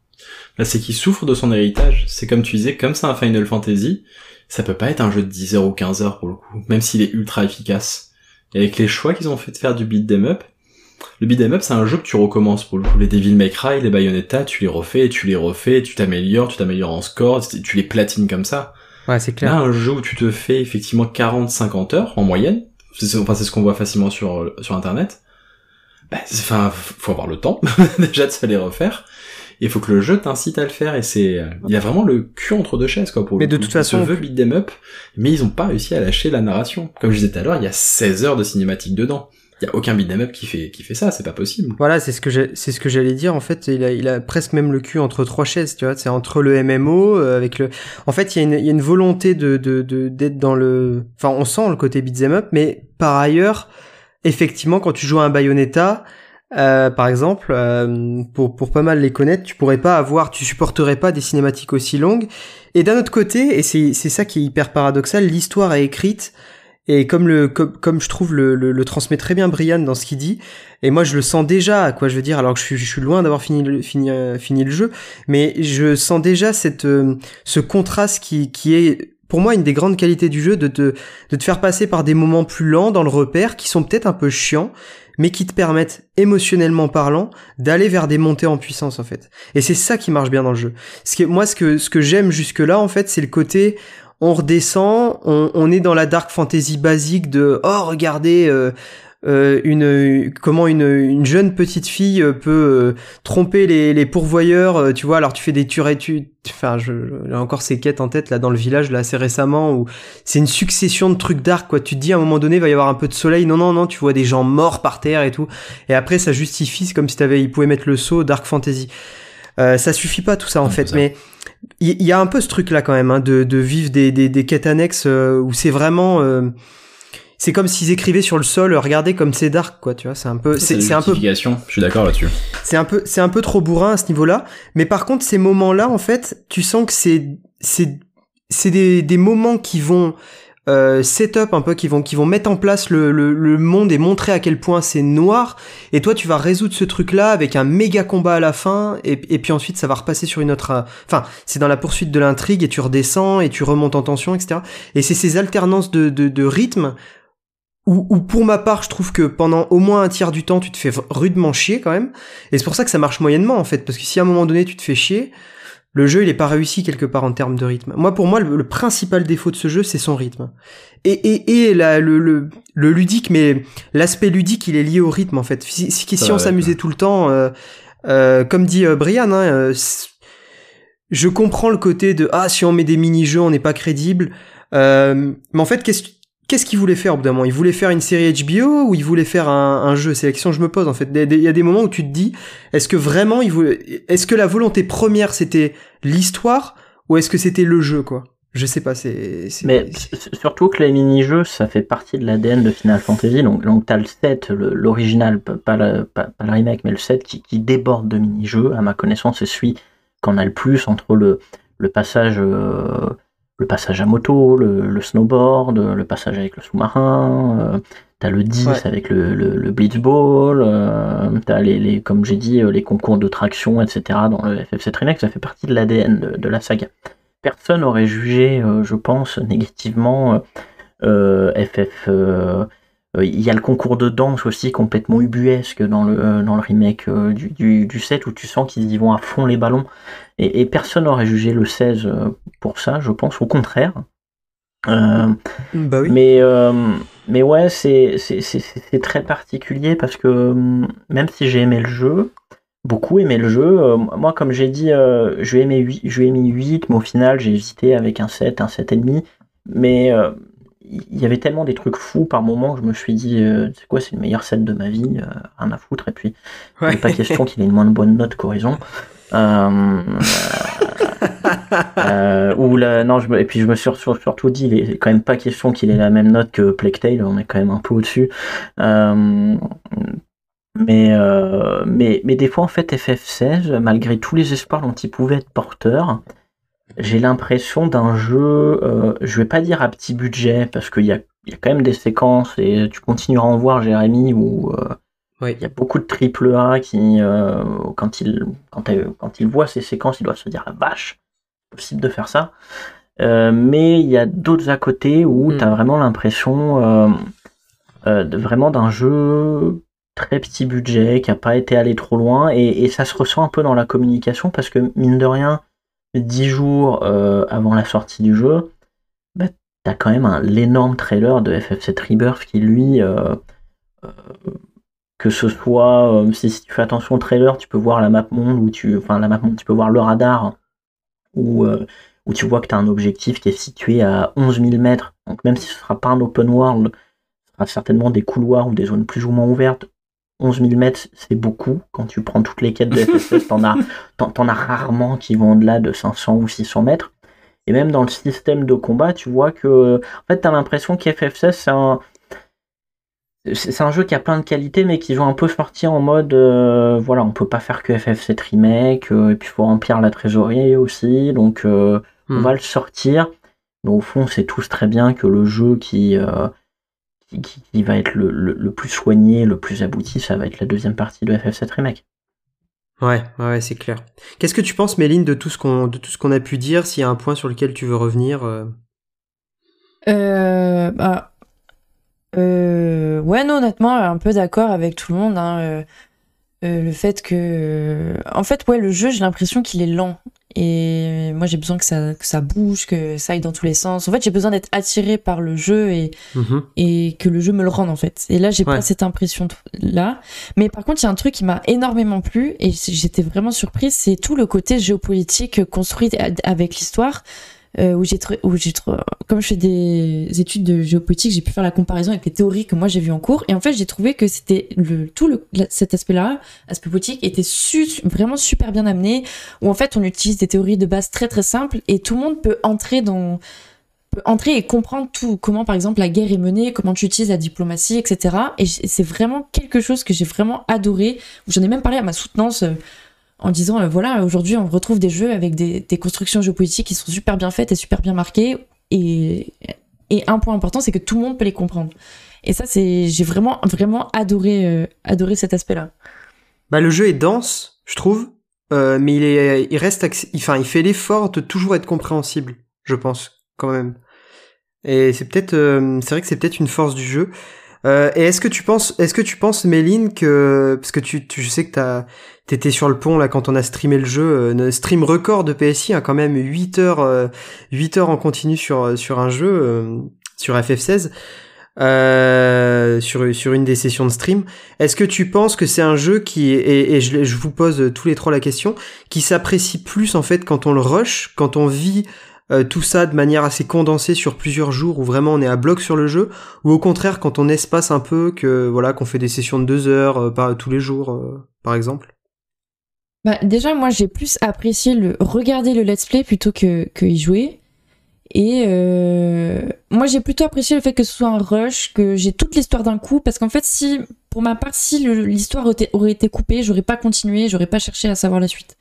Là, c'est qu'il souffre de son héritage. C'est comme tu disais, comme c'est un Final Fantasy, ça peut pas être un jeu de dix heures ou quinze heures pour le coup, même s'il est ultra efficace. Et avec les choix qu'ils ont fait de faire du beat'em up, le beat'em up, c'est un jeu que tu recommences pour le coup. Les Devil May Cry, les Bayonetta, tu les refais, tu les refais, tu t'améliores, tu t'améliores en score, tu les platines comme ça. Ouais, c'est clair. Là, un jeu où tu te fais effectivement quarante à cinquante heures en moyenne, c'est, enfin c'est ce qu'on voit facilement sur sur internet. bah, enfin, faut avoir le temps déjà de se les refaire. Il faut que le jeu t'incite à le faire, et c'est, il y a vraiment le cul entre deux chaises, quoi, pour mais le de coup. toute façon, se veut beat them up, mais ils ont pas réussi à lâcher la narration. Comme je disais tout à l'heure, il y a seize heures de cinématique dedans. Il y a aucun beat them up qui fait, qui fait ça, c'est pas possible. Voilà, c'est ce que j'ai, c'est ce que j'allais dire. En fait, il a, il a presque même le cul entre trois chaises, tu vois. C'est entre le M M O, euh, avec le, en fait, il y a une, il y a une volonté de, de, de, d'être dans le, enfin, on sent le côté beat them up, mais par ailleurs, effectivement, quand tu joues à un Bayonetta, Euh, par exemple, euh, pour pour pas mal les connaître, tu pourrais pas avoir, tu supporterais pas des cinématiques aussi longues. Et d'un autre côté, et c'est c'est ça qui est hyper paradoxal, l'histoire est écrite, et comme le comme, comme je trouve le, le le transmet très bien Brian dans ce qu'il dit, et moi je le sens déjà, quoi, je veux dire, alors que je suis je suis loin d'avoir fini le fini euh, fini le jeu, mais je sens déjà cette euh, ce contraste qui qui est pour moi une des grandes qualités du jeu, de te de te faire passer par des moments plus lents dans le repère qui sont peut-être un peu chiants, mais qui te permettent, émotionnellement parlant, d'aller vers des montées en puissance, en fait. Et c'est ça qui marche bien dans le jeu. Ce que, moi, ce que, ce que j'aime jusque-là, en fait, c'est le côté, on redescend, on, on est dans la dark fantasy basique de, oh, regardez, euh, euh, une, comment une, une jeune petite fille peut euh, tromper les, les pourvoyeurs, euh, tu vois, alors tu fais des tueries, tu, enfin, je, j'ai encore ces quêtes en tête, là, dans le village, là, assez récemment, où c'est une succession de trucs dark, quoi. Tu te dis, à un moment donné, il va y avoir un peu de soleil. Non, non, non, tu vois des gens morts par terre et tout. Et après, ça justifie, c'est comme si t'avais, ils pouvaient mettre le saut dark fantasy. Euh, ça suffit pas, tout ça, en Ouais, fait, ça. mais il y, y a un peu ce truc-là, quand même, hein, de, de vivre des, des, des quêtes annexes, euh, où c'est vraiment, euh, c'est comme s'ils écrivaient sur le sol, regardez comme c'est dark, quoi, tu vois, c'est un peu, c'est, c'est un peu, je suis d'accord là-dessus. c'est un peu, c'est un peu trop bourrin à ce niveau-là. Mais par contre, ces moments-là, en fait, tu sens que c'est, c'est, c'est des, des moments qui vont, euh, set-up un peu, qui vont, qui vont mettre en place le, le, le monde et montrer à quel point c'est noir. Et toi, tu vas résoudre ce truc-là avec un méga combat à la fin. Et, et puis ensuite, ça va repasser sur une autre, euh, enfin, c'est dans la poursuite de l'intrigue et tu redescends et tu remontes en tension, et cetera. Et c'est ces alternances de, de, de rythme Ou, ou pour ma part, je trouve que pendant au moins un tiers du temps, tu te fais rudement chier quand même. Et c'est pour ça que ça marche moyennement en fait, parce que si à un moment donné tu te fais chier, le jeu il est pas réussi quelque part en termes de rythme. Moi, pour moi, le, le principal défaut de ce jeu, c'est son rythme. Et et et la, le, le le ludique, mais l'aspect ludique, il est lié au rythme en fait. Si, si, si on s'amusait tout le temps, euh, euh, comme dit euh, Brian, hein, euh, je comprends le côté de ah si on met des mini-jeux, on n'est pas crédible. Euh, mais en fait, qu'est-ce Qu'est-ce qu'il voulait faire au bout d'un moment ? Il voulait faire une série H B O ou il voulait faire un, un jeu ? C'est la question que je me pose en fait. Il y a des moments où tu te dis, est-ce que vraiment il voulait, est-ce que la volonté première c'était l'histoire ou est-ce que c'était le jeu quoi ? Je sais pas. C'est, c'est... Mais c'est... surtout que les mini-jeux, ça fait partie de l'A D N de Final Fantasy. Donc, donc t'as le set, le, l'original, pas le, pas, pas le remake, mais le set qui, qui déborde de mini-jeux. À ma connaissance, c'est celui qu'on a le plus entre le, le passage. Euh, le passage à moto, le, le snowboard, le passage avec le sous-marin, euh, t'as le dix ouais. avec le, le, le blitzball, euh, t'as les, les, comme j'ai dit, les concours de traction, et cetera dans le F F sept Remake, ça fait partie de l'A D N de, de la saga. Personne n'aurait jugé, euh, je pense, négativement euh, F F... Euh, il y a le concours de danse aussi complètement ubuesque dans le, euh, dans le remake euh, du, du, du sept où tu sens qu'ils y vont à fond les ballons et, et personne n'aurait jugé le seize pour ça, je pense, au contraire. Euh, bah oui. mais, euh, mais ouais, c'est, c'est, c'est, c'est très particulier parce que même si j'ai aimé le jeu, beaucoup aimé le jeu, euh, moi comme j'ai dit, euh, je lui ai mis huit, mais au final j'ai hésité avec un sept, un sept virgule cinq, mais... Euh, il y avait tellement des trucs fous par moment que je me suis dit euh, c'est quoi, c'est le meilleur set de ma vie, euh, rien à foutre, et puis ouais. Il n'est pas question qu'il ait une moins bonne note qu'Horizon euh, euh, ou la, non, je me, et puis je me suis surtout dit il est quand même pas question qu'il ait la même note que Plague Tale, on est quand même un peu au-dessus euh, mais, euh, mais, mais des fois en fait F F seize, malgré tous les espoirs dont il pouvait être porteur, j'ai l'impression d'un jeu, euh, je vais pas dire à petit budget, parce qu'il y a, y a quand même des séquences, et tu continueras à en voir, Jérémy, où euh, oui. Il y a beaucoup de triple A qui, euh, quand, il, quand, quand ils voient ces séquences, ils doivent se dire la vache, c'est possible de faire ça. Euh, mais il y a d'autres à côté où mm. tu as vraiment l'impression euh, euh, de, vraiment d'un jeu très petit budget, qui n'a pas été allé trop loin, et, et ça se ressent un peu dans la communication, parce que mine de rien, dix jours euh, avant la sortie du jeu, bah, t'as quand même un, l'énorme trailer de F F sept Rebirth qui lui euh, euh, que ce soit, euh, si, si tu fais attention au trailer, tu peux voir la map monde, où tu, enfin la map monde, tu peux voir le radar, où, euh, où tu vois que tu as un objectif qui est situé à onze mille mètres. Donc même si ce sera pas un open world, ce sera certainement des couloirs ou des zones plus ou moins ouvertes. onze mille mètres, c'est beaucoup. Quand tu prends toutes les quêtes de F F S, t'en as, t'en, t'en as rarement qui vont au-delà de cinq cents ou six cents mètres. Et même dans le système de combat, tu vois que, en fait, t'as l'impression que F F S, c'est un, c'est un jeu qui a plein de qualités, mais qu'ils ont un peu sorti en mode, euh, voilà, on peut pas faire que F F sept Remake, euh, et puis il faut remplir la trésorerie aussi, donc euh, hmm. on va le sortir. Mais au fond, c'est tous très bien que le jeu qui... Euh, Qui, qui, qui va être le, le, le plus soigné, le plus abouti, ça va être la deuxième partie de F F sept Remake. Ouais, ouais, c'est clair. Qu'est-ce que tu penses, Méline, de tout ce qu'on, de tout ce qu'on a pu dire? S'il y a un point sur lequel tu veux revenir euh... Euh, bah, euh, ouais, non, honnêtement, un peu d'accord avec tout le monde. Hein, euh, euh, le fait que, euh, en fait, ouais, le jeu, j'ai l'impression qu'il est lent. Et moi, j'ai besoin que ça, que ça bouge, que ça aille dans tous les sens. En fait, j'ai besoin d'être attirée par le jeu et, mmh. et que le jeu me le rende, en fait. Et là, j'ai ouais. pas cette impression-là. Mais par contre, il y a un truc qui m'a énormément plu et j'étais vraiment surprise, c'est tout le côté géopolitique construit avec l'histoire. Euh, où j'ai, tr- où j'ai tr- comme je fais des études de géopolitique, j'ai pu faire la comparaison avec les théories que moi j'ai vues en cours, et en fait j'ai trouvé que c'était le tout le cet aspect-là, aspect politique, était su- vraiment super bien amené, où en fait on utilise des théories de base très très simples et tout le monde peut entrer dans peut entrer et comprendre tout, comment par exemple la guerre est menée, comment tu utilises la diplomatie, et cetera. Et c'est vraiment quelque chose que j'ai vraiment adoré. J'en ai même parlé à ma soutenance. Euh, en disant, euh, voilà, aujourd'hui, on retrouve des jeux avec des, des constructions géopolitiques qui sont super bien faites et super bien marquées. Et, et un point important, c'est que tout le monde peut les comprendre. Et ça, c'est, j'ai vraiment, vraiment adoré, euh, adoré cet aspect-là. Bah, le jeu est dense, je trouve, euh, mais il est, il reste, accès, enfin, il fait l'effort de toujours être compréhensible, je pense, quand même. Et c'est peut-être, euh, c'est vrai que c'est peut-être une force du jeu. Euh, et est-ce que tu penses, est-ce que tu penses, Méline, que, parce que tu, tu je sais que t'as, t'étais sur le pont, là, quand on a streamé le jeu, euh, le stream record de P S I, hein, quand même, huit heures, euh, huit heures en continu sur, sur un jeu, euh, sur F F seize, euh, sur, sur une des sessions de stream. Est-ce que tu penses que c'est un jeu qui, et, et je, je vous pose tous les trois la question, qui s'apprécie plus, en fait, quand on le rush, quand on vit, Euh, tout ça de manière assez condensée sur plusieurs jours où vraiment on est à bloc sur le jeu, ou au contraire quand on espace un peu, que voilà, qu'on fait des sessions de deux heures euh, par tous les jours euh, par exemple? Bah déjà moi j'ai plus apprécié le regarder le let's play plutôt que que y jouer. Et euh, moi j'ai plutôt apprécié le fait que ce soit un rush, que j'ai toute l'histoire d'un coup, parce qu'en fait si pour ma part si le, l'histoire aurait, aurait été coupée, j'aurais pas continué, j'aurais pas cherché à savoir la suite.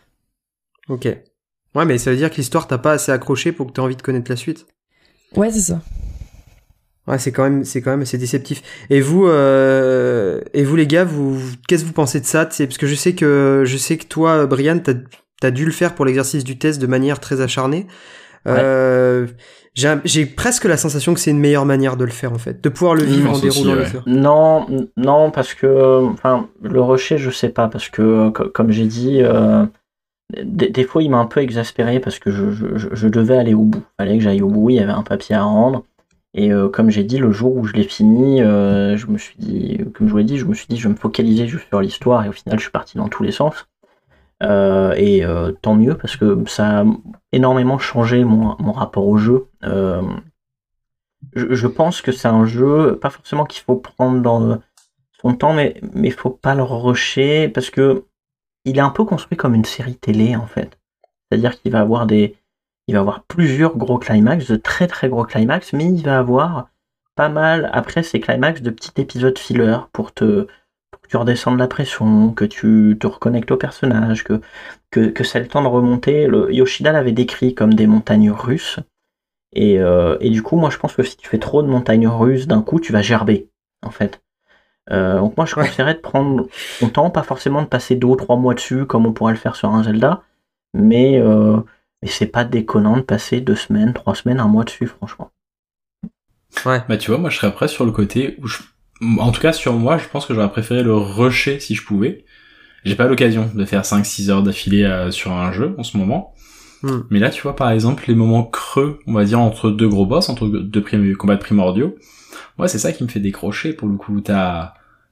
Ok. Ouais, mais ça veut dire que l'histoire t'a pas assez accroché pour que t'aies envie de connaître la suite. Ouais, c'est ça. Ouais, c'est quand même, c'est quand même assez déceptif. Et vous, euh, et vous les gars, vous, qu'est-ce que vous pensez de ça? C'est parce que je sais que, je sais que toi, Brian, t'as, t'as dû le faire pour l'exercice du test de manière très acharnée. Ouais. Euh, j'ai, j'ai presque la sensation que c'est une meilleure manière de le faire en fait, de pouvoir le vivre mmh, en déroulant ouais. le feu. Non, non, parce que, enfin, le rusher, je sais pas, parce que, comme j'ai dit. Euh... Des, des fois, il m'a un peu exaspéré parce que je, je, je devais aller au bout. Il fallait que j'aille au bout, il y avait un papier à rendre. Et euh, comme j'ai dit, le jour où je l'ai fini, euh, je me suis dit, comme je vous l'ai dit, je me suis dit, je vais me focaliser juste sur l'histoire. Et au final, je suis parti dans tous les sens. Euh, et euh, tant mieux parce que ça a énormément changé mon, mon rapport au jeu. Euh, je, je pense que c'est un jeu, pas forcément qu'il faut prendre dans son temps, mais il faut pas le rusher parce que il est un peu construit comme une série télé en fait. C'est-à-dire qu'il va avoir des, il va avoir plusieurs gros climax, de très très gros climax, mais il va avoir pas mal après ces climax de petits épisodes filler pour te, pour que tu redescendes la pression, que tu te reconnectes au personnage, que que, que ça ait le temps de remonter. Le, Yoshida l'avait décrit comme des montagnes russes, et euh, et du coup moi je pense que si tu fais trop de montagnes russes d'un coup, tu vas gerber en fait. Euh, donc moi je ouais. conseillerais de prendre ton temps, pas forcément de passer deux ou trois mois dessus comme on pourrait le faire sur un Zelda, mais, euh, mais c'est pas déconnant de passer deux semaines, trois semaines, un mois dessus franchement. Ouais. Bah tu vois, moi je serais prêt sur le côté où je... en tout cas sur moi je pense que j'aurais préféré le rusher si je pouvais. J'ai pas l'occasion de faire cinq six heures d'affilée euh, sur un jeu en ce moment. Hmm. Mais là tu vois par exemple les moments creux, on va dire entre deux gros boss, entre deux prim- combats primordiaux. Moi, c'est ça qui me fait décrocher, pour le coup. T'as,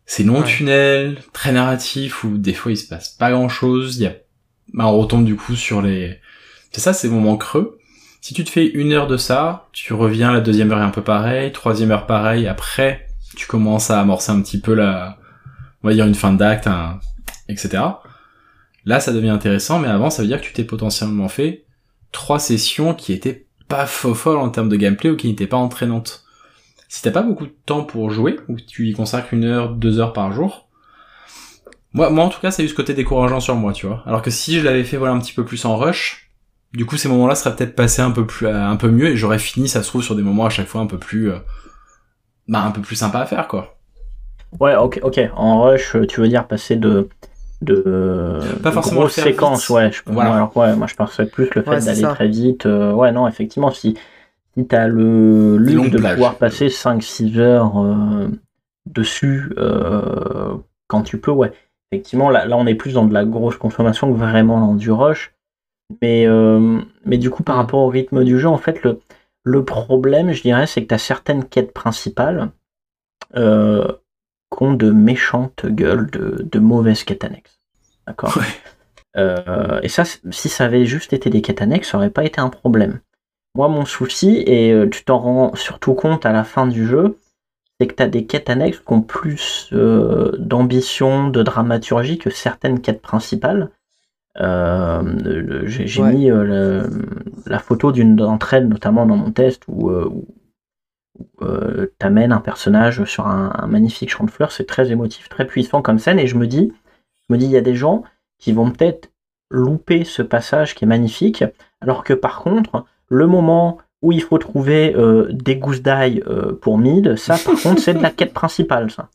c'est long Ouais. tunnel, très narratif, où des fois il se passe pas grand chose, il y a, bah, on retombe du coup sur les, c'est ça, ces moments creux. Si tu te fais une heure de ça, tu reviens, la deuxième heure est un peu pareil, troisième heure pareil, après, tu commences à amorcer un petit peu la, on va dire une fin d'acte, un, et cetera. Là, ça devient intéressant, mais avant, ça veut dire que tu t'es potentiellement fait trois sessions qui étaient pas faux folles en termes de gameplay ou qui n'étaient pas entraînantes. Si t'as pas beaucoup de temps pour jouer, ou que tu y consacres une heure, deux heures par jour, moi, moi en tout cas, ça a eu ce côté décourageant sur moi, tu vois. Alors que si je l'avais fait voilà un petit peu plus en rush, du coup, ces moments-là seraient peut-être passés un peu plus, un peu mieux, et j'aurais fini, ça se trouve, sur des moments à chaque fois un peu plus, euh, bah, un peu plus sympa à faire, quoi. Ouais, ok, ok. En rush, tu veux dire passer de, de, Pas de forcément grosses le faire séquences, vite. ouais. Je, Voilà. moi, alors, ouais, moi, je pensais plus le fait Ouais, c'est d'aller ça. très vite. euh, ouais, non, effectivement, si, si t'as le luxe longues de plages. pouvoir passer cinq six heures euh, dessus euh, quand tu peux, ouais. Effectivement, là, là, on est plus dans de la grosse consommation que vraiment dans du rush. Mais, euh, mais du coup, par Mm. rapport au rythme du jeu, en fait, le, le problème, je dirais, c'est que tu as certaines quêtes principales euh, qui ont de méchantes gueules, de, de mauvaises quêtes annexes. D'accord Ouais. Euh, Et ça, c- si ça avait juste été des quêtes annexes, ça aurait pas été un problème. Moi, mon souci, et euh, tu t'en rends surtout compte à la fin du jeu, c'est que tu as des quêtes annexes qui ont plus euh, d'ambition, de dramaturgie que certaines quêtes principales. Euh, le- j'ai j'ai Ouais. mis euh, le- la photo d'une d'entre elles, notamment dans mon test, où, euh, où euh, t'amènes un personnage sur un, un magnifique champ de fleurs. C'est très émotif, très puissant comme scène, et je me dis, je me dis, il y a des gens qui vont peut-être louper ce passage qui est magnifique, alors que par contre, le moment où il faut trouver euh, des gousses d'ail euh, pour mid, ça par contre c'est de la quête principale, ça.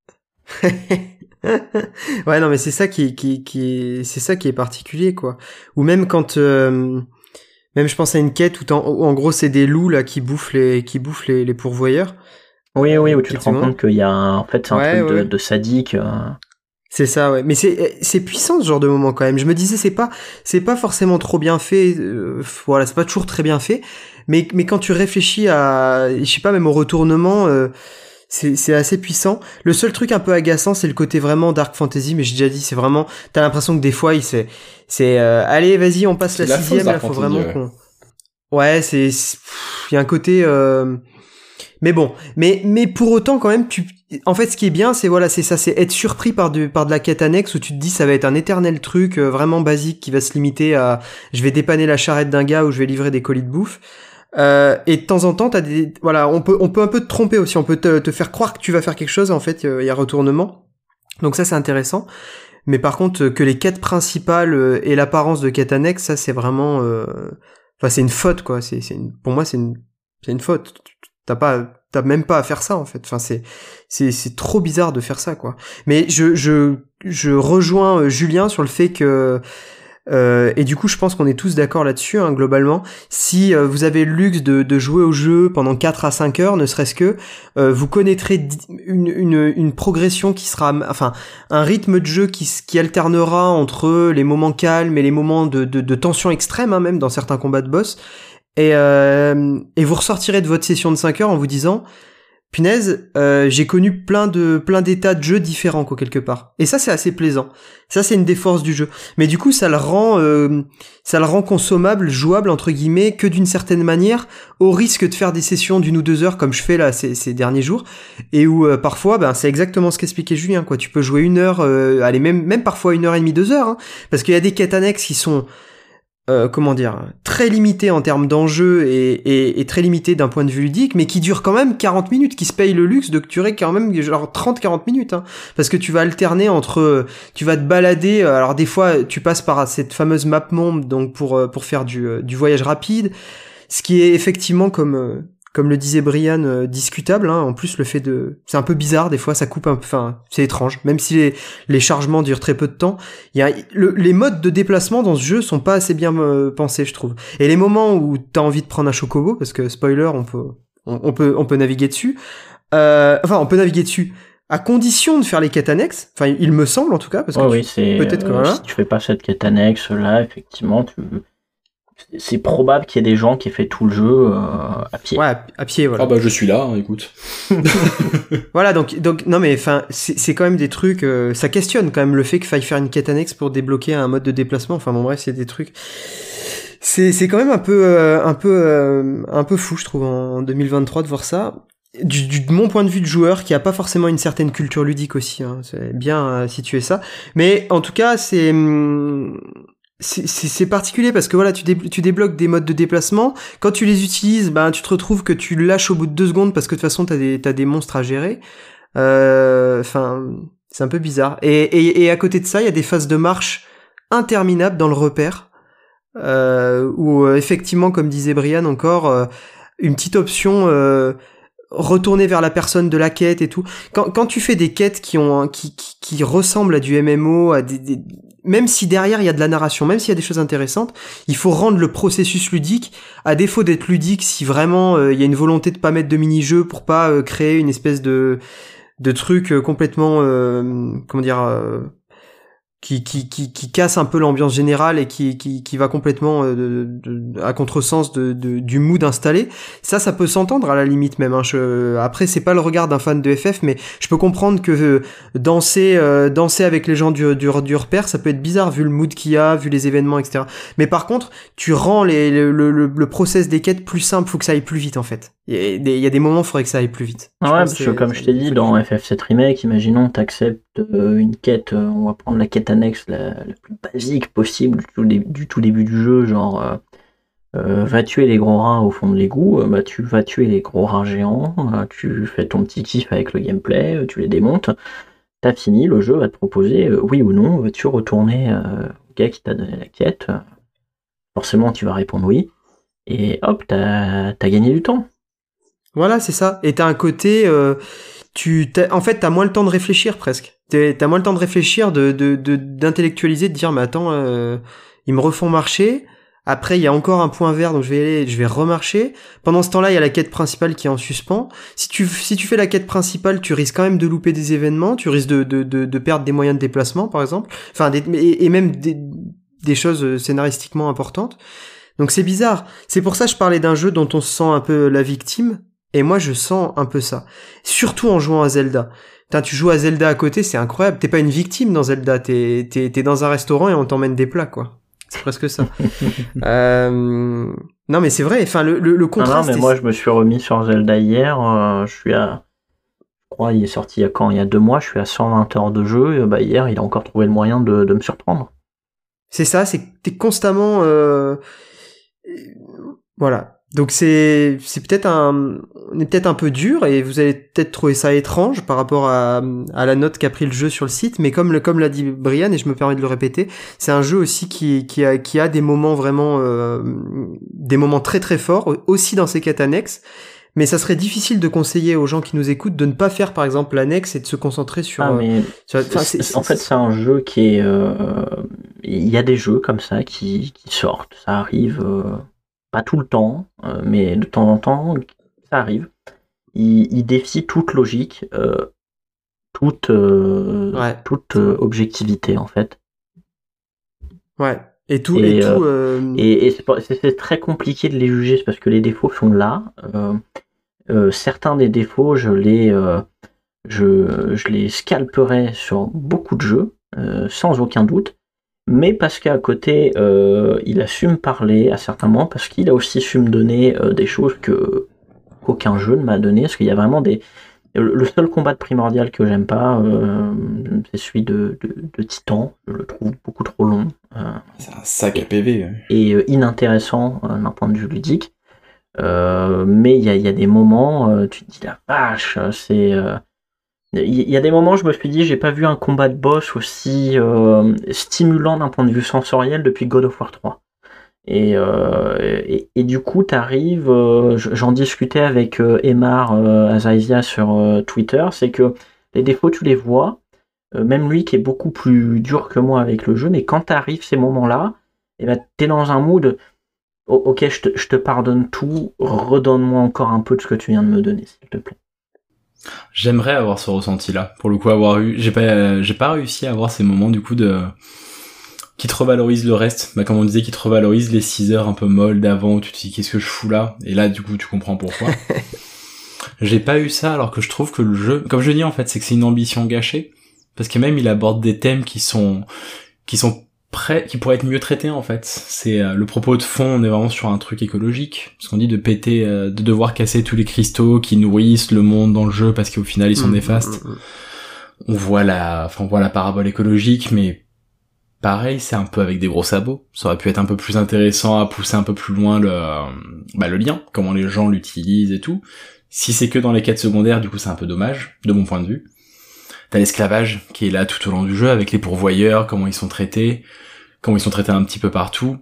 Ouais, non, mais c'est ça qui, qui, qui, c'est ça qui est particulier, quoi. Ou même quand, euh, même je pense à une quête où, t'en- où en gros c'est des loups là qui bouffent les, qui bouffent les, les pourvoyeurs. Oui, oui, où tu te rends Effectivement. compte qu'il y a un, en fait c'est un Ouais, truc de, ouais. de sadique. euh. C'est ça, ouais. Mais c'est, c'est puissant ce genre de moment quand même. Je me disais, c'est pas, c'est pas forcément trop bien fait. euh, voilà, c'est pas toujours très bien fait. Mais, mais quand tu réfléchis à, je sais pas, même au retournement, euh, c'est, c'est assez puissant. Le seul truc un peu agaçant, c'est le côté vraiment dark fantasy. Mais j'ai déjà dit, c'est vraiment, t'as l'impression que des fois, il c'est, c'est, euh, allez, vas-y, on passe C'est la de la sixième. fausse Là, dark faut fantasy, vraiment ouais. qu'on. Ouais, c'est, il y a un côté. Euh... Mais bon, mais mais pour autant quand même, tu. En fait, ce qui est bien, c'est voilà, c'est ça, c'est être surpris par de par de la quête annexe où tu te dis ça va être un éternel truc euh, vraiment basique qui va se limiter à je vais dépanner la charrette d'un gars ou je vais livrer des colis de bouffe. Euh, et de temps en temps, t'as des voilà, on peut on peut un peu te tromper aussi, on peut te, te faire croire que tu vas faire quelque chose, en fait, il euh, y a retournement. Donc ça, c'est intéressant. Mais par contre, que les quêtes principales euh, et l'apparence de quête annexe, ça, c'est vraiment, euh... enfin, c'est une faute, quoi. C'est, c'est une... pour moi, c'est une, c'est une faute. T'as pas, t'as même pas à faire ça, en fait. Enfin, c'est, c'est, c'est trop bizarre de faire ça, quoi. Mais je, je, je rejoins euh, Julien sur le fait que, euh, et du coup, je pense qu'on est tous d'accord là-dessus, hein, globalement. Si euh, vous avez le luxe de, de jouer au jeu pendant quatre à cinq heures, ne serait-ce que, euh, vous connaîtrez une, une, une progression qui sera, enfin, un rythme de jeu qui, qui alternera entre les moments calmes et les moments de, de, de tension extrême, hein, même dans certains combats de boss. Et, euh, et vous ressortirez de votre session de cinq heures en vous disant, punaise, euh, j'ai connu plein de plein d'états de jeu différents, quoi, quelque part. Et ça, c'est assez plaisant. Ça, c'est une des forces du jeu. Mais du coup, ça le rend, euh, ça le rend consommable, jouable entre guillemets, que d'une certaine manière, au risque de faire des sessions d'une ou deux heures, comme je fais là ces, ces derniers jours, et où euh, parfois, ben, c'est exactement ce qu'expliquait Julien, quoi. Tu peux jouer une heure, euh, allez, même même parfois une heure et demie, deux heures, hein, parce qu'il y a des quêtes annexes qui sont Euh, comment dire, très limité en termes d'enjeux et, et, et très limité d'un point de vue ludique, mais qui dure quand même quarante minutes, qui se paye le luxe de durer quand même genre trente à quarante minutes, hein, parce que tu vas alterner entre, tu vas te balader, alors des fois tu passes par cette fameuse map monde, donc pour, pour faire du, du voyage rapide, ce qui est effectivement comme, comme le disait Brian, euh, discutable, hein. En plus, le fait de, c'est un peu bizarre, des fois, ça coupe un peu, enfin, c'est étrange. Même si les, les chargements durent très peu de temps, il y a, le, les modes de déplacement dans ce jeu sont pas assez bien euh, pensés, je trouve. Et les moments où t'as envie de prendre un chocobo, parce que spoiler, on peut, on, on peut, on peut naviguer dessus, euh, enfin, on peut naviguer dessus, à condition de faire les quêtes annexes, enfin, il me semble, en tout cas, parce que Ouais, tu, oui, c'est, peut-être que euh, voilà. si tu fais pas cette quête annexe là, effectivement, tu, c'est probable qu'il y ait des gens qui aient fait tout le jeu euh, à pied. Ouais, à, à pied, voilà. Ah bah je suis là, hein, écoute. Voilà, donc, donc non mais enfin, c'est, c'est quand même des trucs, euh, ça questionne quand même le fait qu'il faille faire une quête annexe pour débloquer un mode de déplacement. Enfin bon bref, c'est des trucs. C'est, c'est quand même un peu, euh, un peu, euh, un peu fou, je trouve, en deux mille vingt-trois de voir ça. Du, du, de mon point de vue de joueur, qui a pas forcément une certaine culture ludique aussi, hein, c'est bien euh, situé ça. Mais en tout cas, c'est, hum, c'est, c'est, c'est particulier parce que voilà, tu, dé, tu débloques des modes de déplacement. Quand tu les utilises, ben tu te retrouves que tu lâches au bout de deux secondes parce que de toute façon t'as des, t'as des monstres à gérer. Enfin, euh, c'est un peu bizarre. Et, et, et à côté de ça, il y a des phases de marche interminables dans le repère. Euh, où euh, effectivement, comme disait Brian encore, euh, une petite option euh, retourner vers la personne de la quête et tout. Quand, quand tu fais des quêtes qui ont qui, qui, qui ressemblent à du M M O, à des, des même si derrière il y a de la narration, même s'il y a des choses intéressantes, il faut rendre le processus ludique, à défaut d'être ludique, si vraiment euh, il y a une volonté de pas mettre de mini-jeu pour pas euh, créer une espèce de de truc euh, complètement euh, comment dire euh, qui qui qui qui casse un peu l'ambiance générale et qui qui qui va complètement euh, de, de, à contresens de, de du mood installé. Ça ça peut s'entendre à la limite même hein. Je, après c'est pas le regard d'un fan de F F, mais je peux comprendre que euh, danser euh, danser avec les gens du, du du repère, ça peut être bizarre vu le mood qu'il y a, vu les événements, et cetera. Mais par contre, tu rends les le le, le process des quêtes plus simple, faut que ça aille plus vite en fait. Il y a des, il y a des moments, il faudrait que ça aille plus vite. Je ouais, parce que comme je t'ai dit, dans F F sept Remake, imaginons que t'acceptes euh, une quête, euh, on va prendre la quête annexe la, la plus basique possible du tout, du tout début du jeu, genre euh, euh, va tuer les gros rats au fond de l'égout, euh, bah tu vas tuer les gros rats géants, euh, tu fais ton petit kiff avec le gameplay, euh, tu les démontes, t'as fini, le jeu va te proposer euh, oui ou non, veux-tu retourner euh, au gars qui t'a donné la quête, forcément tu vas répondre oui, et hop, t'as, t'as gagné du temps. Voilà, c'est ça. Et t'as un côté, euh, tu, t'as, en fait, t'as moins le temps de réfléchir presque. T'es, t'as moins le temps de réfléchir, de, de, de d'intellectualiser, de dire, mais attends, euh, ils me refont marcher. Après, il y a encore un point vert, donc je vais aller, je vais remarcher. Pendant ce temps-là, il y a la quête principale qui est en suspens. Si tu, si tu fais la quête principale, tu risques quand même de louper des événements, tu risques de, de, de, de perdre des moyens de déplacement, par exemple. Enfin, des, et, et même des, des choses scénaristiquement importantes. Donc c'est bizarre. C'est pour ça que je parlais d'un jeu dont on se sent un peu la victime. Et moi, je sens un peu ça. Surtout en jouant à Zelda. Putain, tu joues à Zelda à côté, c'est incroyable. T'es pas une victime dans Zelda. T'es, t'es, t'es dans un restaurant et on t'emmène des plats, quoi. C'est presque ça. euh... Non, mais c'est vrai. Enfin, le, le, le contraste. Non, non mais moi, je me suis remis sur Zelda hier. Euh, je suis à... Je crois il est sorti il y a quand? Il y a deux mois. Je suis à cent vingt heures de jeu. Et bah, hier, il a encore trouvé le moyen de, de me surprendre. C'est ça, c'est que t'es constamment... Euh... Voilà. Donc c'est c'est peut-être un on est peut-être un peu dur et vous allez peut-être trouver ça étrange par rapport à à la note qu'a pris le jeu sur le site, mais comme le comme l'a dit Brian et je me permets de le répéter, c'est un jeu aussi qui qui a qui a des moments vraiment euh, des moments très très forts aussi dans ses quêtes annexes. Mais ça serait difficile de conseiller aux gens qui nous écoutent de ne pas faire par exemple l'annexe et de se concentrer sur. Ah mais sur... Enfin, c'est, c'est, en fait c'est un jeu qui est euh... il y a des jeux comme ça qui qui sortent, ça arrive. Euh... Pas tout le temps, euh, mais de temps en temps, ça arrive. Il, il défie toute logique, euh, toute, euh, ouais. toute euh, objectivité en fait. Ouais. Et tout. Et, et, tout, euh, euh... et, et c'est, c'est, c'est très compliqué de les juger parce que les défauts sont là. Euh, euh, certains des défauts, je les, euh, je, je les scalperai sur beaucoup de jeux, euh, sans aucun doute. Mais parce qu'à côté, euh, il a su me parler à certains moments, parce qu'il a aussi su me donner euh, des choses que qu'aucun jeu ne m'a donné, parce qu'il y a vraiment des... Le seul combat de primordial que j'aime pas, euh, c'est celui de, de, de Titan, je le trouve beaucoup trop long. Euh, c'est un sac à P V. Et euh, inintéressant euh, d'un point de vue ludique. Euh, mais il y a, y a des moments, euh, tu te dis la vache, c'est... Euh, Il y a des moments où je me suis dit j'ai pas vu un combat de boss aussi euh, stimulant d'un point de vue sensoriel depuis God of War trois. Et, euh, et, et du coup t'arrives, euh, j'en discutais avec euh, Emar euh, Azaizia sur euh, Twitter, c'est que les défauts tu les vois, euh, même lui qui est beaucoup plus dur que moi avec le jeu, mais quand t'arrives ces moments-là, et ben t'es dans un mood oh, ok je te, je te pardonne tout, redonne-moi encore un peu de ce que tu viens de me donner s'il te plaît. J'aimerais avoir ce ressenti-là. Pour le coup, avoir eu, j'ai pas, j'ai pas réussi à avoir ces moments du coup de, qui te revalorise le reste. Bah, comme on disait, qui te revalorise les six heures un peu molles d'avant où tu te dis qu'est-ce que je fous là? Et là, du coup, tu comprends pourquoi. J'ai pas eu ça, alors que je trouve que le jeu, comme je dis en fait, c'est que c'est une ambition gâchée. Parce que même il aborde des thèmes qui sont, qui sont prêts, qui pourraient être mieux traités en fait. C'est euh, le propos de fond, on est vraiment sur un truc écologique. Parce qu'on dit de péter, euh, de devoir casser tous les cristaux qui nourrissent le monde dans le jeu parce qu'au final ils sont mmh, néfastes. Mmh, mmh. On voit la, enfin on voit la parabole écologique, mais pareil, c'est un peu avec des gros sabots. Ça aurait pu être un peu plus intéressant à pousser un peu plus loin le, bah, le lien, comment les gens l'utilisent et tout. Si c'est que dans les quêtes secondaires, du coup, c'est un peu dommage, de mon point de vue. T'as l'esclavage qui est là tout au long du jeu, avec les pourvoyeurs, comment ils sont traités, comment ils sont traités un petit peu partout.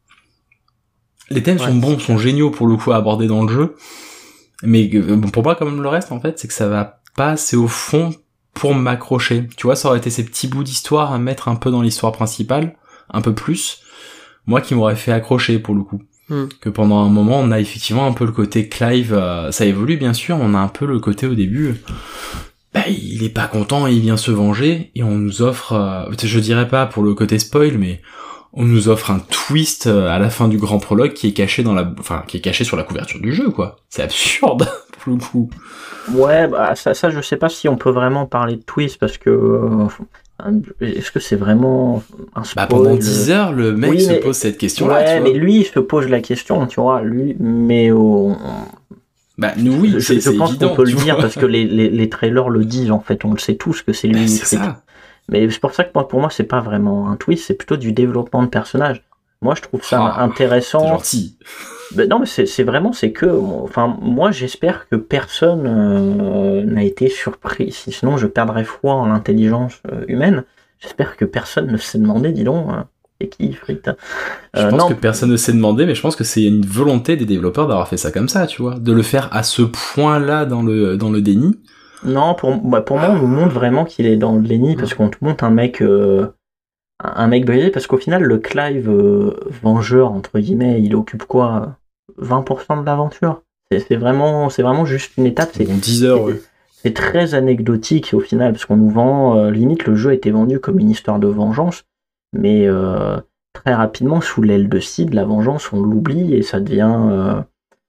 Les thèmes ouais. sont bons, sont géniaux pour le coup à aborder dans le jeu. Mais pour moi, comme le reste, en fait, c'est que ça va pas assez au fond pour m'accrocher. Tu vois, ça aurait été ces petits bouts d'histoire à mettre un peu dans l'histoire principale, un peu plus, moi qui m'aurait fait accrocher pour le coup. Mm. Que pendant un moment, on a effectivement un peu le côté Clive, euh, ça évolue bien sûr, on a un peu le côté au début, bah il est pas content et il vient se venger, et on nous offre, euh, je dirais pas pour le côté spoil, mais on nous offre un twist à la fin du grand prologue qui est caché dans la, enfin, qui est caché sur la couverture du jeu, quoi. C'est absurde, pour le coup. Ouais, bah, ça, ça, je sais pas si on peut vraiment parler de twist, parce que, euh, est-ce que c'est vraiment un spoil? Bah, pendant dix heures, le mec oui, se mais... pose cette question-là, ouais, tu vois. mais lui, il se pose la question, tu vois, lui, mais on... Bah, nous, oui, je, c'est, je c'est pense évident, qu'on peut le vois. dire, parce que les, les, les trailers le disent, en fait, on le sait tous que c'est lui. Bah, c'est ça. Mais c'est pour ça que moi, pour moi, c'est pas vraiment un twist, c'est plutôt du développement de personnage. Moi, je trouve ça ah, intéressant. C'est gentil. Ben non, mais c'est, c'est vraiment, c'est que, enfin, moi, j'espère que personne euh, n'a été surpris. Sinon, je perdrais foi en l'intelligence euh, humaine. J'espère que personne ne s'est demandé, dis donc, euh, c'est qui, Frites euh, Je pense non. que personne ne s'est demandé, mais je pense que c'est une volonté des développeurs d'avoir fait ça comme ça, tu vois, de le faire à ce point-là dans le dans le déni. Non, pour, bah, pour moi, on nous montre vraiment qu'il est dans le déni, parce qu'on te montre un mec. Euh, un mec brisé, parce qu'au final le Clive euh, vengeur entre guillemets, il occupe quoi, vingt pour cent de l'aventure. C'est, c'est vraiment c'est vraiment juste une étape, c'est bon, dix heures, c'est, ouais. c'est très anecdotique au final, parce qu'on nous vend euh, limite le jeu était vendu comme une histoire de vengeance, mais euh, très rapidement sous l'aile de Sid, la vengeance on l'oublie et ça devient euh,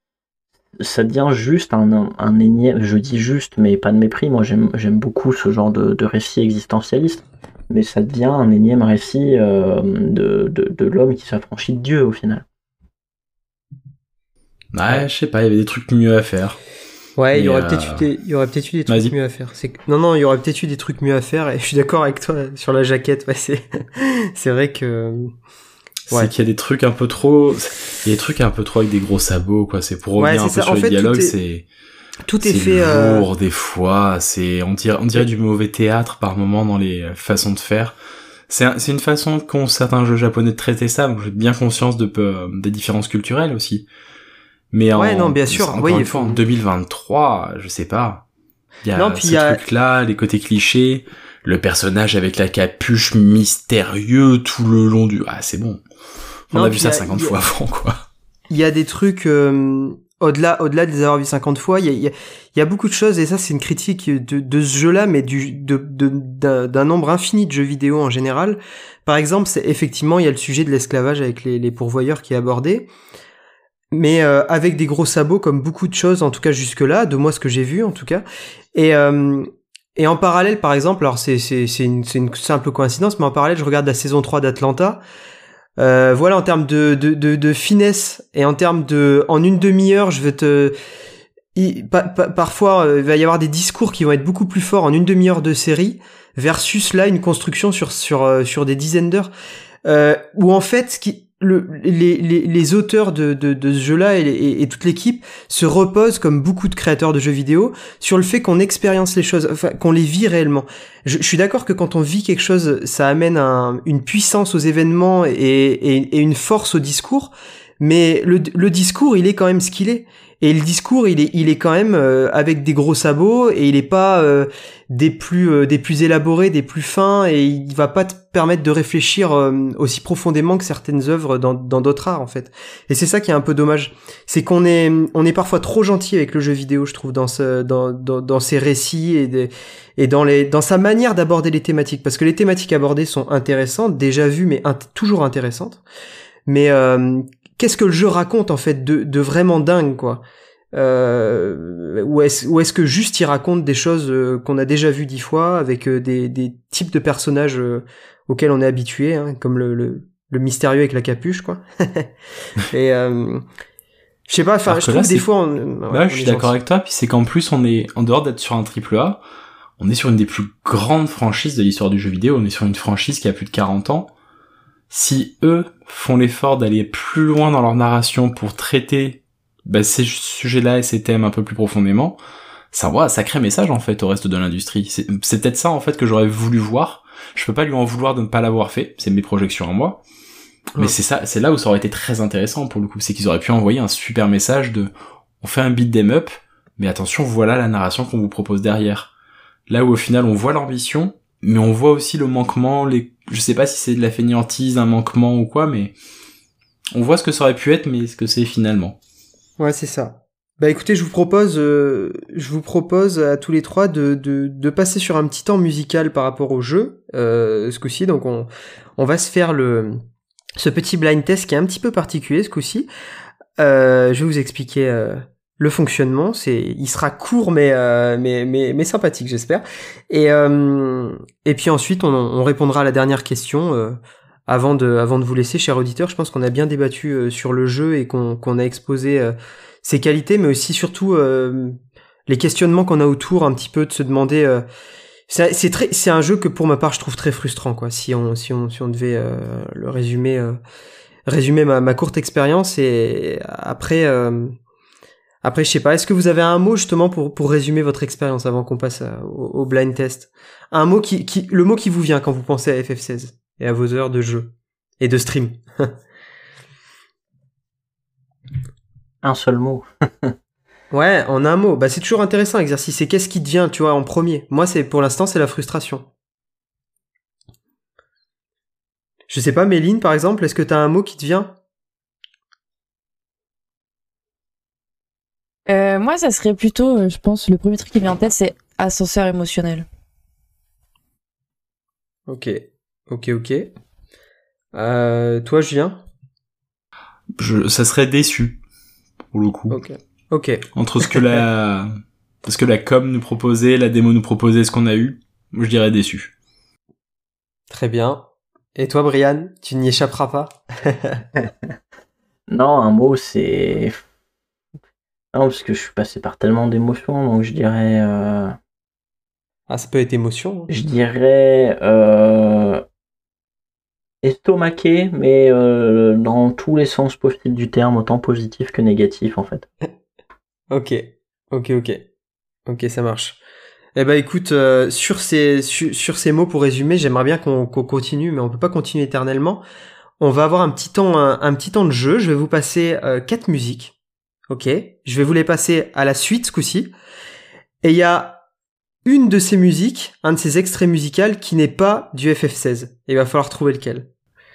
ça devient juste un, un, un énième, je dis juste mais pas de mépris, moi j'aime j'aime beaucoup ce genre de, de récit existentialiste, mais ça devient un énième récit euh, de, de, de l'homme qui s'affranchit de Dieu au final. Ouais, je sais pas, il y avait des trucs mieux à faire. Ouais, il y aurait euh... peut-être eu des, il y aurait peut-être eu des trucs Vas-y. mieux à faire. C'est que... non, non, il y aurait peut-être eu des trucs mieux à faire, et je suis d'accord avec toi sur la jaquette. Ouais, c'est, c'est vrai que. Ouais. C'est qu'il y a des trucs un peu trop, il y a des trucs un peu trop avec des gros sabots, quoi. C'est pour revenir ouais, un c'est peu ça. sur En les fait, dialogues, tout est... c'est. Tout est c'est fait lourd euh... des fois, c'est on dirait on dirait du mauvais théâtre par moment dans les façons de faire. C'est un, c'est une façon qu'ont certains jeux japonais de traiter ça, donc j'ai bien conscience de peu, des différences culturelles aussi. Mais ouais, en, non, bien sûr. encore oui, une fois, en deux mille vingt-trois, je sais pas. Il y a non, puis ce a... truc-là, les côtés clichés, le personnage avec la capuche mystérieux tout le long du. Ah, c'est bon. On non, a vu ça a, cinquante fois avant, quoi. Il y a des trucs. Euh... Au-delà, au-delà de les avoir vus cinquante fois, il y a, il y a, il y a beaucoup de choses, et ça c'est une critique de, de ce jeu-là, mais du, de, de, d'un, d'un nombre infini de jeux vidéo en général. Par exemple, c'est effectivement, il y a le sujet de l'esclavage avec les, les pourvoyeurs qui est abordé, mais euh, avec des gros sabots comme beaucoup de choses, en tout cas jusque-là, de moi ce que j'ai vu en tout cas. Et, euh, et en parallèle, par exemple, alors c'est, c'est, c'est, une, c'est une simple coïncidence, mais en parallèle, je regarde la saison trois d'Atlanta. Euh, voilà, en termes de, de, de, de finesse et en termes de, en une demi-heure, je vais te, il, pa, pa, parfois, euh, il va y avoir des discours qui vont être beaucoup plus forts en une demi-heure de série versus là une construction sur sur euh, sur des dizaines d'heures, euh, où en fait, ce qui, le, les, les, les auteurs de, de, de ce jeu-là et, et, et toute l'équipe se reposent, comme beaucoup de créateurs de jeux vidéo, sur le fait qu'on expérience les choses, enfin, qu'on les vit réellement. Je, je suis d'accord que quand on vit quelque chose, ça amène un, une puissance aux événements et, et, et une force au discours, mais le, le discours, il est quand même ce qu'il est. Et le discours, il est, il est quand même euh, avec des gros sabots, et il est pas euh, des plus, euh, des plus élaborés, des plus fins, et il va pas te permettre de réfléchir euh, aussi profondément que certaines œuvres dans, dans d'autres arts, en fait. Et c'est ça qui est un peu dommage, c'est qu'on est, on est parfois trop gentil avec le jeu vidéo, je trouve, dans ce, dans, dans, dans ses récits et des, et dans les, dans sa manière d'aborder les thématiques, parce que les thématiques abordées sont intéressantes, déjà vues, mais int- toujours intéressantes. Mais euh, qu'est-ce que le jeu raconte en fait de, de vraiment dingue, quoi? Euh, ou est-ce, ou est-ce que juste il raconte des choses euh, qu'on a déjà vues dix fois avec euh, des, des types de personnages euh, auxquels on est habitué, hein, comme le, le, le mystérieux avec la capuche, quoi. Et euh, je sais pas, enfin, je trouve là, des c'est... fois, on, là, ouais, je on suis est d'accord gentil. avec toi. Puis c'est qu'en plus, on est en dehors d'être sur un triple A, on est sur une des plus grandes franchises de l'histoire du jeu vidéo. On est sur une franchise qui a plus de quarante ans. Si eux font l'effort d'aller plus loin dans leur narration pour traiter bah, ces sujets-là et ces thèmes un peu plus profondément, ça envoie un sacré message en fait au reste de l'industrie. C'est, c'est peut-être ça en fait que j'aurais voulu voir. Je peux pas lui en vouloir de ne pas l'avoir fait, c'est mes projections en moi. Mais Ouais. c'est ça, c'est là où ça aurait été très intéressant pour le coup, c'est qu'ils auraient pu envoyer un super message de on fait un beat 'em up, mais attention, voilà la narration qu'on vous propose derrière. Là où au final on voit l'ambition, mais on voit aussi le manquement, les je sais pas si c'est de la fainéantise, un manquement ou quoi, mais on voit ce que ça aurait pu être, mais ce que c'est finalement. Ouais, c'est ça. Bah écoutez, je vous propose, euh, je vous propose à tous les trois de, de, de passer sur un petit temps musical par rapport au jeu, euh, ce coup-ci. Donc on, on va se faire le, ce petit blind test qui est un petit peu particulier ce coup-ci. Euh, je vais vous expliquer euh, le fonctionnement. C'est, il sera court mais euh, mais mais mais sympathique, j'espère. Et euh, et puis ensuite on, on répondra à la dernière question. Euh, Avant de, avant de vous laisser, chers auditeurs, je pense qu'on a bien débattu euh, sur le jeu et qu'on, qu'on a exposé euh, ses qualités, mais aussi surtout euh, les questionnements qu'on a autour, un petit peu de se demander. Euh, c'est, c'est très, c'est un jeu que pour ma part je trouve très frustrant, quoi. Si on, si on, si on devait euh, le résumer, euh, résumer ma, ma courte expérience et après, euh, après je sais pas. Est-ce que vous avez un mot justement pour pour résumer votre expérience avant qu'on passe à, au, au blind test? Un mot qui, qui, le mot qui vous vient quand vous pensez à F F seize. Et à vos heures de jeu. Et de stream. Un seul mot. Ouais, en un mot. Bah, c'est toujours intéressant, l'exercice. Et qu'est-ce qui te vient, tu vois, en premier? Moi, c'est, pour l'instant, c'est la frustration. Je sais pas, Méline, par exemple, est-ce que t'as un mot qui te vient? Euh, moi, ça serait plutôt, euh, je pense, le premier truc qui me vient en tête, c'est ascenseur émotionnel. Ok. Ok, ok. Euh, toi, Julien? Je, ça serait déçu, pour le coup. Ok. Ok. Entre ce que la, ce que la com nous proposait, la démo nous proposait, ce qu'on a eu, je dirais déçu. Très bien. Et toi, Brian, tu n'y échapperas pas? Non, un mot, c'est... Non, parce que je suis passé par tellement d'émotions, donc je dirais... Euh... Ah, ça peut être émotion. Hein. Je dirais... Euh... estomaqué, mais euh, dans tous les sens possibles du terme, autant positif que négatif, en fait. Ok. Ok, ok. Ok, ça marche. Eh ben écoute, euh, sur ces sur, sur ces mots pour résumer, j'aimerais bien qu'on, qu'on continue, mais on peut pas continuer éternellement. On va avoir un petit temps un, un petit temps de jeu. Je vais vous passer euh, quatre musiques. Ok. Je vais vous les passer à la suite ce coup-ci. Et il y a une de ces musiques, un de ces extraits musicaux qui n'est pas du F F seize. Il va falloir trouver lequel.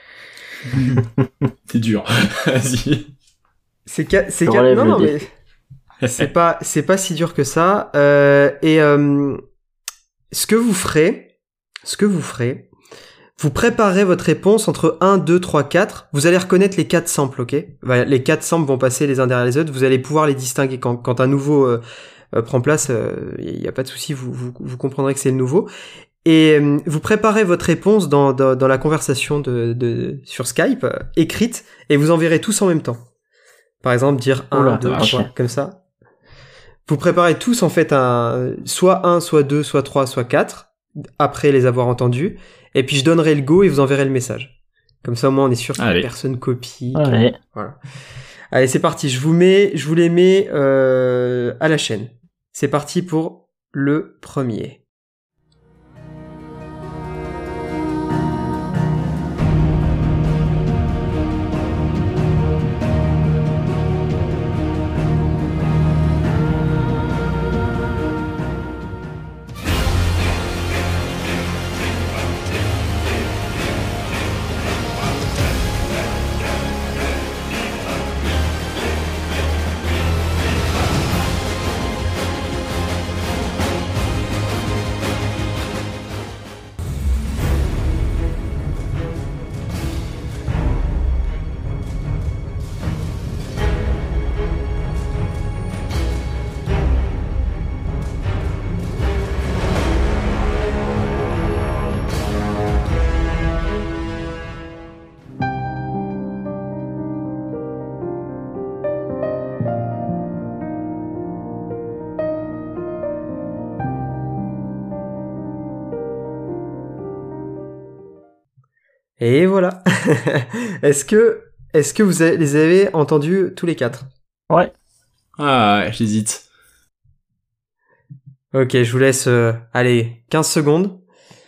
C'est dur. Vas-y. C'est ca- c'est Je ca- relève non le non défi. mais c'est pas c'est pas si dur que ça. Euh, et euh, ce que vous ferez, ce que vous ferez, vous préparez votre réponse entre un, deux, trois, quatre. Vous allez reconnaître les quatre samples, ok? Bah, les quatre samples vont passer les uns derrière les autres. Vous allez pouvoir les distinguer quand, quand un nouveau euh, euh, prend place. Il euh, y a pas de souci, vous, vous vous comprendrez que c'est le nouveau. Et euh, vous préparez votre réponse dans dans, dans la conversation de, de sur Skype euh, écrite et vous enverrez tous en même temps. Par exemple, dire un, Oula, deux, vache. trois, comme ça. Vous préparez tous en fait un soit un, soit deux, soit trois, soit quatre après les avoir entendus. Et puis je donnerai le go et vous enverrez le message. Comme ça au moins on est sûr que Allez. personne copie. Allez. Voilà. Allez, c'est parti. Je vous mets, je vous les mets euh, à la chaîne. C'est parti pour le premier. Et voilà. Est-ce que, est-ce que vous avez- les avez entendus tous les quatre? Ouais. Ah, ouais, j'hésite. Ok, je vous laisse, euh, allez, quinze secondes.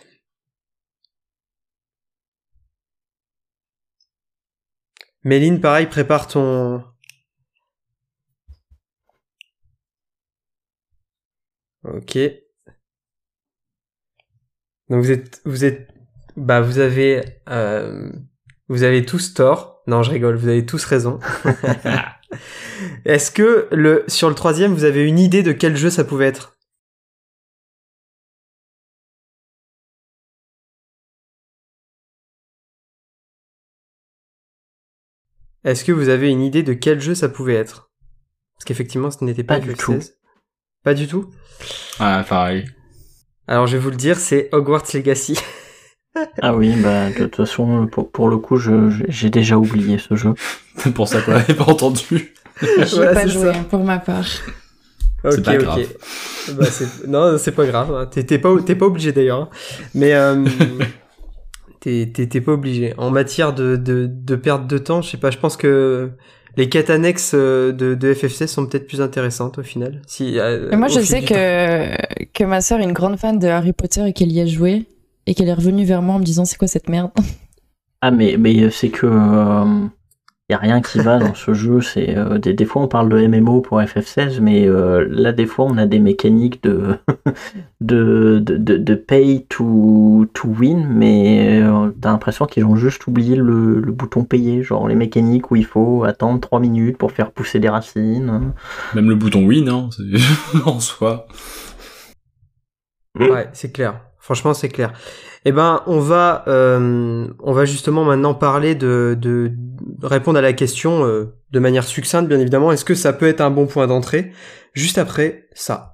Méline, pareil, prépare ton... Ok. Donc vous êtes, vous êtes, bah vous avez, euh, vous avez tous tort. Non, je rigole, vous avez tous raison. Est-ce que le, sur le troisième, vous avez une idée de quel jeu ça pouvait être? Est-ce que vous avez une idée de quel jeu ça pouvait être? Parce qu'effectivement, ce n'était pas, Pas du du F tout. seize. Pas du tout? Ah, pareil. Alors je vais vous le dire, c'est Hogwarts Legacy. Ah oui, bah de toute façon, pour, pour le coup, je, je- j'ai déjà oublié ce jeu. C'est pour ça qu'on l'avait pas entendu. J'y ai Voilà, pas c'est joué ça. pour ma part. Ok, C'est pas ok. grave. Bah, c'est... Non, c'est pas grave. hein. T'es, t'es pas, t'es pas obligé d'ailleurs. hein. Mais euh, t'es, t'es, t'es pas obligé. En matière de, de, de perte de temps, je sais pas. Je pense que les quêtes annexes euh, de, de F F seize sont peut-être plus intéressantes au final. Si. euh, Et moi, au je fil sais du temps. que, que ma sœur est une grande fan de Harry Potter et qu'elle y a joué. Et qu'elle est revenue vers moi en me disant c'est quoi cette merde. Ah mais mais c'est que euh, y a rien qui va dans ce jeu. C'est euh, des, des fois on parle de M M O pour F F seize, mais euh, là des fois on a des mécaniques de de, de, de, de pay to, to win, mais euh, t'as l'impression qu'ils ont juste oublié le, le bouton payer, genre les mécaniques où il faut attendre trois minutes pour faire pousser des racines. Même le bouton win, hein, c'est... en soi. Ouais, c'est clair. Franchement, c'est clair. Eh ben, on va, euh, on va justement maintenant parler de, de, de répondre à la question euh, de manière succincte, bien évidemment. Est-ce que ça peut être un bon point d'entrée? Juste après ça.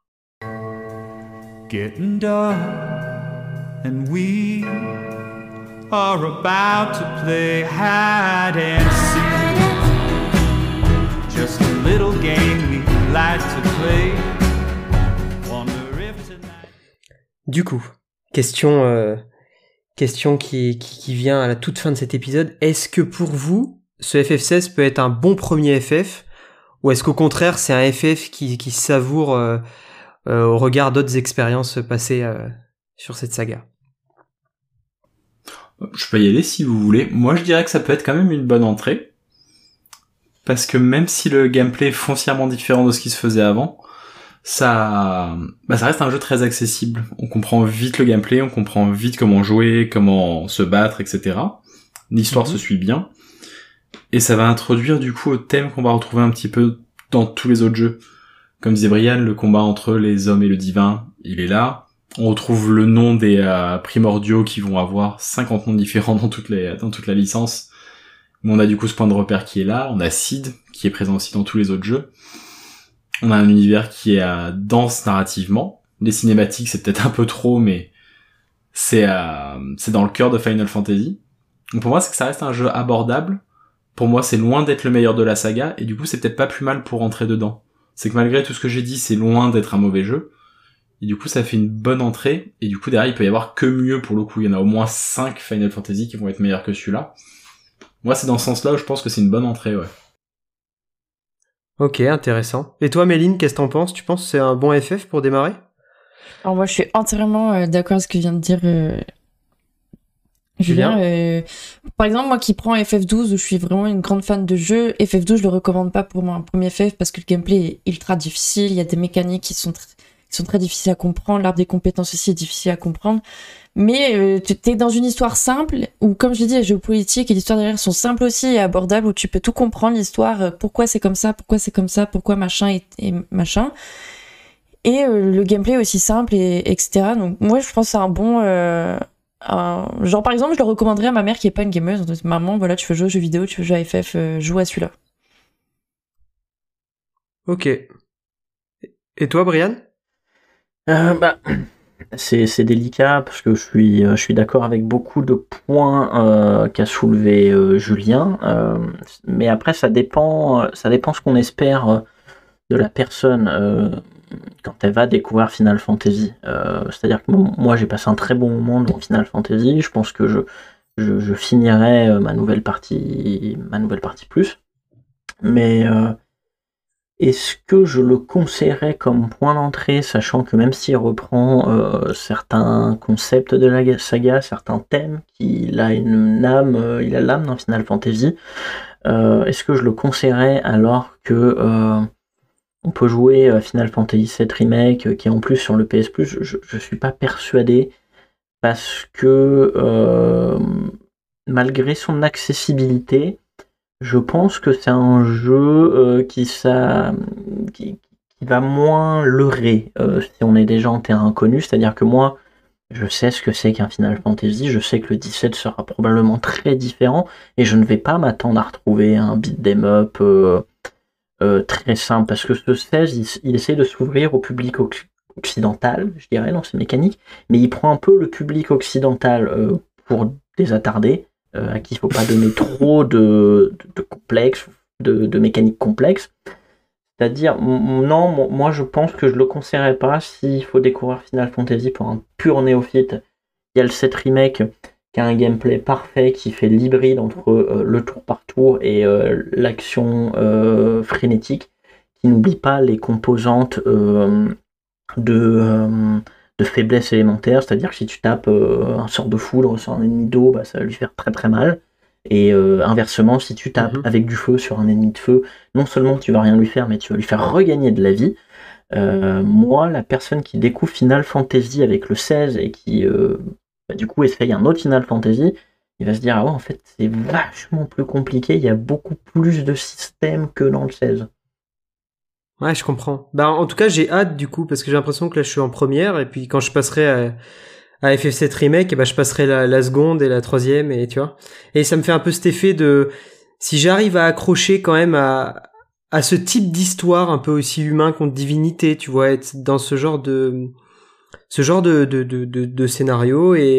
Getting dark, and we are about to play hide and seek. Just a little game we like to play. Wonder if tonight. Du coup, question, euh, question qui, qui, qui vient à la toute fin de cet épisode. Est-ce que pour vous, ce F F seize peut être un bon premier F F, ou est-ce qu'au contraire, c'est un F F qui, qui savoure euh, euh, au regard d'autres expériences passées euh, sur cette saga? Je peux y aller si vous voulez. Moi, je dirais que ça peut être quand même une bonne entrée. Parce que même si le gameplay est foncièrement différent de ce qui se faisait avant, ça, bah, ça reste un jeu très accessible. On comprend vite le gameplay, on comprend vite comment jouer, comment se battre, et cetera. L'histoire Mhm. se suit bien. Et ça va introduire du coup au thème qu'on va retrouver un petit peu dans tous les autres jeux. Comme disait Brian, le combat entre les hommes et le divin, il est là. On retrouve le nom des euh, primordiaux qui vont avoir cinquante noms différents dans, toutes les, dans toute la licence. Mais on a du coup ce point de repère qui est là. On a Sid, qui est présent aussi dans tous les autres jeux. On a un univers qui est euh, dense narrativement. Les cinématiques, c'est peut-être un peu trop, mais c'est euh, c'est dans le cœur de Final Fantasy. Donc pour moi, c'est que ça reste un jeu abordable. Pour moi, c'est loin d'être le meilleur de la saga, et du coup, c'est peut-être pas plus mal pour rentrer dedans. C'est que malgré tout ce que j'ai dit, c'est loin d'être un mauvais jeu. Et du coup, ça fait une bonne entrée, et du coup, derrière, il peut y avoir que mieux pour le coup. Il y en a au moins cinq Final Fantasy qui vont être meilleurs que celui-là. Moi, c'est dans ce sens-là où je pense que c'est une bonne entrée, ouais. Ok, intéressant. Et toi, Méline, qu'est-ce que t'en penses? Tu penses que c'est un bon F F pour démarrer? Alors moi, je suis entièrement euh, d'accord avec ce que vient de dire euh, Julien. Euh, par exemple, moi qui prends F F douze, où je suis vraiment une grande fan de jeu, F F douze, je le recommande pas pour mon premier F F parce que le gameplay est ultra difficile. Il y a des mécaniques qui sont, tr- qui sont très difficiles à comprendre. L'arbre des compétences aussi est difficile à comprendre. Mais euh, tu es dans une histoire simple où, comme je l'ai dit, la géopolitique et l'histoire derrière sont simples aussi et abordables, où tu peux tout comprendre, l'histoire, euh, pourquoi c'est comme ça, pourquoi c'est comme ça, pourquoi machin et, et machin. Et euh, le gameplay est aussi simple, et, etc. Donc moi, je pense que c'est un bon... Euh, un... Genre, par exemple, je le recommanderais à ma mère qui est pas une gameuse. En fait, maman, voilà, tu veux jouer aux jeux vidéo, tu veux jouer à F F, euh, joue à celui-là. Ok. Et toi, Brian? Euh, bah, c'est, c'est délicat parce que je suis, euh, je suis d'accord avec beaucoup de points euh, qu'a soulevé euh, Julien, euh, mais après ça dépend, ça dépend ce qu'on espère euh, de la personne euh, quand elle va découvrir Final Fantasy. Euh, c'est-à-dire que bon, moi j'ai passé un très bon moment dans Final Fantasy, je pense que je, je, je finirai euh, ma nouvelle partie, ma nouvelle partie plus. Mais euh, est-ce que je le conseillerais comme point d'entrée, sachant que même s'il reprend euh, certains concepts de la saga, certains thèmes, qu'il a une âme, euh, il a l'âme d'un Final Fantasy, euh, est-ce que je le conseillerais alors que euh, on peut jouer à Final Fantasy sept Remake, euh, qui est en plus sur le P S Plus? Je, je suis pas persuadé, parce que euh, malgré son accessibilité, je pense que c'est un jeu euh, qui, ça, qui, qui va moins leurrer euh, si on est déjà en terrain connu. C'est-à-dire que moi, je sais ce que c'est qu'un Final Fantasy, je sais que le dix-sept sera probablement très différent, et je ne vais pas m'attendre à retrouver un beat'em up euh, euh, très simple, parce que ce seize, il, il essaie de s'ouvrir au public occidental, je dirais, dans ses mécaniques, mais il prend un peu le public occidental euh, pour des attardés, euh, à qui il ne faut pas donner trop de, de, de complexes, de, de mécaniques complexes. C'est-à-dire, non, moi je pense que je le conseillerais pas s'il faut découvrir Final Fantasy pour un pur néophyte. Il y a le sept Remake qui a un gameplay parfait, qui fait l'hybride entre euh, le tour par tour et euh, l'action euh, frénétique, qui n'oublie pas les composantes euh, de, euh, de faiblesse élémentaire, c'est-à-dire que si tu tapes euh, un sort de foudre sur un ennemi d'eau, bah, ça va lui faire très très mal. Et euh, inversement, si tu tapes mmh. avec du feu sur un ennemi de feu, non seulement tu vas rien lui faire, mais tu vas lui faire regagner de la vie. Euh, moi, la personne qui découvre Final Fantasy avec le seize et qui euh, bah, du coup essaye un autre Final Fantasy, il va se dire ah ouais, en fait c'est vachement plus compliqué, il y a beaucoup plus de systèmes que dans le seize. Ouais, je comprends. Bah en tout cas, j'ai hâte du coup, parce que j'ai l'impression que là je suis en première, et puis quand je passerai à à F F sept Remake, et bah, je passerai la, la seconde et la troisième, et tu vois. Et ça me fait un peu cet effet de, si j'arrive à accrocher quand même à, à ce type d'histoire un peu aussi humain contre divinité, tu vois, être dans ce genre de, ce genre de, de, de, de, de scénario, et,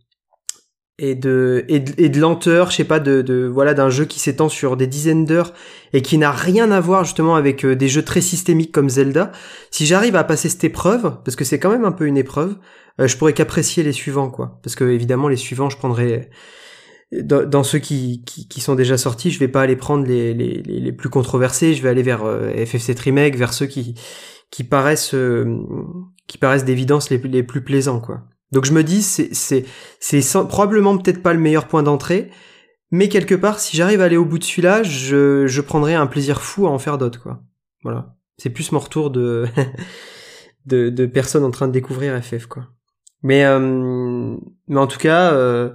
et de, et de, et de lenteur, je sais pas, de, de, voilà, d'un jeu qui s'étend sur des dizaines d'heures et qui n'a rien à voir justement avec euh, des jeux très systémiques comme Zelda. Si j'arrive à passer cette épreuve, parce que c'est quand même un peu une épreuve, Euh, je pourrais qu'apprécier les suivants, quoi. Parce que évidemment, les suivants, je prendrai dans, dans ceux qui, qui qui sont déjà sortis, je vais pas aller prendre les les les, les plus controversés. Je vais aller vers euh, F F sept Remake, vers ceux qui qui paraissent euh, qui paraissent d'évidence les les plus plaisants, quoi. Donc je me dis, c'est c'est c'est sans, probablement peut-être pas le meilleur point d'entrée, mais quelque part, si j'arrive à aller au bout de celui-là, je je prendrai un plaisir fou à en faire d'autres, quoi. Voilà. C'est plus mon retour de de de personnes en train de découvrir F F, quoi. Mais euh, mais en tout cas, euh,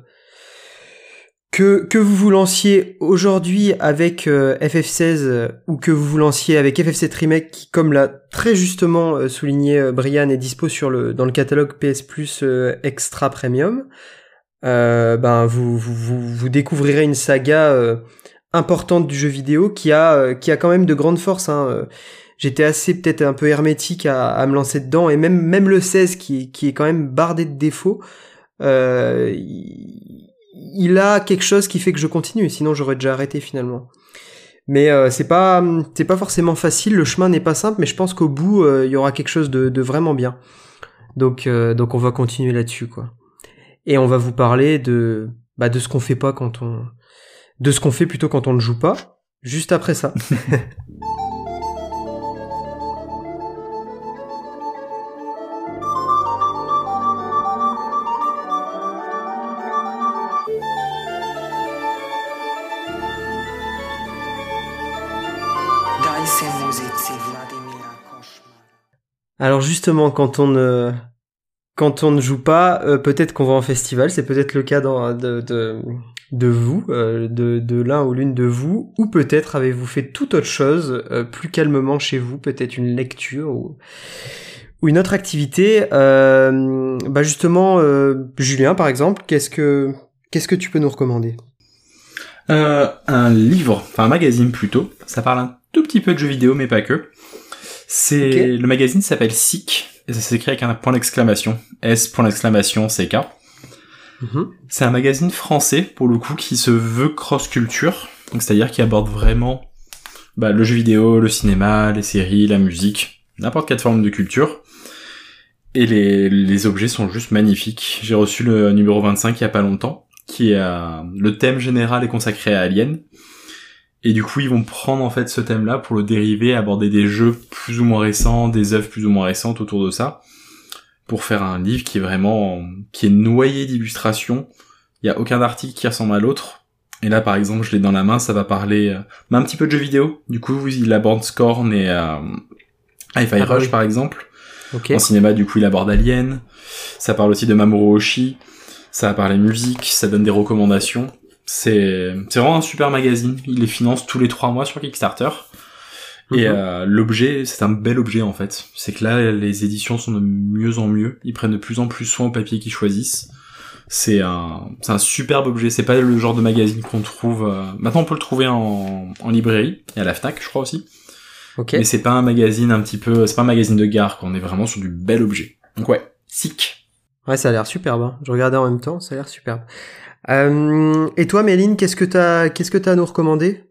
que que vous vous lanciez aujourd'hui avec euh, F F seize euh, ou que vous vous lanciez avec F F sept Remake, qui, comme l'a très justement euh, souligné euh, Brian, est dispo sur le dans le catalogue P S Plus euh, Extra Premium, euh, ben vous vous vous, vous découvrirez une saga euh, importante du jeu vidéo qui a euh, qui a quand même de grandes forces, hein. Euh, J'étais assez peut-être un peu hermétique à, à me lancer dedans, et même même le seize qui qui est quand même bardé de défauts, euh, il, il a quelque chose qui fait que je continue, sinon j'aurais déjà arrêté finalement. Mais euh, c'est pas c'est pas forcément facile, le chemin n'est pas simple, mais je pense qu'au bout euh, il y aura quelque chose de, de vraiment bien. Donc euh, donc on va continuer là-dessus, quoi. Et on va vous parler de bah de ce qu'on fait pas quand on de ce qu'on fait plutôt quand on ne joue pas, juste après ça. Alors justement, quand on ne quand on ne joue pas, euh, peut-être qu'on va en festival, c'est peut-être le cas dans, de de de vous, euh, de de l'un ou l'une de vous, ou peut-être avez-vous fait toute autre chose, euh, plus calmement chez vous, peut-être une lecture ou ou une autre activité. Euh, bah justement, euh, Julien par exemple, qu'est-ce que qu'est-ce que tu peux nous recommander? Euh, un livre, enfin un magazine plutôt. Ça parle un tout petit peu de jeux vidéo, mais pas que. C'est okay. Le magazine s'appelle S I C, et ça s'écrit avec un point d'exclamation. S point d'exclamation C K. Mm-hmm. C'est un magazine français, pour le coup, qui se veut cross-culture. Donc, c'est-à-dire qui aborde vraiment bah, le jeu vidéo, le cinéma, les séries, la musique, n'importe quelle forme de culture. Et les, les objets sont juste magnifiques. J'ai reçu le numéro vingt-cinq il y a pas longtemps, qui est euh, le thème général est consacré à Alien. Et du coup, ils vont prendre en fait ce thème-là pour le dériver, aborder des jeux plus ou moins récents, des œuvres plus ou moins récentes autour de ça, pour faire un livre qui est vraiment, qui est noyé d'illustrations. Il y a aucun article qui ressemble à l'autre. Et là, par exemple, je l'ai dans la main, ça va parler, euh, mais un petit peu de jeux vidéo. Du coup, il aborde Scorn et euh, Hi-Fi Ah, Rush, oui. par exemple. Ok. En cinéma, du coup, il aborde Alien. Ça parle aussi de Mamoru Oshii. Ça va parler musique, ça donne des recommandations. C'est, c'est vraiment un super magazine. Il les finance tous les trois mois sur Kickstarter. Et Mhm. euh, l'objet, c'est un bel objet en fait. C'est que là, les éditions sont de mieux en mieux. Ils prennent de plus en plus soin au papier qu'ils choisissent. C'est un, c'est un superbe objet. C'est pas le genre de magazine qu'on trouve. Euh... Maintenant, on peut le trouver en, en librairie et à la Fnac, je crois aussi. Ok. Mais c'est pas un magazine un petit peu, c'est pas un magazine de gare. Quoi. On est vraiment sur du bel objet. Donc ouais, sick. Ouais, ça a l'air superbe. Hein. Je regardais en même temps, ça a l'air superbe. Euh, et toi, Méline, qu'est-ce que t'as, qu'est-ce que t'as à nous recommander?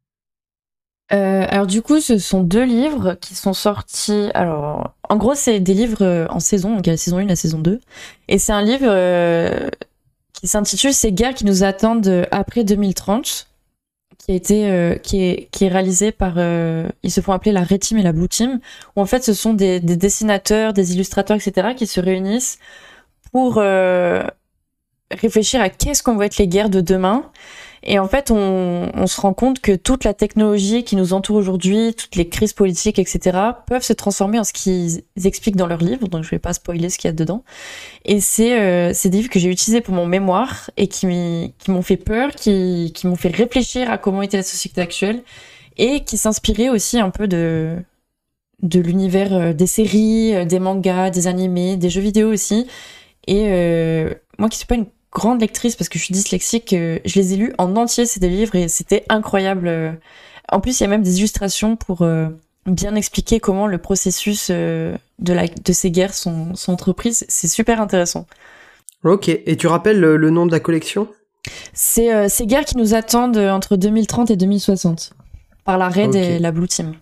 Euh, alors du coup, ce sont deux livres qui sont sortis. Alors, en gros, c'est des livres euh, en saison, donc il y a la saison un, la saison deux. Et c'est un livre euh, qui s'intitule Ces guerres qui nous attendent après deux mille trente, qui a été, euh, qui est, qui est réalisé par, euh, ils se font appeler la Red Team et la Blue Team, où en fait, ce sont des, des dessinateurs, des illustrateurs, et cetera, qui se réunissent pour euh, réfléchir à qu'est-ce qu'on va être les guerres de demain. Et en fait, on, on se rend compte que toute la technologie qui nous entoure aujourd'hui, toutes les crises politiques, et cetera, peuvent se transformer en ce qu'ils expliquent dans leurs livres. Donc, je vais pas spoiler ce qu'il y a dedans. Et c'est euh, c'est des livres que j'ai utilisés pour mon mémoire et qui, m'y- qui m'ont fait peur, qui, qui m'ont fait réfléchir à comment était la société actuelle et qui s'inspiraient aussi un peu de, de l'univers euh, des séries, euh, des mangas, des animés, des jeux vidéo aussi. Et euh, moi qui suis pas une grande lectrice parce que je suis dyslexique, euh, je les ai lus en entier ces deux livres et c'était incroyable. En plus, il y a même des illustrations pour euh, bien expliquer comment le processus euh, de, la, de ces guerres sont, sont entreprises. C'est super intéressant. Ok. Et tu rappelles le, le nom de la collection? C'est euh, ces guerres qui nous attendent entre deux mille trente et deux mille soixante par la Red Ok. et la Blue Team.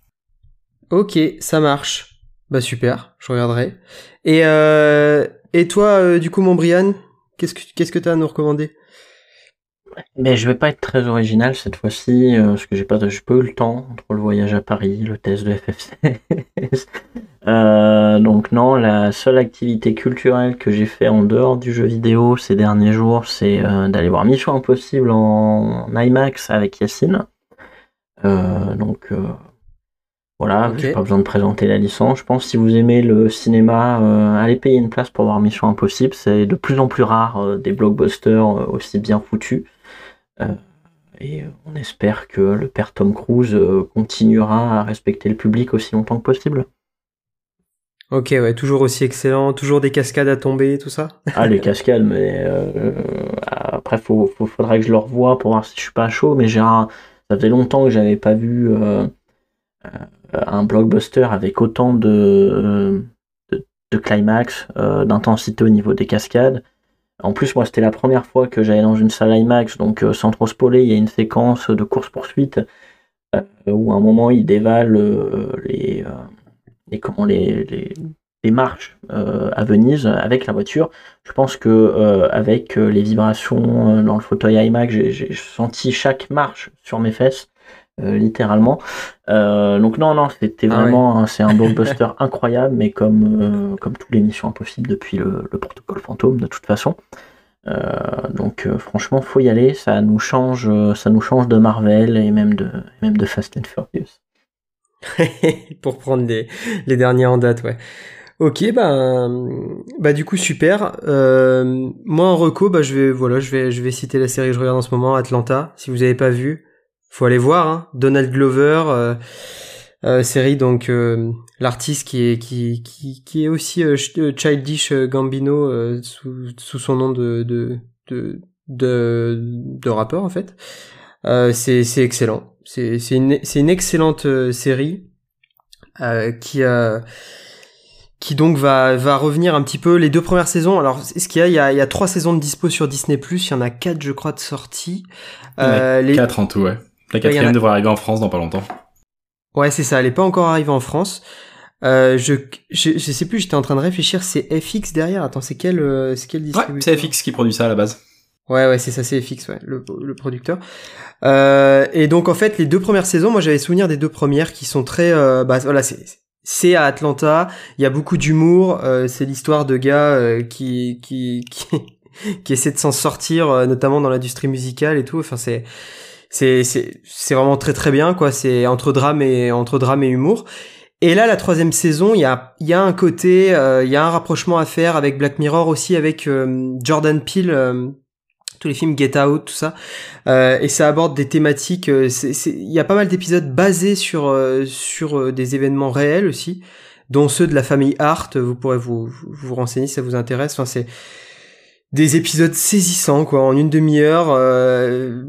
Ok, ça marche. Bah super, je regarderai. Et euh, et toi, euh, du coup, mon Brian, qu'est-ce que qu'est-ce que t'as à nous recommander? Mais je vais pas être très original cette fois-ci, euh, parce que j'ai pas, j'ai pas eu le temps entre le voyage à Paris, le test de F F seize. euh, donc non, la seule activité culturelle que j'ai fait en dehors du jeu vidéo ces derniers jours, c'est euh, d'aller voir Mission Impossible en IMAX avec Yacine. Euh, donc euh, voilà, Ok. j'ai pas besoin de présenter la licence. Je pense que si vous aimez le cinéma, euh, allez payer une place pour voir Mission Impossible. C'est de plus en plus rare euh, des blockbusters euh, aussi bien foutus. Euh, et euh, on espère que le père Tom Cruise euh, continuera à respecter le public aussi longtemps que possible. Ok, ouais, toujours aussi excellent, toujours des cascades à tomber, tout ça. Ah, les cascades, mais euh, après, faut, faut, faudrait que je le revoie pour voir si je suis pas chaud. Mais j'ai un, ça faisait longtemps que j'avais pas vu euh, un blockbuster avec autant de, de, de climax, euh, d'intensité au niveau des cascades. En plus, moi, c'était la première fois que j'allais dans une salle IMAX, donc euh, sans trop spoiler, il y a une séquence de course-poursuite euh, où à un moment, il dévale euh, les, euh, les, comment, les, les, les marches euh, à Venise avec la voiture. Je pense que euh, avec euh, les vibrations euh, dans le fauteuil IMAX, j'ai, j'ai senti chaque marche sur mes fesses. Euh, littéralement. Euh, donc non, non, c'était Ah vraiment, ouais. C'est un blockbuster incroyable, mais comme euh, comme toutes les Missions Impossibles depuis le, le Protocole Fantôme, de toute façon. Euh, donc euh, franchement, faut y aller. Ça nous change, ça nous change de Marvel et même de même de Fast and Furious. Pour prendre les les derniers en date, ouais. Ok, bah, bah du coup super. Euh, moi en reco, bah je vais voilà, je vais je vais citer la série que je regarde en ce moment, Atlanta. Si vous avez pas vu, faut aller voir. Hein. Donald Glover, euh, euh, série donc euh, l'artiste qui est qui qui qui est aussi euh, Childish Gambino euh, sous sous son nom de de de de, de rappeur en fait. Euh, c'est c'est excellent. C'est c'est une c'est une excellente euh, série euh, qui a qui donc va va revenir un petit peu les deux premières saisons. Alors ce qu'il y a, il y a il y a trois saisons de dispo sur Disney plus, il y en a quatre je crois de sorties. Euh, les quatre en tout, ouais. La quatrième ouais, a... devrait arriver en France dans pas longtemps. Ouais, c'est ça, elle est pas encore arrivée en France. Euh, je, je je sais plus, j'étais en train de réfléchir, c'est F X derrière. Attends, c'est quel euh, c'est quel distributeur? Ouais, c'est F X qui produit ça à la base. Ouais, ouais, c'est ça, c'est F X, ouais, le, le producteur. Euh, et donc, en fait, les deux premières saisons, moi, j'avais souvenir des deux premières qui sont très, euh, bah, voilà, c'est, c'est à Atlanta. Il y a beaucoup d'humour. Euh, c'est l'histoire de gars euh, qui, qui, qui, qui essaient de s'en sortir, euh, notamment dans l'industrie musicale et tout. Enfin, c'est, c'est, c'est, c'est vraiment très, très bien, quoi. C'est entre drame et, entre drame et humour. Et là, la troisième saison, il y a, il y a un côté, euh, il y a un rapprochement à faire avec Black Mirror aussi, avec euh, Jordan Peele, euh, tous les films Get Out, tout ça, euh, et ça aborde des thématiques. Euh, c'est, c'est, il y a pas mal d'épisodes basés sur euh, sur euh, des événements réels aussi, dont ceux de la famille Hart. Vous pourrez vous vous renseigner si ça vous intéresse. Enfin, c'est des épisodes saisissants, quoi, en une demi-heure. Euh,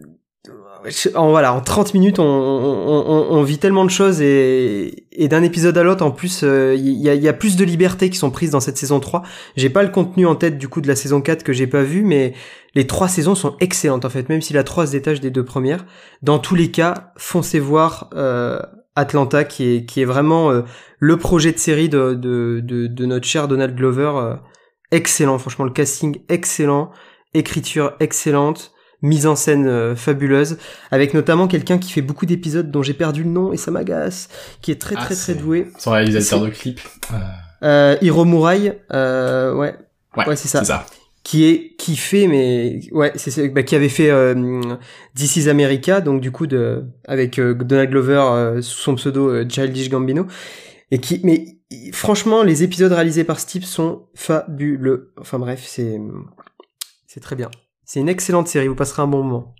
En, voilà, en trente minutes, on, on, on, on vit tellement de choses et, et d'un épisode à l'autre, en plus, il euh, y, a, y a plus de libertés qui sont prises dans cette saison trois. J'ai pas le contenu en tête du coup de la saison quatre que j'ai pas vu, mais les trois saisons sont excellentes en fait, même si la trois se détache des deux premières. Dans tous les cas, foncez voir euh, Atlanta, qui est, qui est vraiment euh, le projet de série de, de, de, de notre cher Donald Glover. Euh, excellent, franchement, le casting excellent, écriture excellente. Mise en scène euh, fabuleuse, avec notamment quelqu'un qui fait beaucoup d'épisodes dont j'ai perdu le nom et ça m'agace, qui est très ah, très c'est... très doué. Son réalisateur de clips. Euh... Euh, Hiro Murai, euh, ouais, ouais, ouais c'est ça. C'est ça. Qui est qui fait mais ouais c'est, c'est bah, qui avait fait euh, This is America, donc du coup de avec euh, Donald Glover euh, sous son pseudo euh, Childish Gambino, et qui mais franchement les épisodes réalisés par ce type sont fabuleux. Enfin bref, c'est c'est très bien. C'est une excellente série, vous passerez un bon moment.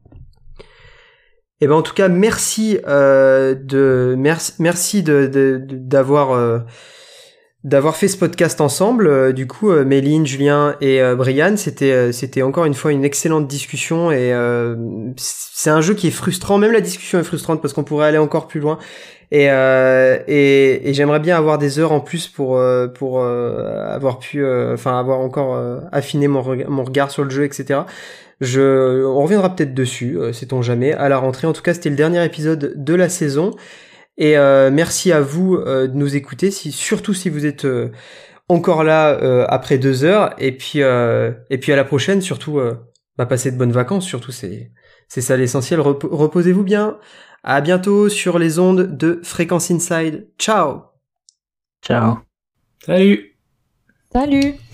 Et ben en tout cas, merci euh, de merci merci de, de, de d'avoir euh, d'avoir fait ce podcast ensemble. Euh, du coup, euh, Méline, Julien et euh, Brian, c'était euh, c'était encore une fois une excellente discussion et euh, c'est un jeu qui est frustrant. Même la discussion est frustrante parce qu'on pourrait aller encore plus loin. Et, euh, et, et j'aimerais bien avoir des heures en plus pour euh, pour euh, avoir pu, enfin euh, avoir encore euh, affiné mon regard, mon regard sur le jeu, et cetera. Je, on reviendra peut-être dessus, euh, sait-on jamais, à la rentrée. En tout cas, c'était le dernier épisode de la saison. Et euh, merci à vous euh, de nous écouter, si, surtout si vous êtes euh, encore là euh, après deux heures. Et puis euh, et puis à la prochaine. Surtout, euh, bah, passez de bonnes vacances. Surtout, c'est c'est ça l'essentiel. Rep- reposez-vous bien. À bientôt sur les ondes de Fréquence Inside. Ciao. Ciao. Salut. Salut.